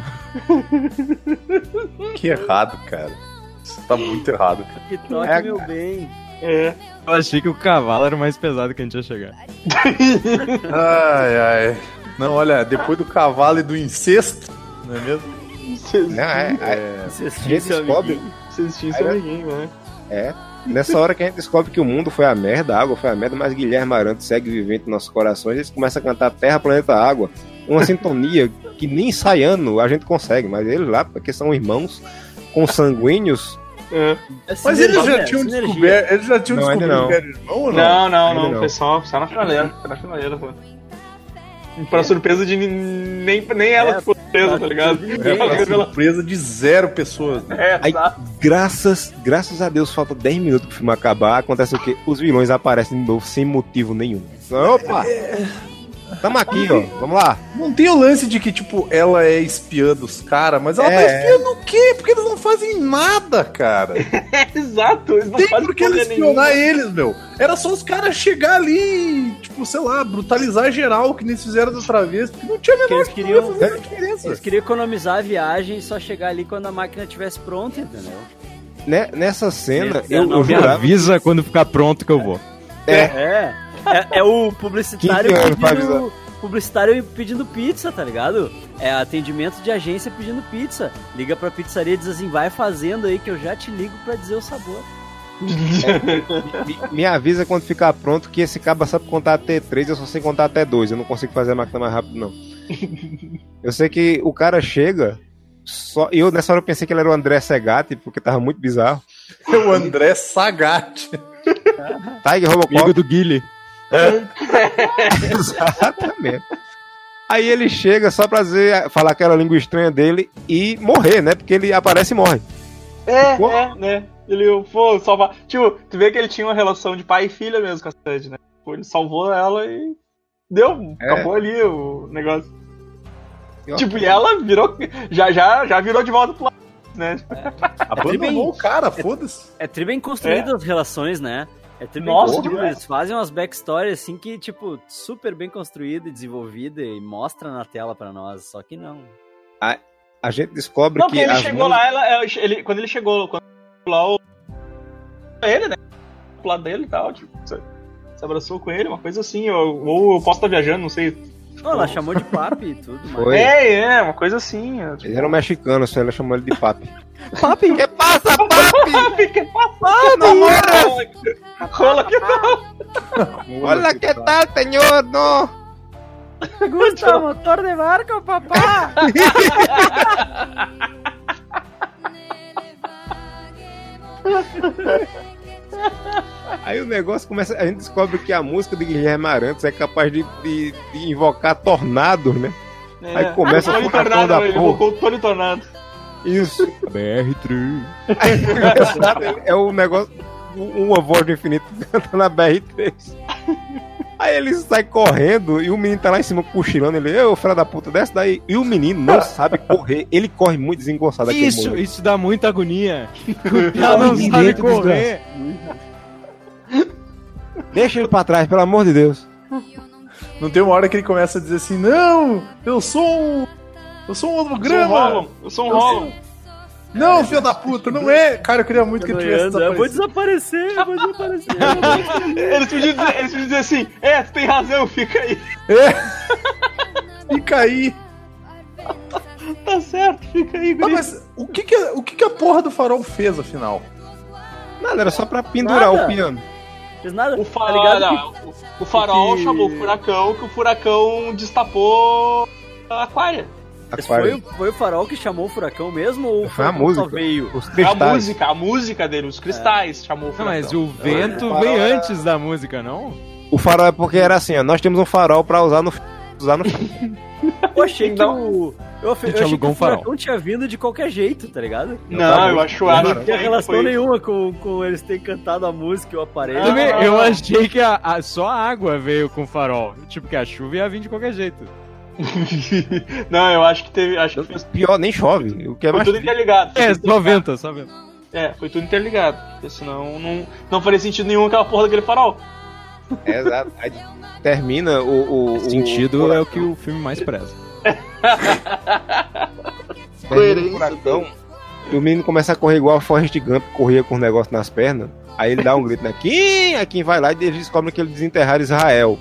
[SPEAKER 1] Que errado, cara. Isso tá muito errado, cara.
[SPEAKER 2] Que toque, meu bem.
[SPEAKER 5] Eu achei que o cavalo era o mais pesado que a gente ia chegar.
[SPEAKER 1] Ai. Não, olha, depois do cavalo e do incesto, não é mesmo?
[SPEAKER 3] Incestício amiguinho, né?
[SPEAKER 4] Nessa hora que a gente descobre que o mundo foi a merda, a água foi a merda, mas Guilherme Arantes segue vivendo em nossos corações, eles começam a cantar Terra, Planeta, Água, uma sintonia que nem ensaiando a gente consegue, mas eles lá, porque são irmãos consanguíneos.
[SPEAKER 1] Mas eles já tinham descoberto que era irmão ou não?
[SPEAKER 3] Não, foi só na finaleira, pô. Pra surpresa de nem ela ficou surpresa, tá ligado?
[SPEAKER 1] Pra surpresa de 0 pessoas. Né?
[SPEAKER 4] Aí, graças a Deus, falta 10 minutos pro filme acabar. Acontece o quê? Os vilões aparecem de novo sem motivo nenhum. Opa! Tamo aqui, ó. Vamos lá.
[SPEAKER 1] Não tem o lance de que, tipo, ela é espiã dos caras, mas ela tá espiando o quê? Porque eles não fazem nada, cara.
[SPEAKER 3] Exato. Eles não
[SPEAKER 1] tem
[SPEAKER 3] fazem
[SPEAKER 1] por que eles espionar eles, meu. Era só os caras chegar ali e, tipo, sei lá, brutalizar geral, que nem fizeram da outra vez. Porque não tinha a menor
[SPEAKER 2] diferença. Eles queriam economizar a viagem e só chegar ali quando a máquina estivesse pronta, entendeu?
[SPEAKER 4] Nessa cena,
[SPEAKER 5] eu me avisa quando ficar pronto que eu vou.
[SPEAKER 2] É o publicitário pedindo pizza, tá ligado? É atendimento de agência pedindo pizza. Liga pra pizzaria e diz assim, vai fazendo aí que eu já te ligo pra dizer o sabor.
[SPEAKER 4] Me avisa quando ficar pronto que esse cabo sabe contar até 3, eu só sei contar até 2. Eu não consigo fazer a máquina mais rápido, não. Eu sei que o cara chega... Eu nessa hora eu pensei que ele era o André Segatti, porque tava muito bizarro.
[SPEAKER 1] O André Sagatti.
[SPEAKER 4] Tiger Robocop.
[SPEAKER 5] Amigo do Guile.
[SPEAKER 4] Exatamente. Aí ele chega só pra falar aquela língua estranha dele e morrer, né? Porque ele aparece e morre.
[SPEAKER 3] Né? Ele foi salvar. Tipo, tu vê que ele tinha uma relação de pai e filha mesmo com a Sandy, né? Ele salvou ela e Deu, acabou ali o negócio. Tipo, e ela virou. Já virou de volta pro lado, né?
[SPEAKER 1] Abandonou o cara, foda-se.
[SPEAKER 2] É tri bem construídas as relações, né? É tri bem
[SPEAKER 3] Nossa,
[SPEAKER 2] construído. Eles fazem umas backstories assim que, tipo, super bem construída e desenvolvida e mostra na tela pra nós, só que não.
[SPEAKER 4] A gente descobre
[SPEAKER 3] Não,
[SPEAKER 4] que.
[SPEAKER 3] ele chegou lá, quando ele chegou lá, ele, né? Pro lado dele e tal, tipo, se abraçou com ele, uma coisa assim, ou eu posso estar viajando, não sei.
[SPEAKER 2] Não, ela chamou de papi e tudo, mas...
[SPEAKER 4] Foi.
[SPEAKER 3] Uma coisa assim. Tipo...
[SPEAKER 4] Ele era um mexicano, só ela chamou ele de papi.
[SPEAKER 5] Papi!
[SPEAKER 4] Que passa, papi?
[SPEAKER 3] Que passado, namora! Rola que tal?
[SPEAKER 4] Olha que tal, senhor, no?
[SPEAKER 2] Gusta motor de barco, papá!
[SPEAKER 4] Aí o negócio começa, a gente descobre que a música de Guilherme Arantes é capaz de invocar tornados, né? Aí começa
[SPEAKER 3] o Tornado da ele invocou o Tony Tornado.
[SPEAKER 4] Isso.
[SPEAKER 5] BR3.
[SPEAKER 4] É o negócio, uma voz do infinito cantando a BR3. Aí ele sai correndo e o menino tá lá em cima cochilando. Ele, ô filho da puta, desce daí. E o menino não sabe correr. Ele corre muito desengonçado.
[SPEAKER 5] Isso dá muita agonia. Ela não sabe correr.
[SPEAKER 4] Deixa ele pra trás, pelo amor de Deus.
[SPEAKER 1] Não tem uma hora que ele começa a dizer assim, não, eu sou um holograma.
[SPEAKER 3] Eu sou um Rollum.
[SPEAKER 1] Não, filho da puta, não é. Cara, eu queria muito que ele tivesse
[SPEAKER 2] Eu vou desaparecer.
[SPEAKER 3] Eles podiam dizer assim, tu tem razão, fica aí.
[SPEAKER 1] Fica aí.
[SPEAKER 3] Tá certo, fica aí, guri.
[SPEAKER 1] Mas o que a porra do farol fez, afinal?
[SPEAKER 4] Nada, era só pra pendurar o piano.
[SPEAKER 2] Fez nada.
[SPEAKER 3] O farol chamou o furacão, que o furacão destapou a aquária.
[SPEAKER 2] Foi o farol que chamou o furacão mesmo? Ou
[SPEAKER 4] foi a música?
[SPEAKER 2] Só veio?
[SPEAKER 4] Os cristais.
[SPEAKER 3] A música dele, os cristais chamou o furacão.
[SPEAKER 5] Mas o vento vem antes da música, não?
[SPEAKER 4] O farol é porque era assim, ó, nós temos um farol pra usar no filme.
[SPEAKER 2] Eu achei que o
[SPEAKER 5] farol
[SPEAKER 2] furacão tinha vindo de qualquer jeito, tá ligado?
[SPEAKER 3] Não, eu acho que
[SPEAKER 2] não tinha relação nenhuma com eles terem cantado a música e o aparelho.
[SPEAKER 5] Eu achei que só a água veio com o farol. Tipo, que a chuva ia vir de qualquer jeito.
[SPEAKER 3] Não, eu acho que teve. Acho que fez...
[SPEAKER 4] Pior, nem chove. O que é
[SPEAKER 3] foi
[SPEAKER 4] mais
[SPEAKER 3] tudo interligado.
[SPEAKER 5] Só venta.
[SPEAKER 3] Foi tudo interligado. Porque senão não faria sentido nenhum aquela porra daquele farol.
[SPEAKER 4] Exato. Aí termina o
[SPEAKER 5] sentido é o que o filme mais preza.
[SPEAKER 4] Coerência. Furacão, e o menino começa a correr igual a Forrest Gump, corria com o negócio nas pernas. Aí ele dá um grito, né? Quem vai lá e eles descobrem que ele desenterraram Israel.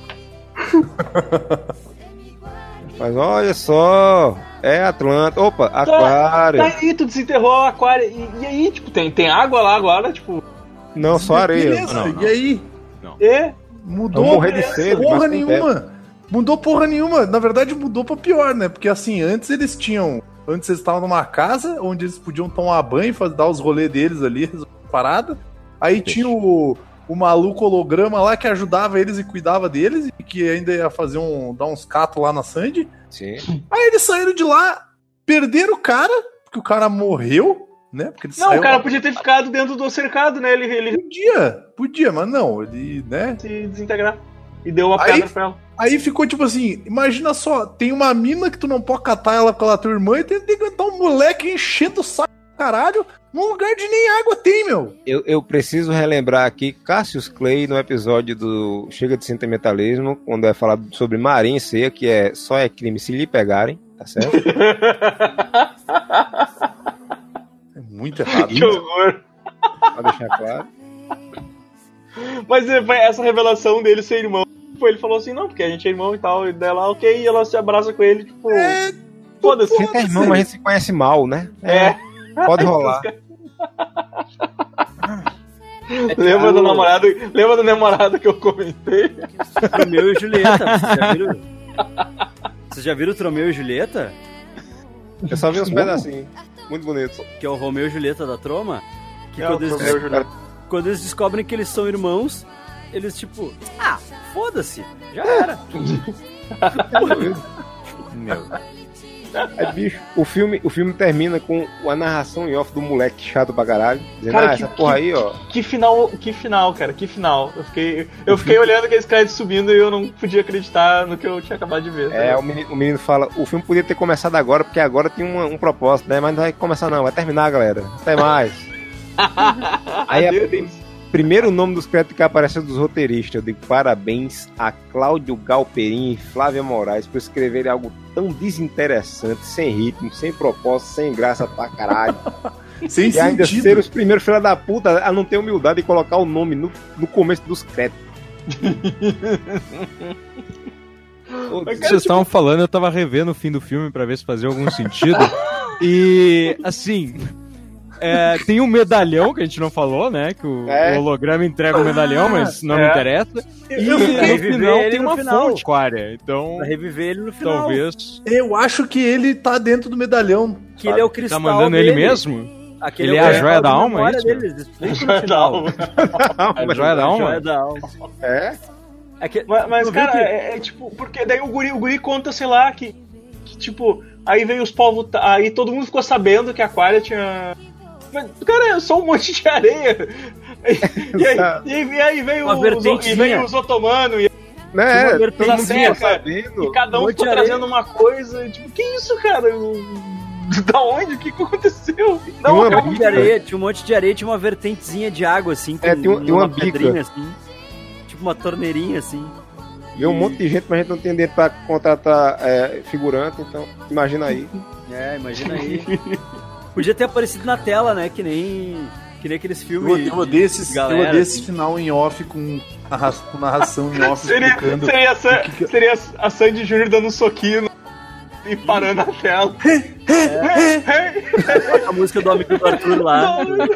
[SPEAKER 4] Mas olha só, é Atlanta. Opa, aquário.
[SPEAKER 3] Tá aí, tu desenterrou o aquário. E aí, tipo, tem água lá agora, tipo.
[SPEAKER 4] Não, só areia.
[SPEAKER 1] Beleza,
[SPEAKER 4] não.
[SPEAKER 1] E aí?
[SPEAKER 3] Não.
[SPEAKER 1] Mudou
[SPEAKER 4] morrer de sede,
[SPEAKER 1] porra nenhuma. Mudou porra nenhuma. Na verdade, mudou pra pior, né? Porque assim, antes eles estavam numa casa onde eles podiam tomar banho, dar os rolês deles ali, parada. Aí tinha o maluco holograma lá que ajudava eles e cuidava deles, e que ainda ia dar uns catos lá na Sandy.
[SPEAKER 4] Sim.
[SPEAKER 1] Aí eles saíram de lá, perderam o cara, porque o cara morreu, né? Porque
[SPEAKER 3] o cara podia ter ficado dentro do cercado, né? Ele
[SPEAKER 1] Podia, mas não, ele, né?
[SPEAKER 3] Se desintegrar. E deu uma pedra pra ela.
[SPEAKER 1] Aí ficou tipo assim, imagina só, tem uma mina que tu não pode catar ela com a tua irmã e tem que aguentar um moleque enchendo o saco do caralho num lugar de nem água tem, meu.
[SPEAKER 4] Eu preciso relembrar aqui Cassius Clay no episódio do Chega de Sentimentalismo, quando é falado sobre Marinha e Ceia, que só é crime se lhe pegarem, tá certo?
[SPEAKER 1] É muito errado.
[SPEAKER 3] Que horror.
[SPEAKER 4] Pra deixar claro.
[SPEAKER 3] Mas essa revelação dele ser irmão, ele falou assim, não, porque a gente é irmão e tal, e dela, ok, e ela se abraça com ele, tipo...
[SPEAKER 4] Foda-se. A gente é irmão, mas a gente se conhece mal, né? Pode rolar.
[SPEAKER 3] Lembra do namorado que eu comentei?
[SPEAKER 2] Tromeu e Julieta, vocês já viram Tromeu e Julieta?
[SPEAKER 4] Eu só vi uns pedacinhos, muito bonitos.
[SPEAKER 2] Que é o Romeu e Julieta da Troma, que quando eles descobrem que eles são irmãos, eles tipo, foda-se, já era.
[SPEAKER 5] Meu.
[SPEAKER 4] Aí, bicho, o filme termina com a narração em off do moleque chato pra caralho. Dizendo,
[SPEAKER 3] Cara,
[SPEAKER 4] essa porra aí, ó.
[SPEAKER 3] Que final, cara, que final. Eu fiquei olhando aqueles créditos subindo e eu não podia acreditar no que eu tinha acabado de ver.
[SPEAKER 4] É, o menino fala, o filme podia ter começado agora, porque agora tem um propósito, né? Mas não vai começar não, vai terminar, galera. Até mais. Aí primeiro nome dos créditos que aparece é dos roteiristas. Eu digo parabéns a Cláudio Galperin e Flávia Moraes por escreverem algo tão desinteressante, sem ritmo, sem propósito, sem graça pra caralho.
[SPEAKER 1] Sem
[SPEAKER 4] e ainda
[SPEAKER 1] sentido.
[SPEAKER 4] ser os primeiros filha da puta a não ter humildade de colocar o nome no começo dos créditos.
[SPEAKER 5] Vocês estavam falando, eu tava revendo o fim do filme pra ver se fazia algum sentido. E, assim... tem um medalhão que a gente não falou, né? Que o holograma entrega o medalhão, mas não me interessa. E no final tem uma fonte aquária. Então,
[SPEAKER 2] pra reviver ele no final.
[SPEAKER 5] Talvez.
[SPEAKER 1] Eu acho que ele tá dentro do medalhão.
[SPEAKER 2] Que ele é o cristal.
[SPEAKER 5] Tá mandando
[SPEAKER 2] dele.
[SPEAKER 5] ele mesmo?
[SPEAKER 2] Aquele
[SPEAKER 5] ele é a joia da alma, é isso?
[SPEAKER 2] A joia da alma.
[SPEAKER 5] A joia da alma?
[SPEAKER 2] A joia da alma.
[SPEAKER 4] É?
[SPEAKER 3] Mas cara, é tipo, porque daí o guri conta, sei lá, que tipo, aí veio os povos, aí todo mundo ficou sabendo que a Aquária tinha... Mas, cara, é só um monte de areia. E aí veio os otomanos.
[SPEAKER 4] Né?
[SPEAKER 3] Todo mundo sabendo. E cada um ficou trazendo uma coisa. Tipo, que isso, cara? Da onde? O que aconteceu?
[SPEAKER 2] Tinha um monte de areia, tinha uma vertentezinha de água, assim.
[SPEAKER 4] Tem uma pedrinha,
[SPEAKER 2] assim. Tipo uma torneirinha, assim.
[SPEAKER 4] E um monte de gente, mas a gente não tem dinheiro pra contratar figurante, então imagina aí.
[SPEAKER 2] Imagina aí. Podia ter aparecido na tela, né? Que nem aqueles filmes.
[SPEAKER 1] Eu odeio esse final em off com narração em off explicando.
[SPEAKER 3] Seria a Sandy Júnior dando um soquinho e parando a tela.
[SPEAKER 2] A música do amigo do Arthur lá.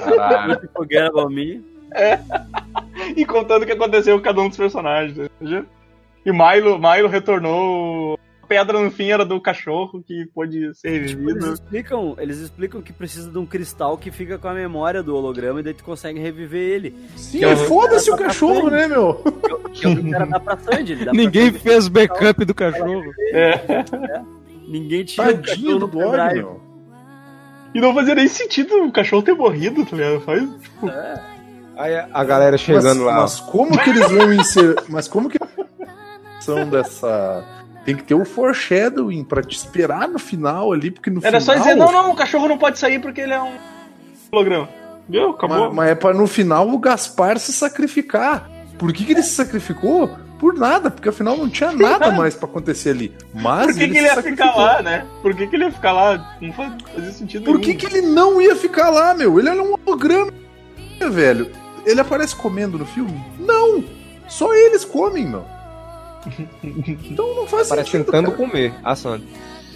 [SPEAKER 3] E contando o que aconteceu com cada um dos personagens. Né? E Milo retornou. A pedra no fim era do cachorro que pôde ser revivido.
[SPEAKER 2] Eles explicam que precisa de um cristal que fica com a memória do holograma e daí tu consegue reviver ele.
[SPEAKER 1] Sim, foda-se o cachorro, né, meu?
[SPEAKER 2] Que o cara dá pra Sandy.
[SPEAKER 5] Ninguém fez backup do cachorro.
[SPEAKER 2] Ninguém tinha
[SPEAKER 1] Tadinho do dog, meu.
[SPEAKER 3] E não fazia nem sentido o cachorro ter morrido, tá ligado? Faz, tipo...
[SPEAKER 4] Aí a galera chegando lá.
[SPEAKER 1] Mas como que eles vão inserir... Mas como que... são dessa... Tem que ter o foreshadowing pra te esperar no final ali, porque no
[SPEAKER 3] Era
[SPEAKER 1] final...
[SPEAKER 3] só dizer, não, o cachorro não pode sair porque ele é um holograma. Viu? Acabou.
[SPEAKER 1] Mas é pra no final o Gaspar se sacrificar. Por que ele se sacrificou? Por nada, porque afinal não tinha nada mais pra acontecer ali. Mas
[SPEAKER 3] por que ele ia ficar lá, né? Por que ele ia ficar lá? Não fazia sentido
[SPEAKER 1] nenhum. Por que ele não ia ficar lá, meu? Ele era um holograma, velho. Ele aparece comendo no filme? Não! Só eles comem, meu. Então não faz
[SPEAKER 4] parece
[SPEAKER 1] sentido,
[SPEAKER 4] tentando
[SPEAKER 1] cara.
[SPEAKER 4] comer a Sandy.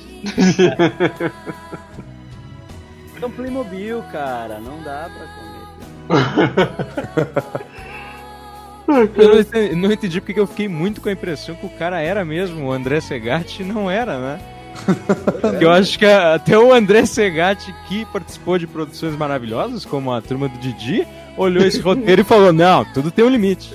[SPEAKER 2] É um Playmobil, cara. Não dá pra comer.
[SPEAKER 5] Eu não entendi porque eu fiquei muito com a impressão que o cara era mesmo o André Segatti e não era, né? Eu acho que até o André Segatti, que participou de produções maravilhosas, como a Turma do Didi, olhou esse roteiro e falou, não, tudo tem um limite.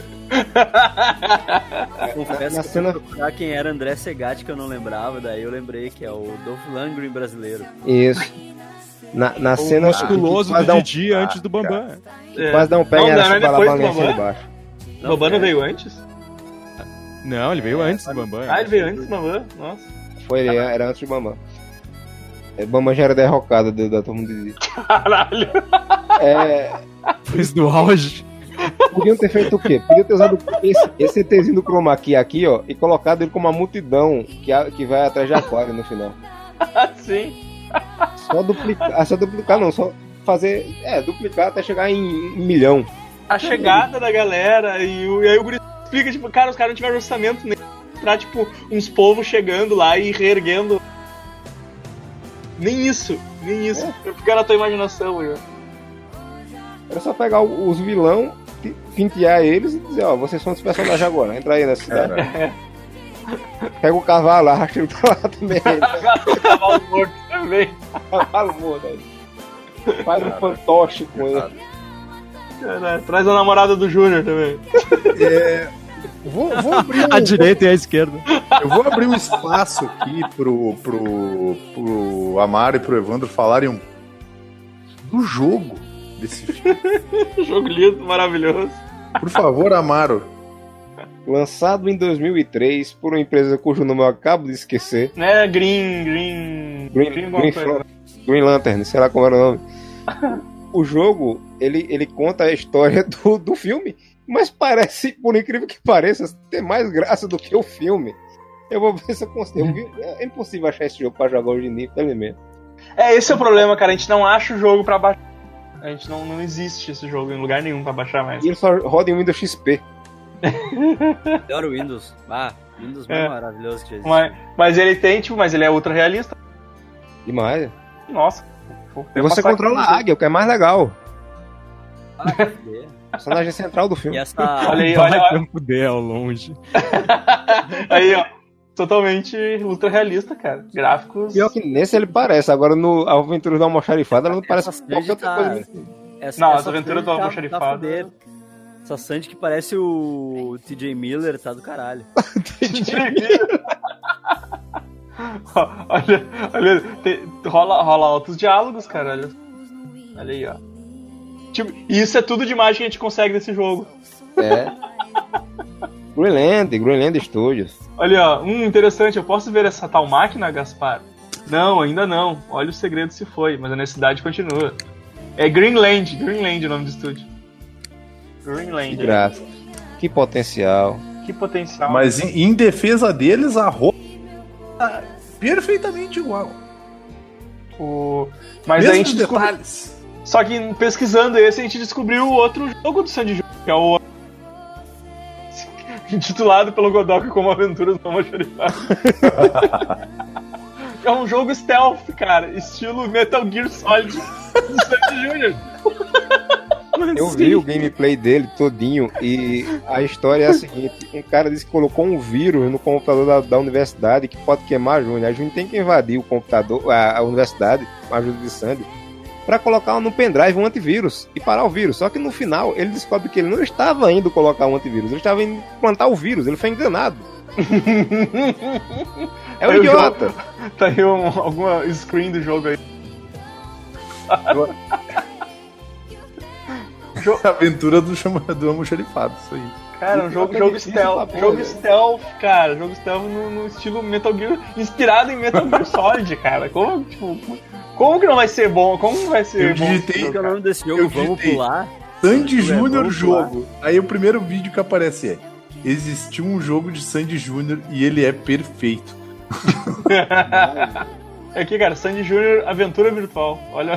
[SPEAKER 2] Confesso que eu fui procurar quem era André Segatti, que eu não lembrava, daí eu lembrei que é o Dolph Lundgren brasileiro.
[SPEAKER 4] Isso. Na cena
[SPEAKER 5] musculoso do Didi antes do Bambam.
[SPEAKER 4] Quase dá um pé e era depois do Bambam de baixo.
[SPEAKER 3] O Bambam não veio antes?
[SPEAKER 5] Não, ele veio antes do Bambam.
[SPEAKER 3] Ah, ele veio antes do Bambam? Nossa.
[SPEAKER 4] Era antes do Bambam. O Bambam já era derrocado da Turma do Didi.
[SPEAKER 3] Caralho!
[SPEAKER 5] Depois do auge.
[SPEAKER 4] Podiam ter feito o quê? Podiam ter usado esse ETzinho do Chroma Key aqui, ó, e colocado ele como uma multidão que vai atrás de Aquário no final.
[SPEAKER 3] Sim.
[SPEAKER 4] Só duplicar não, só fazer, duplicar até chegar em 1 milhão.
[SPEAKER 3] A chegada da galera e aí o guri explica, tipo, cara, os caras não tiveram orçamento nem pra, tipo, uns povos chegando lá e reerguendo. Nem isso. Fica na tua imaginação, viu?
[SPEAKER 4] Era só pegar os vilão, pintear eles e dizer, ó, vocês são os personagens agora, entra aí nessa cidade. Pega o cavalo, arrasta ele pra lá também.
[SPEAKER 3] Cavalo morto também.
[SPEAKER 4] Cavalo morto, aí. Faz um fantoche com ele.
[SPEAKER 3] Caralho, traz a namorada do Júnior também.
[SPEAKER 1] Vou abrir
[SPEAKER 5] a direita e a esquerda.
[SPEAKER 1] Eu vou abrir um espaço aqui pro Amaro e pro Evandro falarem do jogo desse filme.
[SPEAKER 3] Jogo lindo, maravilhoso.
[SPEAKER 1] Por favor, Amaro.
[SPEAKER 4] Lançado em 2003 por uma empresa cujo nome eu acabo de esquecer.
[SPEAKER 3] Né, Green
[SPEAKER 4] Lantern, sei lá como era o nome. O jogo, ele conta a história do filme, mas parece, por incrível que pareça, ter mais graça do que o filme. Eu vou ver se eu consigo. É impossível achar esse jogo pra jogar hoje em dia, infelizmente.
[SPEAKER 3] Esse é o problema, cara. A gente não acha o jogo pra baixar. A gente não existe esse jogo em lugar nenhum pra baixar mais.
[SPEAKER 4] E ele só roda em Windows XP.
[SPEAKER 2] Adoro Windows. Windows é maravilhoso que existe.
[SPEAKER 3] Mas ele tem, mas ele é ultra realista.
[SPEAKER 4] Demais.
[SPEAKER 3] Nossa.
[SPEAKER 4] E você controla a águia, o que é mais legal.
[SPEAKER 2] Que
[SPEAKER 4] personagem central do filme.
[SPEAKER 2] E essa...
[SPEAKER 5] Olha. Poder ao longe.
[SPEAKER 3] Aí, ó. Totalmente ultra realista, cara. Gráficos.
[SPEAKER 4] Pior que nesse ele parece. Agora no Aventuras do Almoxarifado ela não parece qualquer outra coisa.
[SPEAKER 3] Essa Aventura do Almoxarifado.
[SPEAKER 2] Essa Sandy que parece o TJ Miller, tá do caralho.
[SPEAKER 3] TJ Miller. olha, rola altos diálogos, cara. Olha aí, ó. Tipo, isso é tudo de imagem que a gente consegue desse jogo.
[SPEAKER 4] É. Greenland Studios.
[SPEAKER 3] Olha, ó, interessante, eu posso ver essa tal máquina, Gaspar? Não, ainda não. Olha, o segredo se foi, mas a necessidade continua. É Greenland o nome do estúdio. Greenland.
[SPEAKER 4] Que gráfico. Que potencial.
[SPEAKER 1] Mas em defesa deles, a roupa tá perfeitamente igual.
[SPEAKER 3] Mas
[SPEAKER 1] mesmo
[SPEAKER 3] a gente
[SPEAKER 1] detalhes.
[SPEAKER 3] Só que pesquisando esse, a gente descobriu outro jogo do Sandy Júnior, que é o intitulado pelo Godok como Aventuras do Almoxarifado. É um jogo stealth, cara, estilo Metal Gear Solid do Sandy Júnior.
[SPEAKER 4] Eu vi o gameplay dele todinho e a história é a seguinte: um cara disse que colocou um vírus no computador da universidade que pode queimar a Júnior. A Júnior tem que invadir o computador, a universidade, com a ajuda de Sandy, para colocar no pendrive um antivírus e parar o vírus. Só que no final ele descobre que ele não estava indo colocar um antivírus, ele estava indo plantar o vírus, ele foi enganado. É um idiota.
[SPEAKER 3] Tá aí alguma screen do jogo aí.
[SPEAKER 1] Aventura do Almoxarifado, isso aí.
[SPEAKER 3] Cara, um jogo stealth. Jogo stealth no estilo Metal Gear, inspirado em Metal Gear Solid, cara. Como que não vai ser bom? Como que vai ser bom?
[SPEAKER 2] Qual é o nome desse jogo? Vamos pular.
[SPEAKER 1] Sandy Júnior jogo. Aí o primeiro vídeo que aparece existiu um jogo de Sandy Júnior e ele é perfeito.
[SPEAKER 3] Aqui, cara, Sandy Júnior Aventura Virtual. Olha.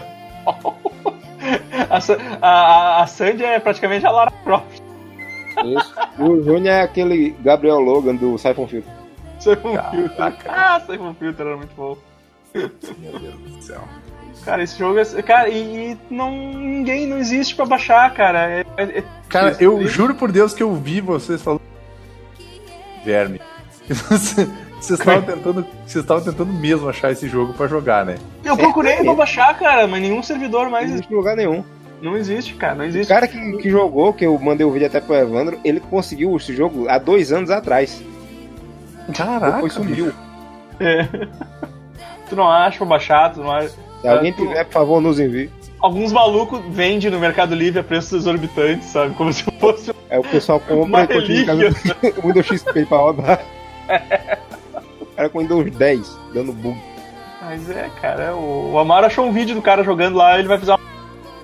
[SPEAKER 3] A Sandy é praticamente a Lara Croft.
[SPEAKER 4] Isso. E o Júnior é aquele Gabriel Logan do Siphon Filter.
[SPEAKER 3] Siphon Filter era muito bom.
[SPEAKER 1] Meu Deus do céu.
[SPEAKER 3] Cara, esse jogo é. Cara, ninguém não existe pra baixar, cara.
[SPEAKER 1] Cara, eu juro por Deus que eu vi vocês falando. Verme. Vocês estavam tentando mesmo achar esse jogo pra jogar, né?
[SPEAKER 3] Eu procurei pra baixar, cara, mas nenhum servidor mais.
[SPEAKER 4] Não existe em lugar nenhum.
[SPEAKER 3] Não existe, cara, não existe.
[SPEAKER 4] O cara que jogou, que eu mandei o vídeo até pro Evandro, ele conseguiu esse jogo há 2 anos atrás.
[SPEAKER 1] Caraca,
[SPEAKER 4] depois sumiu.
[SPEAKER 3] Tu não acha pra baixar, tu não acha.
[SPEAKER 4] Se alguém tiver, por favor, nos envie.
[SPEAKER 3] Alguns malucos vendem no Mercado Livre a preços exorbitantes, sabe? Como se fosse.
[SPEAKER 4] O pessoal compra e continua em casa com Windows XP pra rodar. O cara com Windows 10, dando bug.
[SPEAKER 3] Mas cara, o Amaro achou um vídeo do cara jogando lá, ele vai fazer uma.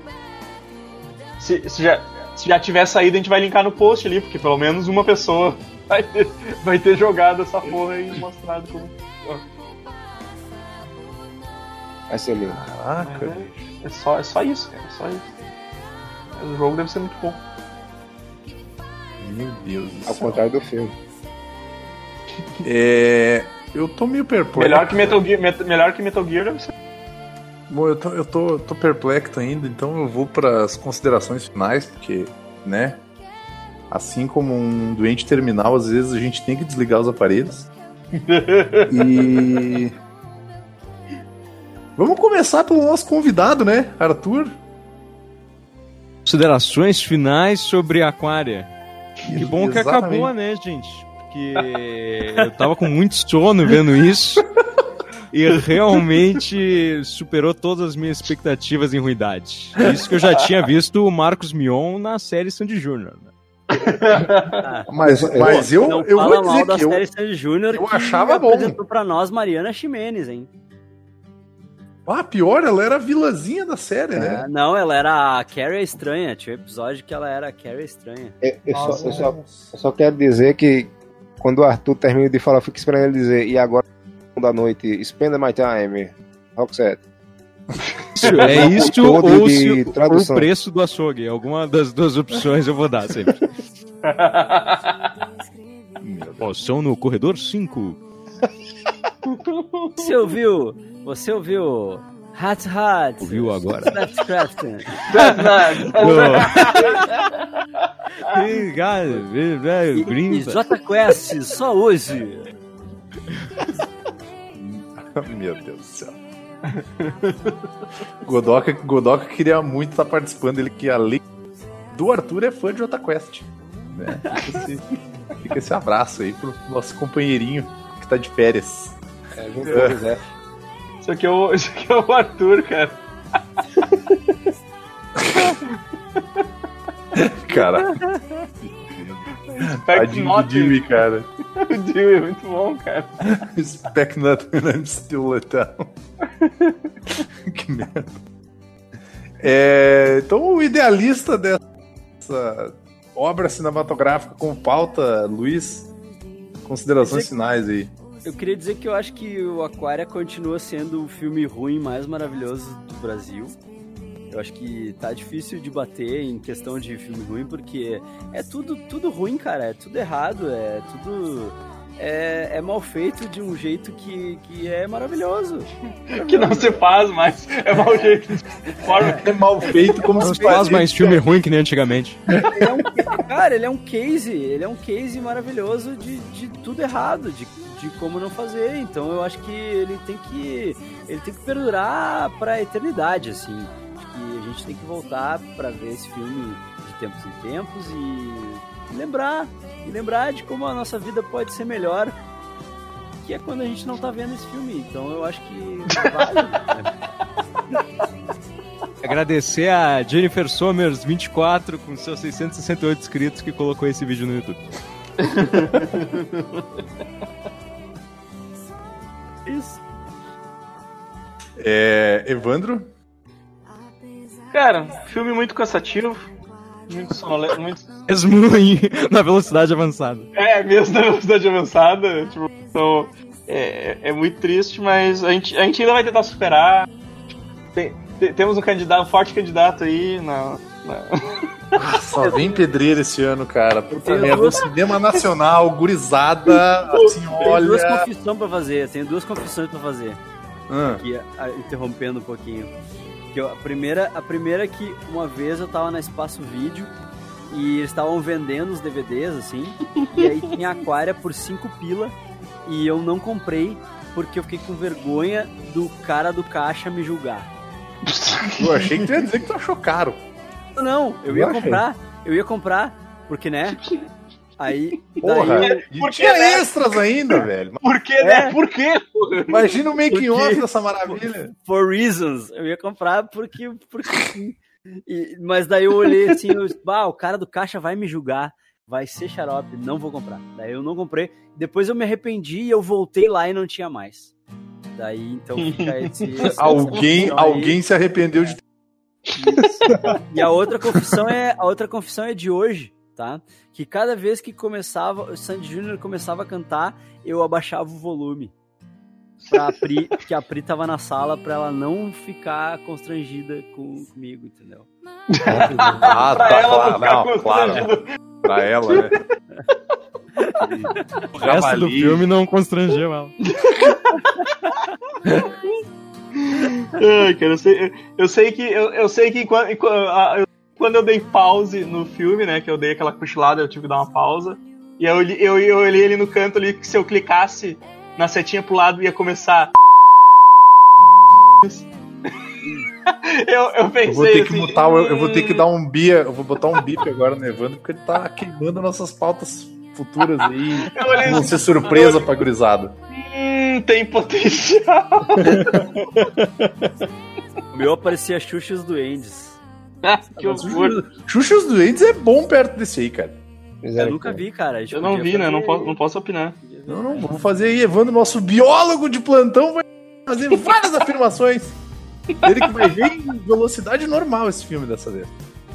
[SPEAKER 3] Se já tiver saído, a gente vai linkar no post ali, porque pelo menos uma pessoa vai ter jogado essa porra e mostrado como.
[SPEAKER 4] Vai ser lindo.
[SPEAKER 1] Caraca.
[SPEAKER 3] É só isso, cara. É só isso. Mas o jogo deve ser muito bom.
[SPEAKER 1] Meu Deus do céu.
[SPEAKER 4] Ao contrário do filme.
[SPEAKER 1] Eu tô meio perplexo.
[SPEAKER 3] Melhor que Metal Gear deve ser.
[SPEAKER 1] Bom, eu tô perplexo ainda, então eu vou para as considerações finais, porque, né? Assim como um doente terminal, às vezes a gente tem que desligar os aparelhos. E vamos começar pelo nosso convidado, né, Arthur?
[SPEAKER 5] Considerações finais sobre Aquaria. Que bom que acabou, né, gente? Porque eu tava com muito sono vendo isso e realmente superou todas as minhas expectativas em ruindade. Isso que eu já tinha visto o Marcos Mion na série Sandy Júnior, né?
[SPEAKER 1] Mas eu
[SPEAKER 2] não
[SPEAKER 1] vou
[SPEAKER 2] fala
[SPEAKER 1] dizer
[SPEAKER 2] mal da
[SPEAKER 1] que
[SPEAKER 2] série Sandy Júnior,
[SPEAKER 1] eu
[SPEAKER 2] que
[SPEAKER 1] achava bom.
[SPEAKER 2] apresentou pra nós Mariana Ximenes, hein?
[SPEAKER 1] pior, ela era a vilãzinha da série, né?
[SPEAKER 2] Não, ela era a Carrie a Estranha. Tinha um episódio que ela era a Carrie a Estranha.
[SPEAKER 4] Eu só quero dizer que quando o Arthur termina de falar, eu fico esperando ele dizer, e agora da noite, spend my time, Roxette.
[SPEAKER 5] É isso ou
[SPEAKER 4] o
[SPEAKER 5] preço do açougue. Alguma das duas opções eu vou dar sempre. Poção no corredor 5.
[SPEAKER 2] Você ouviu Hot Hot?
[SPEAKER 5] Ouviu agora?
[SPEAKER 2] E Jota Quest, só hoje.
[SPEAKER 1] Meu Deus do céu. Godoka queria muito estar participando. Ele que, além do Arthur, é fã de Jota Quest, né? Fica esse abraço aí pro nosso companheirinho que tá de férias.
[SPEAKER 3] Junto com o José. Isso aqui é o Arthur, cara.
[SPEAKER 1] Cara. Tadinho do Dewey, cara.
[SPEAKER 3] O Dewey é muito bom, cara.
[SPEAKER 1] Spec Nut and I'm still letal. Que merda. Então, o idealista dessa obra cinematográfica com pauta, Luiz, considerações finais aí.
[SPEAKER 2] Eu queria dizer que eu acho que o Aquária continua sendo o filme ruim mais maravilhoso do Brasil. Eu acho que tá difícil de bater em questão de filme ruim, porque é tudo ruim, cara. É tudo errado, é tudo... É mal feito de um jeito que é maravilhoso.
[SPEAKER 3] Que não se faz mais. É mal jeito.
[SPEAKER 1] É mal feito como
[SPEAKER 5] não se faz mais filme ruim que nem antigamente.
[SPEAKER 2] Ele é um case maravilhoso de tudo errado, de como não fazer. Então eu acho que ele tem que perdurar pra eternidade, assim. Acho que a gente tem que voltar pra ver esse filme de tempos em tempos e lembrar de como a nossa vida pode ser melhor, que é quando a gente não tá vendo esse filme. Então eu acho que vale.
[SPEAKER 5] Agradecer a Jennifer Somers 24 com seus 668 inscritos que colocou esse vídeo no YouTube.
[SPEAKER 2] Isso.
[SPEAKER 1] Evandro?
[SPEAKER 3] Cara, filme muito cansativo. Muito sonolento,
[SPEAKER 5] mesmo na velocidade avançada.
[SPEAKER 3] Mesmo na velocidade avançada. Tipo, então, é muito triste, mas a gente ainda vai tentar superar. Temos um forte candidato aí
[SPEAKER 1] Só vem pedreira esse ano, cara. Puta merda, cinema nacional, gurizada, assim, olha...
[SPEAKER 2] Tenho duas confissões pra fazer. Aqui, interrompendo um pouquinho. A primeira é que uma vez eu tava na Espaço Vídeo e eles estavam vendendo os DVDs, assim, e aí tinha Aquária por 5 pila e eu não comprei porque eu fiquei com vergonha do cara do caixa me julgar.
[SPEAKER 1] Eu achei que tu ia dizer que tu achou caro.
[SPEAKER 2] Não, eu ia comprar, porque, né? Aí...
[SPEAKER 1] Porra, tinha extras ainda, velho.
[SPEAKER 3] Por que, né? Por quê?
[SPEAKER 1] Imagina o making off dessa maravilha.
[SPEAKER 2] For reasons. Eu ia comprar porque sim. Mas daí eu olhei assim, o cara do caixa vai me julgar, vai ser xarope, não vou comprar. Daí eu não comprei. Depois eu me arrependi e eu voltei lá e não tinha mais. Daí, então fica esse...
[SPEAKER 1] Alguém se arrependeu de...
[SPEAKER 2] Isso. E a outra confissão é de hoje, tá? Que cada vez que o Sandy Júnior começava a cantar, eu abaixava o volume pra Pri, que a Pri tava na sala, pra ela não ficar constrangida comigo, entendeu?
[SPEAKER 1] Claro. Pra ela, né?
[SPEAKER 5] O resto do filme não constrangeu ela.
[SPEAKER 3] Cara, eu sei que quando eu dei pause no filme, né, que eu dei aquela cochilada, eu tive que dar uma pausa, e eu olhei ali no canto ali, que se eu clicasse na setinha pro lado ia começar Eu pensei
[SPEAKER 1] eu vou ter que
[SPEAKER 3] assim,
[SPEAKER 1] mutar, eu vou ter que dar um bip, eu vou botar um bip agora no Evandro, porque ele tá queimando nossas pautas futuras aí. Vão ser surpresa pra gurizada.
[SPEAKER 3] Tem potencial.
[SPEAKER 2] O meu aparecia Xuxa e os Duendes.
[SPEAKER 3] Que horror.
[SPEAKER 1] Xuxa e os Duendes é bom perto desse aí, cara.
[SPEAKER 2] Eu nunca vi, cara.
[SPEAKER 3] Eu não vi, né? Não posso opinar.
[SPEAKER 1] Não, vamos fazer aí, Evandro, nosso biólogo de plantão, vai fazer várias afirmações. Ele que vai ver em velocidade normal esse filme dessa vez.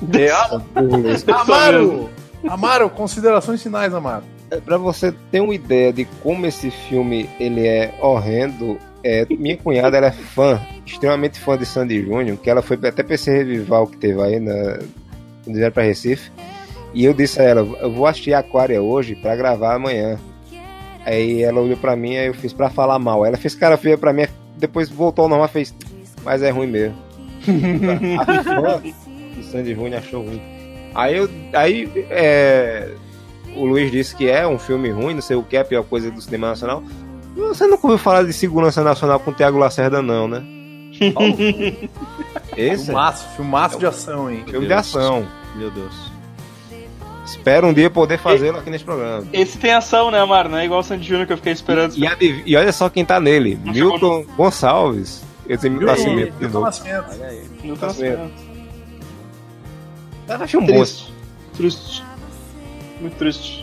[SPEAKER 1] Amaro, considerações finais, Amaro.
[SPEAKER 4] Pra você ter uma ideia de como esse filme ele é horrendo, minha cunhada ela é extremamente fã de Sandy Júnior, que ela foi até pra esse revival que teve aí quando vieram pra Recife. E eu disse a ela, eu vou assistir Aquária hoje pra gravar amanhã. Aí ela olhou pra mim, aí eu fiz pra falar mal. Ela fez cara feia pra mim, depois voltou ao normal, fez, mas é ruim mesmo. A fã de Sandy Júnior achou ruim. Aí o Luiz disse que é um filme ruim, não sei o que, é a pior coisa do cinema nacional. Você nunca ouviu falar de Segurança Nacional com o Thiago Lacerda, não, né? Esse
[SPEAKER 1] filmaço de ação, hein?
[SPEAKER 4] Filme de ação.
[SPEAKER 5] Meu Deus.
[SPEAKER 4] Espero um dia poder fazê-lo aqui nesse programa.
[SPEAKER 3] Esse tem ação, né, Amaro? Não é igual o Sandy Júnior que eu fiquei esperando.
[SPEAKER 4] E olha só quem tá nele. Milton Gonçalves. Eu tenho Milton Nascimento de novo.
[SPEAKER 3] Milton Nascimento.
[SPEAKER 4] Eu achei um bom.
[SPEAKER 3] Triste. Muito triste.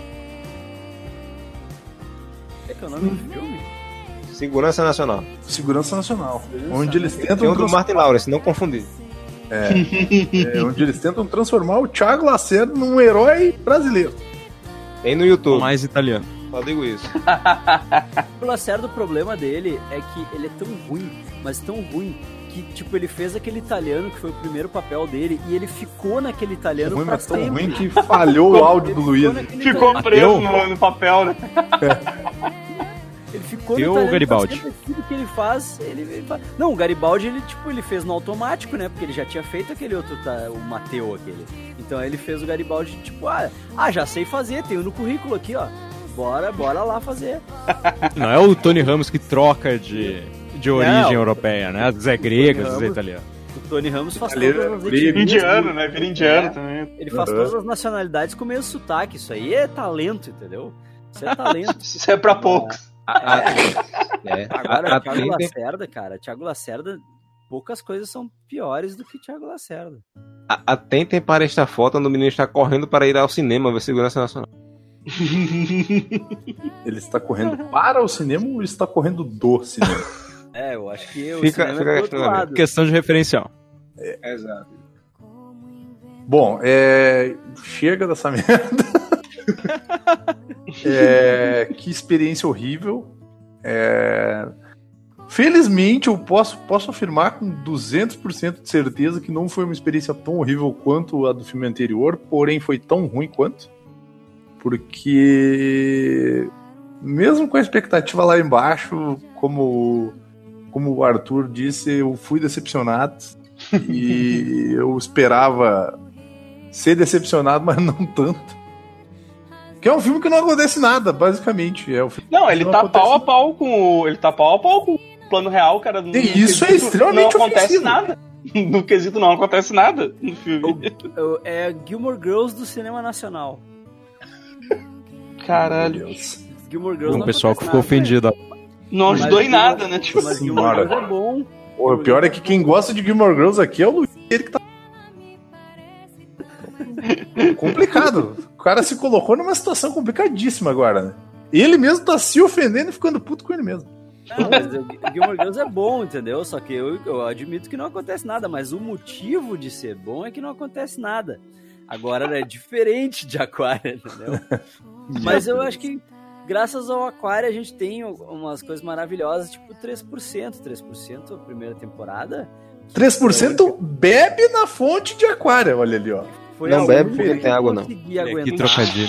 [SPEAKER 2] É que é o nome do filme?
[SPEAKER 4] Segurança Nacional.
[SPEAKER 1] Segurança Nacional. Onde eles tentam...
[SPEAKER 4] Tem um do Martin Lawrence, não confundir.
[SPEAKER 1] Onde eles tentam transformar o Thiago Lacerda num herói brasileiro.
[SPEAKER 4] Tem no YouTube.
[SPEAKER 5] Mais italiano.
[SPEAKER 4] Só digo isso.
[SPEAKER 2] O Lacerda, o problema dele é que ele é tão ruim, mas tão ruim, que tipo, ele fez aquele italiano que foi o primeiro papel dele e ele ficou naquele italiano
[SPEAKER 1] ruim,
[SPEAKER 2] pra
[SPEAKER 1] mas tão
[SPEAKER 2] sempre.
[SPEAKER 1] ruim que falhou o áudio do Luiz.
[SPEAKER 3] Ficou preso no papel, né?
[SPEAKER 2] Ele ficou
[SPEAKER 5] e o Garibaldi?
[SPEAKER 2] Tudo que ele faz, ele faz. Não, o Garibaldi, ele fez no automático, né? Porque ele já tinha feito aquele outro, o Mateu, aquele. Então ele fez o Garibaldi, tipo, já sei fazer, tenho no currículo aqui, ó. Bora lá fazer.
[SPEAKER 5] Não é o Tony Ramos que troca de origem europeia, né? Às vezes é grego, às vezes é italiano.
[SPEAKER 2] O Tony Ramos faz todas as
[SPEAKER 3] indiano, né? Vira indiano também.
[SPEAKER 2] Ele faz todas as nacionalidades com o mesmo sotaque. Isso aí é talento, entendeu? Isso é talento.
[SPEAKER 3] Isso é pra poucos.
[SPEAKER 2] Agora, Thiago Lacerda, cara. Thiago Lacerda, poucas coisas são piores do que Thiago Lacerda.
[SPEAKER 4] Atentem para esta foto onde o menino está correndo para ir ao cinema ver Segurança Nacional.
[SPEAKER 1] Ele está correndo para o cinema ou está correndo do cinema?
[SPEAKER 2] Eu acho que
[SPEAKER 4] fica
[SPEAKER 2] é do outro lado.
[SPEAKER 5] Questão de referencial.
[SPEAKER 1] Exato. Bom, chega dessa merda. Que experiência horrível. Felizmente eu posso afirmar com 200% de certeza que não foi uma experiência tão horrível quanto a do filme anterior, porém foi tão ruim quanto, porque mesmo com a expectativa lá embaixo, como o Arthur disse, eu fui decepcionado e eu esperava ser decepcionado, mas não tanto. Que é um filme que não acontece nada, basicamente.
[SPEAKER 3] Não, ele tá pau a pau com o plano real, cara.
[SPEAKER 1] Isso é extremamente
[SPEAKER 3] não acontece
[SPEAKER 1] ofensivo.
[SPEAKER 3] nada. No quesito não acontece nada no filme.
[SPEAKER 2] É Gilmore Girls do cinema nacional.
[SPEAKER 3] Caralho.
[SPEAKER 2] Gilmore Girls
[SPEAKER 5] O pessoal que ficou ofendido.
[SPEAKER 3] Não ajudou em nada, né? Tipo,
[SPEAKER 2] mas Gilmore Girls é bom.
[SPEAKER 1] O pior é que quem gosta de Gilmore Girls aqui é o Luiz, ele que tá complicado. O cara se colocou numa situação complicadíssima agora, né? Ele mesmo tá se ofendendo e ficando puto com ele mesmo.
[SPEAKER 2] Não, mas o Gilmore Girls é bom, entendeu? Só que eu admito que não acontece nada, mas o motivo de ser bom é que não acontece nada. Agora é diferente de Aquária, entendeu? Mas eu acho que graças ao Aquária a gente tem umas coisas maravilhosas, tipo 3%. 3% a primeira temporada. 3%
[SPEAKER 1] bebe na fonte de Aquária, olha ali, ó.
[SPEAKER 4] Não bebe porque tem água, não.
[SPEAKER 5] Que trocadilho.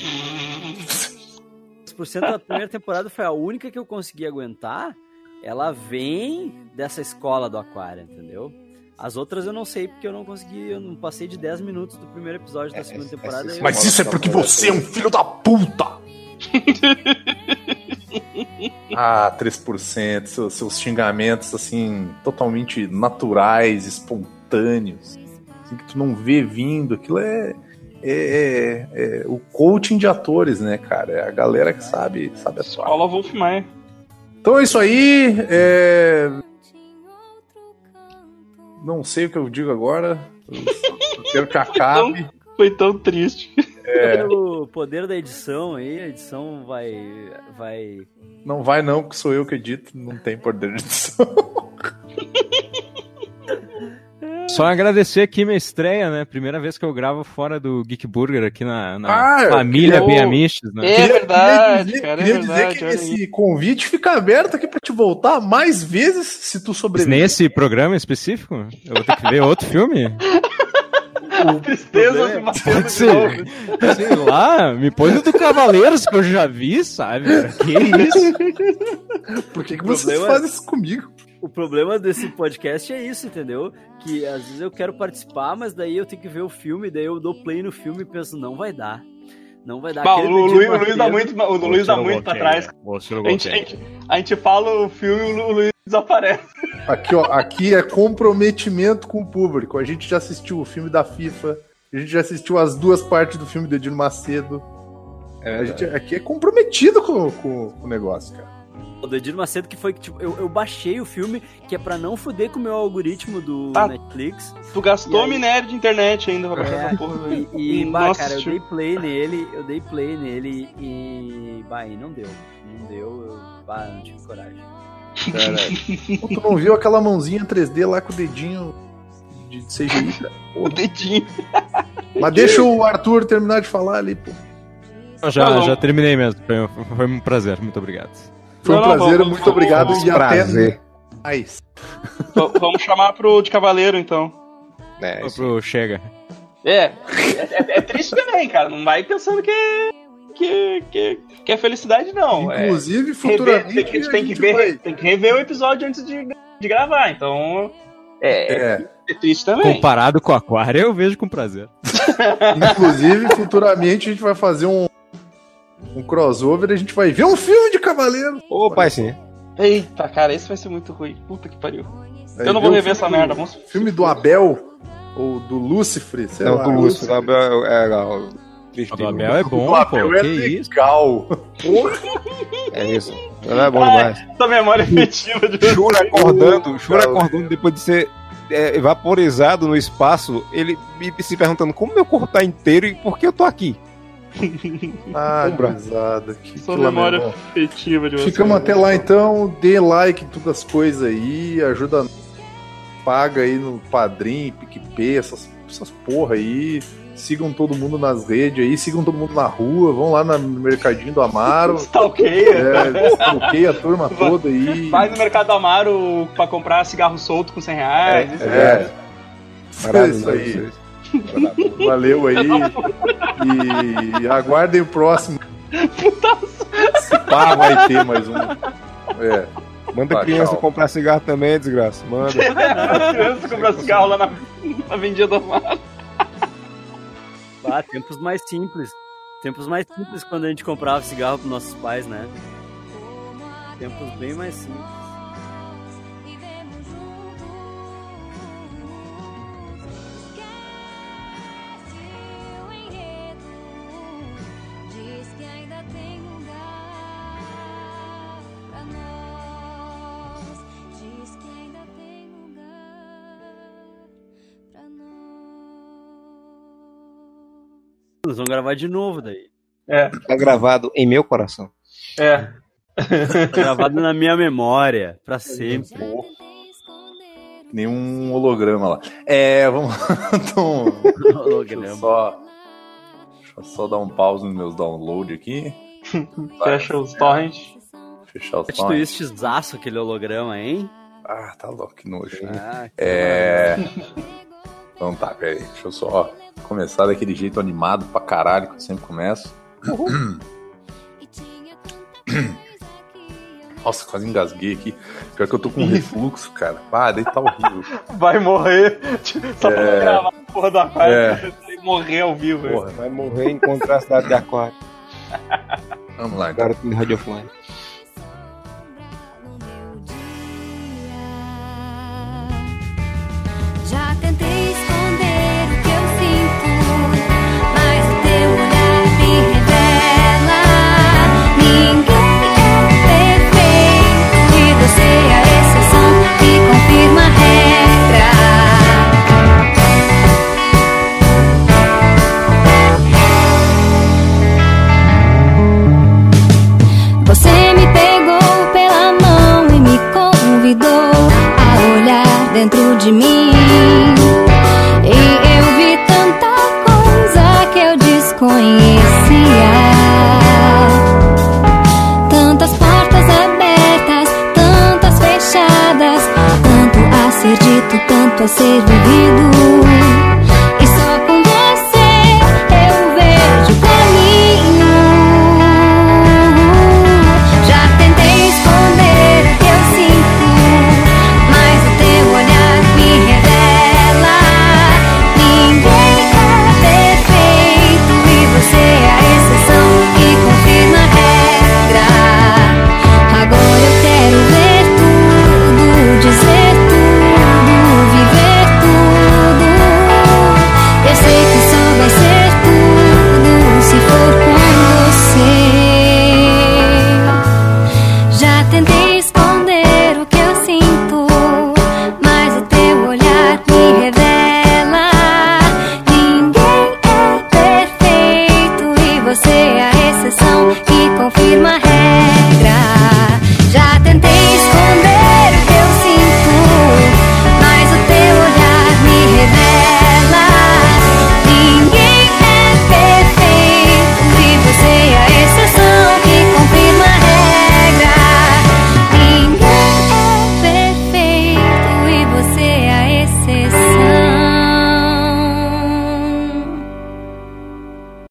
[SPEAKER 2] 3% da primeira temporada foi a única que eu consegui aguentar. Ela vem dessa escola do Aquária, entendeu? As outras eu não sei, porque eu não consegui, eu não passei de 10 minutos do primeiro episódio da segunda temporada.
[SPEAKER 1] Mas isso é porque você é um filho da puta! 3%, seus xingamentos, assim, totalmente naturais, espontâneos. instantâneos, assim, que tu não vê vindo. Aquilo é o coaching de atores, né, cara? É a galera que sabe atuar.
[SPEAKER 3] Paula Wolfmaier.
[SPEAKER 1] Então é isso aí. Não sei o que eu digo agora. Eu quero que acabe.
[SPEAKER 3] Foi tão triste.
[SPEAKER 2] Pelo poder da edição aí, a edição vai...
[SPEAKER 1] Não vai não, porque sou eu que edito, não tem poder de edição.
[SPEAKER 5] Só agradecer aqui minha estreia, né? Primeira vez que eu gravo fora do Geek Burger aqui na família Beamiches, né?
[SPEAKER 3] É verdade, cara, é
[SPEAKER 1] queria
[SPEAKER 3] verdade.
[SPEAKER 1] Dizer que esse convite fica aberto aqui pra te voltar mais vezes se tu sobreviver.
[SPEAKER 5] Nesse programa específico? Eu vou ter que ver outro filme?
[SPEAKER 3] Tristeza do Matheus.
[SPEAKER 5] Pode ser. Sei lá, me põe no do Cavaleiros que eu já vi, sabe? Que isso?
[SPEAKER 1] Por que vocês fazem isso comigo?
[SPEAKER 2] O problema desse podcast é isso, entendeu? Que às vezes eu quero participar, mas daí eu tenho que ver o filme, daí eu dou play no filme e penso, não vai dar. Não vai dar.
[SPEAKER 3] Bah, o Luiz dá muito pra trás. A gente fala o filme e o Luiz desaparece.
[SPEAKER 1] Aqui, ó, aqui é comprometimento com o público. A gente já assistiu o filme da FIFA, a gente já assistiu as 2 partes do filme do Edir Macedo. A gente aqui é comprometido com o negócio, cara.
[SPEAKER 2] O do Edir Macedo, que foi que tipo, eu baixei o filme, que é pra não fuder com o meu algoritmo do Netflix.
[SPEAKER 3] Tu gastou minério de internet ainda pra baixar essa porra.
[SPEAKER 2] Cara, eu dei play nele e não deu. Não tive coragem.
[SPEAKER 1] Cara, tu não viu aquela mãozinha 3D lá com o dedinho de CGI, cara?
[SPEAKER 3] O dedinho.
[SPEAKER 1] Mas deixa o Arthur terminar de falar ali, pô.
[SPEAKER 5] Já terminei mesmo. Foi um prazer, muito obrigado.
[SPEAKER 1] Foi um prazer, muito obrigado e até mais.
[SPEAKER 3] Vamos chamar pro de Cavaleiro, então.
[SPEAKER 5] Pro Chega.
[SPEAKER 3] É triste também, cara. Não vai pensando que é felicidade, não.
[SPEAKER 1] Inclusive, futuramente
[SPEAKER 3] tem que rever o episódio antes de gravar, então é triste também.
[SPEAKER 5] Comparado com o Aquário, eu vejo com prazer.
[SPEAKER 1] Inclusive, futuramente a gente vai fazer um crossover e a gente vai ver um filme de Cavaleiro.
[SPEAKER 4] Opa, sim.
[SPEAKER 3] Eita, cara, esse vai ser muito ruim. Puta que pariu. Eu não vou rever essa merda.
[SPEAKER 1] Filme do Abel ou do Lúcifer, sei lá.
[SPEAKER 4] Do Lúcifer. Do Abel é legal.
[SPEAKER 5] O do Abel é bom,
[SPEAKER 1] pô.
[SPEAKER 5] Que
[SPEAKER 1] legal.
[SPEAKER 5] Porra.
[SPEAKER 4] É isso. Não é bom demais.
[SPEAKER 3] Essa memória efetiva de
[SPEAKER 4] Shura acordando depois de ser vaporizado no espaço, ele se perguntando como meu corpo tá inteiro e por que eu tô aqui.
[SPEAKER 1] Pesada.
[SPEAKER 3] Sua memória afetiva de você.
[SPEAKER 1] Ficamos até lá então. Dê like em todas as coisas aí. Ajuda. Paga aí no Padrim, PicPay, essas porra aí. Sigam todo mundo nas redes aí. Sigam todo mundo na rua. Vão lá no Mercadinho do Amaro.
[SPEAKER 3] Stalkeia
[SPEAKER 1] a turma toda aí.
[SPEAKER 3] Vai no Mercado do Amaro pra comprar cigarro solto com R$100.
[SPEAKER 1] É isso aí. Valeu aí. E aguardem o próximo. Se pá, vai ter mais um.
[SPEAKER 4] Manda criança comprar cigarro também, desgraça. Manda.
[SPEAKER 3] Criança comprar cigarro lá na vendinha do Amaro.
[SPEAKER 2] Tempos mais simples. Tempos mais simples quando a gente comprava cigarro pros nossos pais, né? Tempos bem mais simples. Nós vamos gravar de novo daí.
[SPEAKER 4] Tá gravado em meu coração.
[SPEAKER 2] Tá gravado na minha memória, pra sempre.
[SPEAKER 1] Nenhum holograma lá. Vamos então, deixa eu só dar um pause nos meus downloads aqui.
[SPEAKER 3] Fecha os torrents.
[SPEAKER 1] Fechar os torrents.
[SPEAKER 2] Twistzaço aquele holograma, hein?
[SPEAKER 1] Tá louco, que nojo. Então tá, peraí. Deixa eu só começar daquele jeito animado pra caralho que eu sempre começo. Nossa, quase engasguei aqui. Pior que eu tô com refluxo, cara. Daí tá horrível.
[SPEAKER 3] Vai morrer. Só pra gravar a porra da Aquário. Morrer ao vivo.
[SPEAKER 4] Porra, vai morrer em encontrar a cidade de Aquário.
[SPEAKER 1] Vamos lá,
[SPEAKER 4] cara. Garoto de Radiofone.
[SPEAKER 6] Já tentei eternidade.